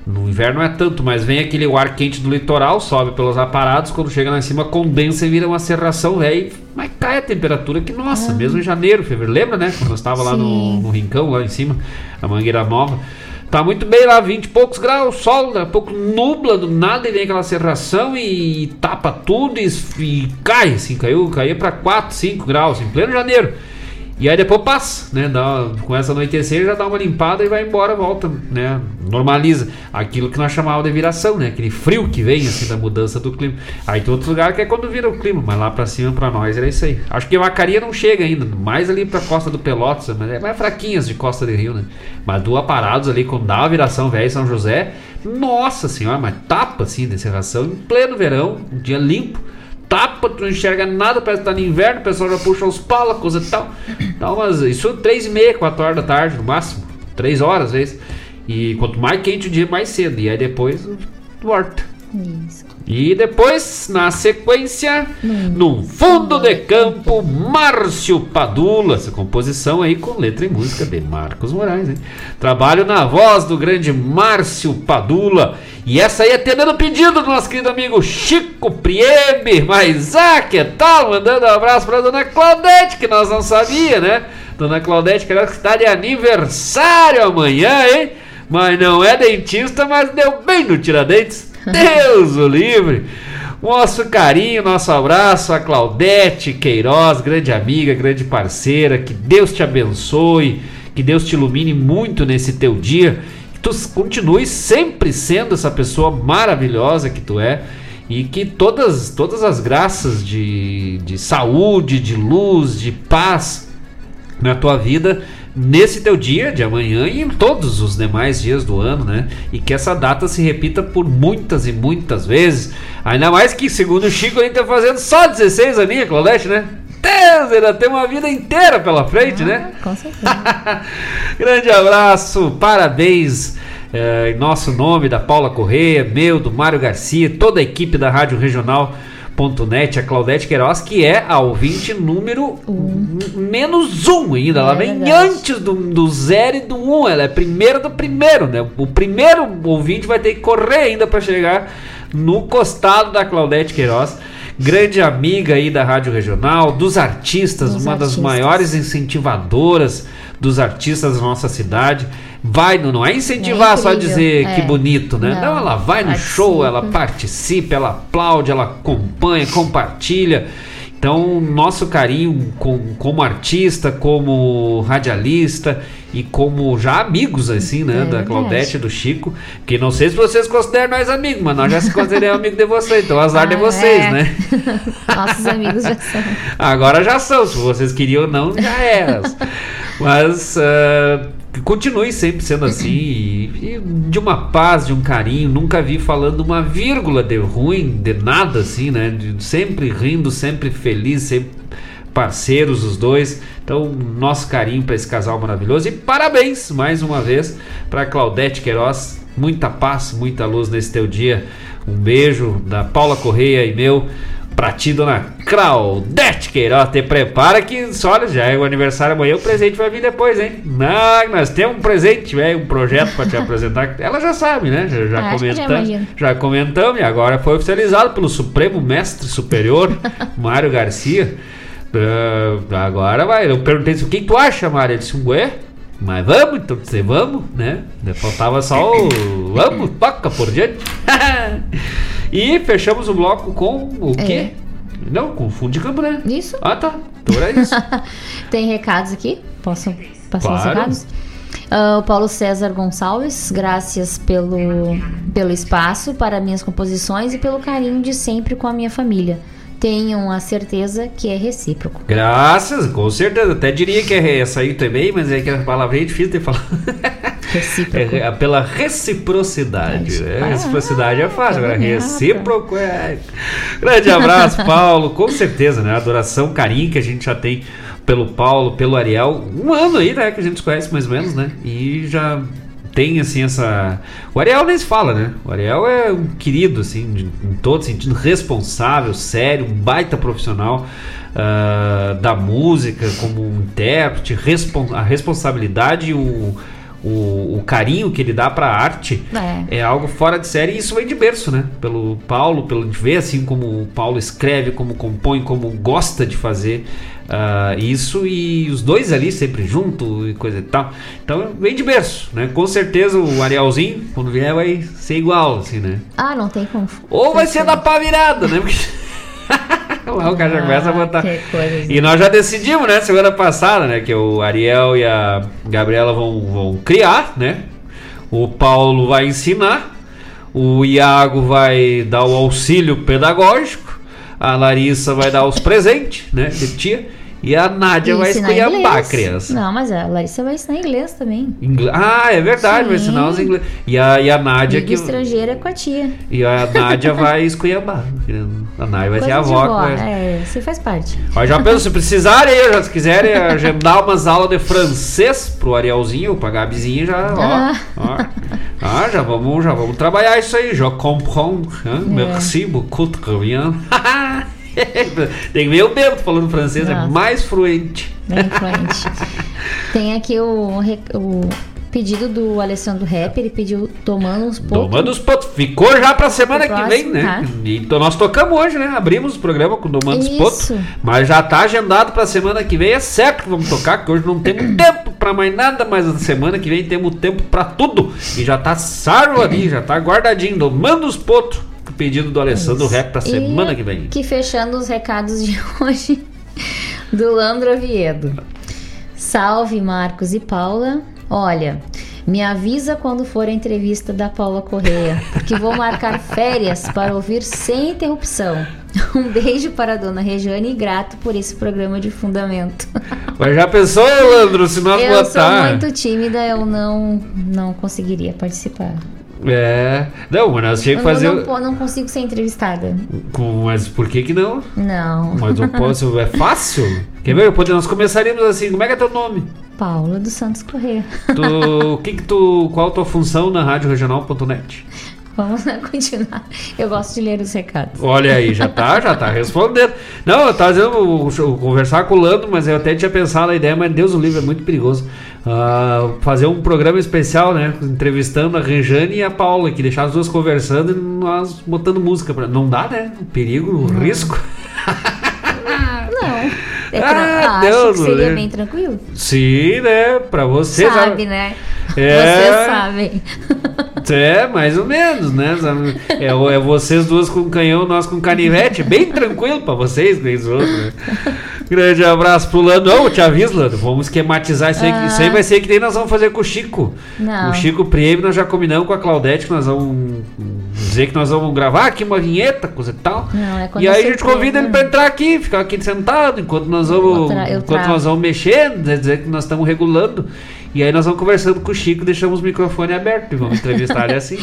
[SPEAKER 9] No inverno não é tanto, mas vem aquele ar quente do litoral, sobe pelos aparados, quando chega lá em cima condensa e vira uma serração velha, mas cai a temperatura que, nossa, mesmo em janeiro, fevereiro, lembra, né? Quando eu estava lá no Rincão, lá em cima, na Mangueira Nova, tá muito bem lá, 20 e poucos graus, sol, daqui a pouco nubla do nada e vem aquela serração e tapa tudo e cai, assim, caía pra 4, 5 graus, em pleno janeiro. E aí depois passa, né? Começa a anoitecer, já dá uma limpada e vai embora, volta, né? Normaliza. Aquilo que nós chamávamos de viração, né? Aquele frio que vem, assim, da mudança do clima. Aí tem outro lugar que é quando vira o clima, mas lá pra cima, pra nós, era isso aí. Acho que Vacaria não chega ainda, mais ali pra Costa do Pelotas, mas é mais fraquinhas de Costa de Rio, né? Mas do Aparados ali, quando dá a viração velha em São José, nossa senhora, mas tapa, assim, de serração, em pleno verão, um dia limpo. Tapa, tu não enxerga nada, parece que tá no inverno, o pessoal já puxa os palacos e tal. Então, mas isso 3h30, 4 horas da tarde, no máximo. 3 horas, às vezes. E quanto mais quente o dia, mais cedo. E aí depois volta.
[SPEAKER 11] Isso.
[SPEAKER 9] E depois, na sequência, no fundo de campo, Márcio Padula. Essa composição aí com letra e música de Marcos Moraes, hein? Trabalho na voz do grande Márcio Padula. E essa aí é atendendo o pedido do nosso querido amigo Chico Priebe. Mas, que tal? Mandando um abraço pra dona Claudete, que nós não sabia, né? Dona Claudete, que está de aniversário amanhã, hein? Mas não é dentista, mas deu bem no Tiradentes. Deus o livre. Nosso carinho, nosso abraço a Claudete Queiroz, grande amiga, grande parceira. Que Deus te abençoe, que Deus te ilumine muito nesse teu dia, que tu continue sempre sendo essa pessoa maravilhosa que tu é, e que todas as graças de saúde, de luz, de paz na tua vida nesse teu dia de amanhã e em todos os demais dias do ano, né? E que essa data se repita por muitas e muitas vezes. Ainda mais que, segundo o Chico, ele tá fazendo só 16 aninhos, Claudete, né? Deus, ainda tem uma vida inteira pela frente, né?
[SPEAKER 11] Com certeza.
[SPEAKER 9] Grande abraço, parabéns em nosso nome, da Paula Correia, meu, do Mário Garcia, toda a equipe da Rádio Regional.net, a Claudete Queiroz, que é a ouvinte número -1 ainda. Ela vem antes do 0 e do 1. Ela é primeira do primeiro, né? O primeiro ouvinte vai ter que correr ainda para chegar no costado da Claudete Queiroz. Grande amiga aí da Rádio Regional, dos artistas, uma das maiores incentivadoras dos artistas da nossa cidade. Não é incentivar, só dizer que bonito, né? Não, ela vai no show, ela participa, ela aplaude, ela acompanha, compartilha. Então, nosso carinho como artista, como radialista e como já amigos, assim, né? Da Claudete e do Chico, que não sei se vocês consideram nós amigos, mas nós já se consideramos amigos de vocês, então azar de vocês, né?
[SPEAKER 11] Nossos amigos já são.
[SPEAKER 9] Agora já são, se vocês queriam ou não, já eram. Mas continue sempre sendo assim e de uma paz, de um carinho. Nunca vi falando uma vírgula de ruim, de nada assim, né? Sempre rindo, sempre feliz, sempre parceiros os dois. Então, nosso carinho para esse casal maravilhoso e parabéns mais uma vez para Claudete Queiroz. Muita paz, muita luz nesse teu dia. Um beijo da Paula Correia e meu pra ti, dona Claudete Queiroz. Te prepara que, olha, já é o aniversário amanhã, o presente vai vir depois, hein? Nós temos um presente, um projeto pra te apresentar. Ela já sabe, né? Já comentamos e agora foi oficializado pelo Supremo Mestre Superior, Mário Garcia. Agora vai. Eu perguntei o que tu acha, Mário? Ele disse, mas vamos, então você vamos, né? Faltava só o vamos, toca por diante. E fechamos o bloco com o quê? Não, com fundo de campo, né?
[SPEAKER 11] Isso.
[SPEAKER 9] Ah, tá. Então era isso.
[SPEAKER 11] Tem recados aqui? Posso passar os recados? O Paulo César Gonçalves, graças pelo espaço para minhas composições e pelo carinho de sempre com a minha família. Tenham a certeza que é recíproco.
[SPEAKER 9] Graças, com certeza. Até diria que é essa aí também, mas é que a palavra é difícil de falar.
[SPEAKER 11] Recíproco.
[SPEAKER 9] Pela reciprocidade. Reciprocidade é fácil, agora recíproco é. Grande abraço, Paulo. Com certeza, né? Adoração, carinho que a gente já tem pelo Paulo, pelo Ariel. Um ano aí, né? Que a gente conhece mais ou menos, né? E já tem assim essa. O Ariel nem se fala, né? O Ariel é um querido, assim, em todo sentido, responsável, sério, um baita profissional da música, como um intérprete, a responsabilidade e o carinho que ele dá pra arte é algo fora de série, e isso vem de berço, né? Pelo Paulo, pelo de ver assim como o Paulo escreve, como compõe, como gosta de fazer isso, e os dois ali sempre junto e coisa e tal. Então vem de berço, né? Com certeza o Arielzinho, quando vier, vai ser igual, assim, né?
[SPEAKER 11] Ah, não tem como.
[SPEAKER 9] Ou vai ser da pá virada, né? Porque o cara já começa a botar. E nós já decidimos, né, semana passada, né, que o Ariel e a Gabriela vão criar, né? O Paulo vai ensinar, o Iago vai dar o auxílio pedagógico, a Larissa vai dar os presentes, né, de tia, e a Nádia vai esculhambar a criança.
[SPEAKER 11] Não, mas a Larissa vai ensinar inglês também.
[SPEAKER 9] Ah, é verdade, sim. Vai ensinar os inglês. E a Nádia
[SPEAKER 11] que estrangeira é com a tia.
[SPEAKER 9] E a Nádia vai esculhambar. A Nádia vai ser a avó.
[SPEAKER 11] Você faz parte.
[SPEAKER 9] Mas já penso, se precisarem, se quiserem agendar umas aulas de francês pro Arielzinho, pra Gabizinha, já vamos trabalhar isso aí. Je comprends, merci beaucoup, très bien. Tem que ver o Bento falando francês. Nossa. É mais fluente.
[SPEAKER 11] Bem fluente. Tem aqui o pedido do Alessandro Rap, ele pediu Tomando uns Potos.
[SPEAKER 9] Tomando uns Potos. Ficou já pra semana que vem, né? Então nós tocamos hoje, né? Abrimos o programa com Tomando uns Potos. Mas já tá agendado pra semana que vem. É certo que vamos tocar, porque hoje não temos tempo pra mais nada, mas na semana que vem temos tempo pra tudo. E já tá sarvo ali, já tá guardadinho. Tomando os Potos. Pedido do Alessandro Rap pra semana que vem.
[SPEAKER 11] Que fechando os recados de hoje do Landro Oviedo. Salve Marcos e Paula. Olha, me avisa quando for a entrevista da Paula Correia, porque vou marcar férias para ouvir sem interrupção. Um beijo para a dona Regiane e grato por esse programa de fundamento.
[SPEAKER 9] Mas já pensou, Landro, se nós botar?
[SPEAKER 11] Eu sou muito tímida, eu não conseguiria participar.
[SPEAKER 9] Não, mas nós tínhamos que fazer.
[SPEAKER 11] Eu não consigo ser entrevistada.
[SPEAKER 9] Mas por que não?
[SPEAKER 11] Não.
[SPEAKER 9] Mas eu posso, é fácil. Quer ver? Nós começaríamos assim. Como é que é teu nome?
[SPEAKER 11] Paula dos Santos Corrêa.
[SPEAKER 9] Qual a tua função na radioregional.net?
[SPEAKER 11] Vamos continuar. Eu gosto de ler os recados.
[SPEAKER 9] Olha aí, já tá respondendo. Não, eu tava dizendo conversar com o Lando, mas eu até tinha pensado na ideia, mas Deus o livre, é muito perigoso. Fazer um programa especial, né? Entrevistando a Rejane e a Paula, que deixar as duas conversando e nós botando música. Não dá, né? O perigo, o risco.
[SPEAKER 11] Não. Acho que seria bem tranquilo.
[SPEAKER 9] Sim, né? Pra você.
[SPEAKER 11] Sabe, né? Vocês sabem.
[SPEAKER 9] Mais ou menos, né? É vocês duas com canhão, nós com canivete. Bem tranquilo pra vocês, com os outros, né? Grande abraço pro Lando. Eu te aviso, Lando. Vamos esquematizar isso aí. Isso aí vai ser que nem nós vamos fazer com o Chico.
[SPEAKER 11] Não.
[SPEAKER 9] O Chico Prieme, nós já combinamos com a Claudete que nós vamos dizer que nós vamos gravar aqui uma vinheta, coisa e tal.
[SPEAKER 11] Não,
[SPEAKER 9] e aí a gente convida ele pra entrar aqui, ficar aqui sentado enquanto nós vamos mexendo, dizer que nós estamos regulando. E aí nós vamos conversando com o Chico, deixamos o microfone aberto e vamos entrevistar ele assim.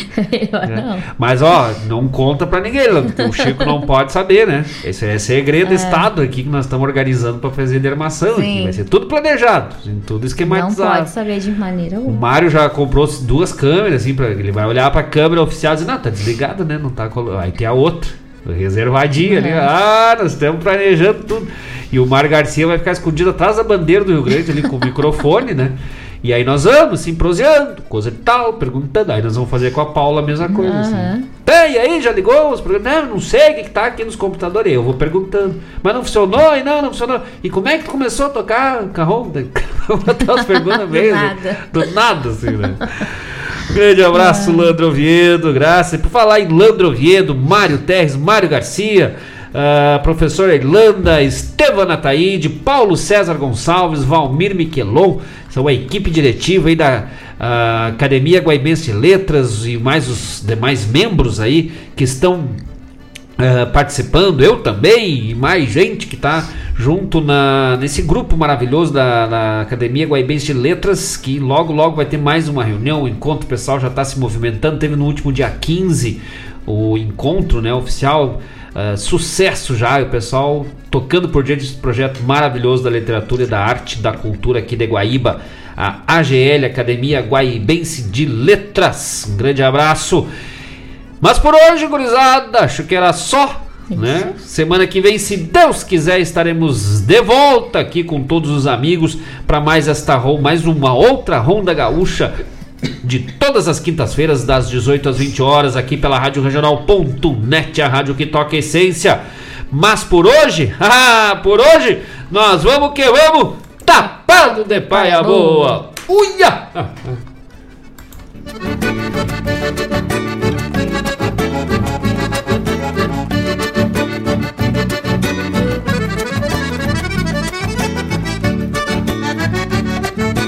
[SPEAKER 9] Mas não conta pra ninguém, porque o Chico não pode saber, né? Esse é segredo de Estado aqui que nós estamos organizando pra fazer dermação aqui. Vai ser tudo planejado, tudo esquematizado.
[SPEAKER 11] Não pode saber de maneira alguma.
[SPEAKER 9] O Mário já comprou 2 câmeras, assim, ele vai olhar pra câmera oficial e dizer, não, tá desligada, né? Não tá aí tem a outra, reservadinha ali. Nós estamos planejando tudo. E o Mário Garcia vai ficar escondido atrás da bandeira do Rio Grande ali com o microfone, né? E aí nós vamos se proseando, coisa e tal, perguntando. Aí nós vamos fazer com a Paula a mesma coisa. Assim. E aí, já ligou os programas? Não sei o que tá aqui nos computadores. Eu vou perguntando. Mas não funcionou? E não funcionou. E como é que tu começou a tocar carrom? Botar as perguntas mesmo. Do nada, assim, né? Grande abraço, Landro Oviedo, graças. Por falar em Landro Oviedo, Mário Terres, Mário Garcia, professora Irlanda, Estevam Ataíde, Paulo César Gonçalves, Valmir Miquelon, são a equipe diretiva aí da Academia Guaibense de Letras e mais os demais membros aí que estão participando, eu também e mais gente que está junto nesse grupo maravilhoso da Academia Guaibense de Letras, que logo vai ter mais uma reunião, um encontro, o pessoal já está se movimentando, teve no último dia 15 o encontro, né, oficial. Sucesso já, o pessoal tocando por diante desse projeto maravilhoso da literatura e da arte, da cultura aqui de Guaíba, a AGL, Academia Guaibense de Letras. Um grande abraço. Mas por hoje, gurizada, acho que era só, né? Semana que vem, se Deus quiser, estaremos de volta aqui com todos os amigos para mais uma outra Ronda Gaúcha de todas as quintas-feiras, das 18 às 20 horas, aqui pela Rádio Regional.net, a rádio que toca a essência. Mas por hoje, nós vamos que vamos, tapado de paia boa. Uia!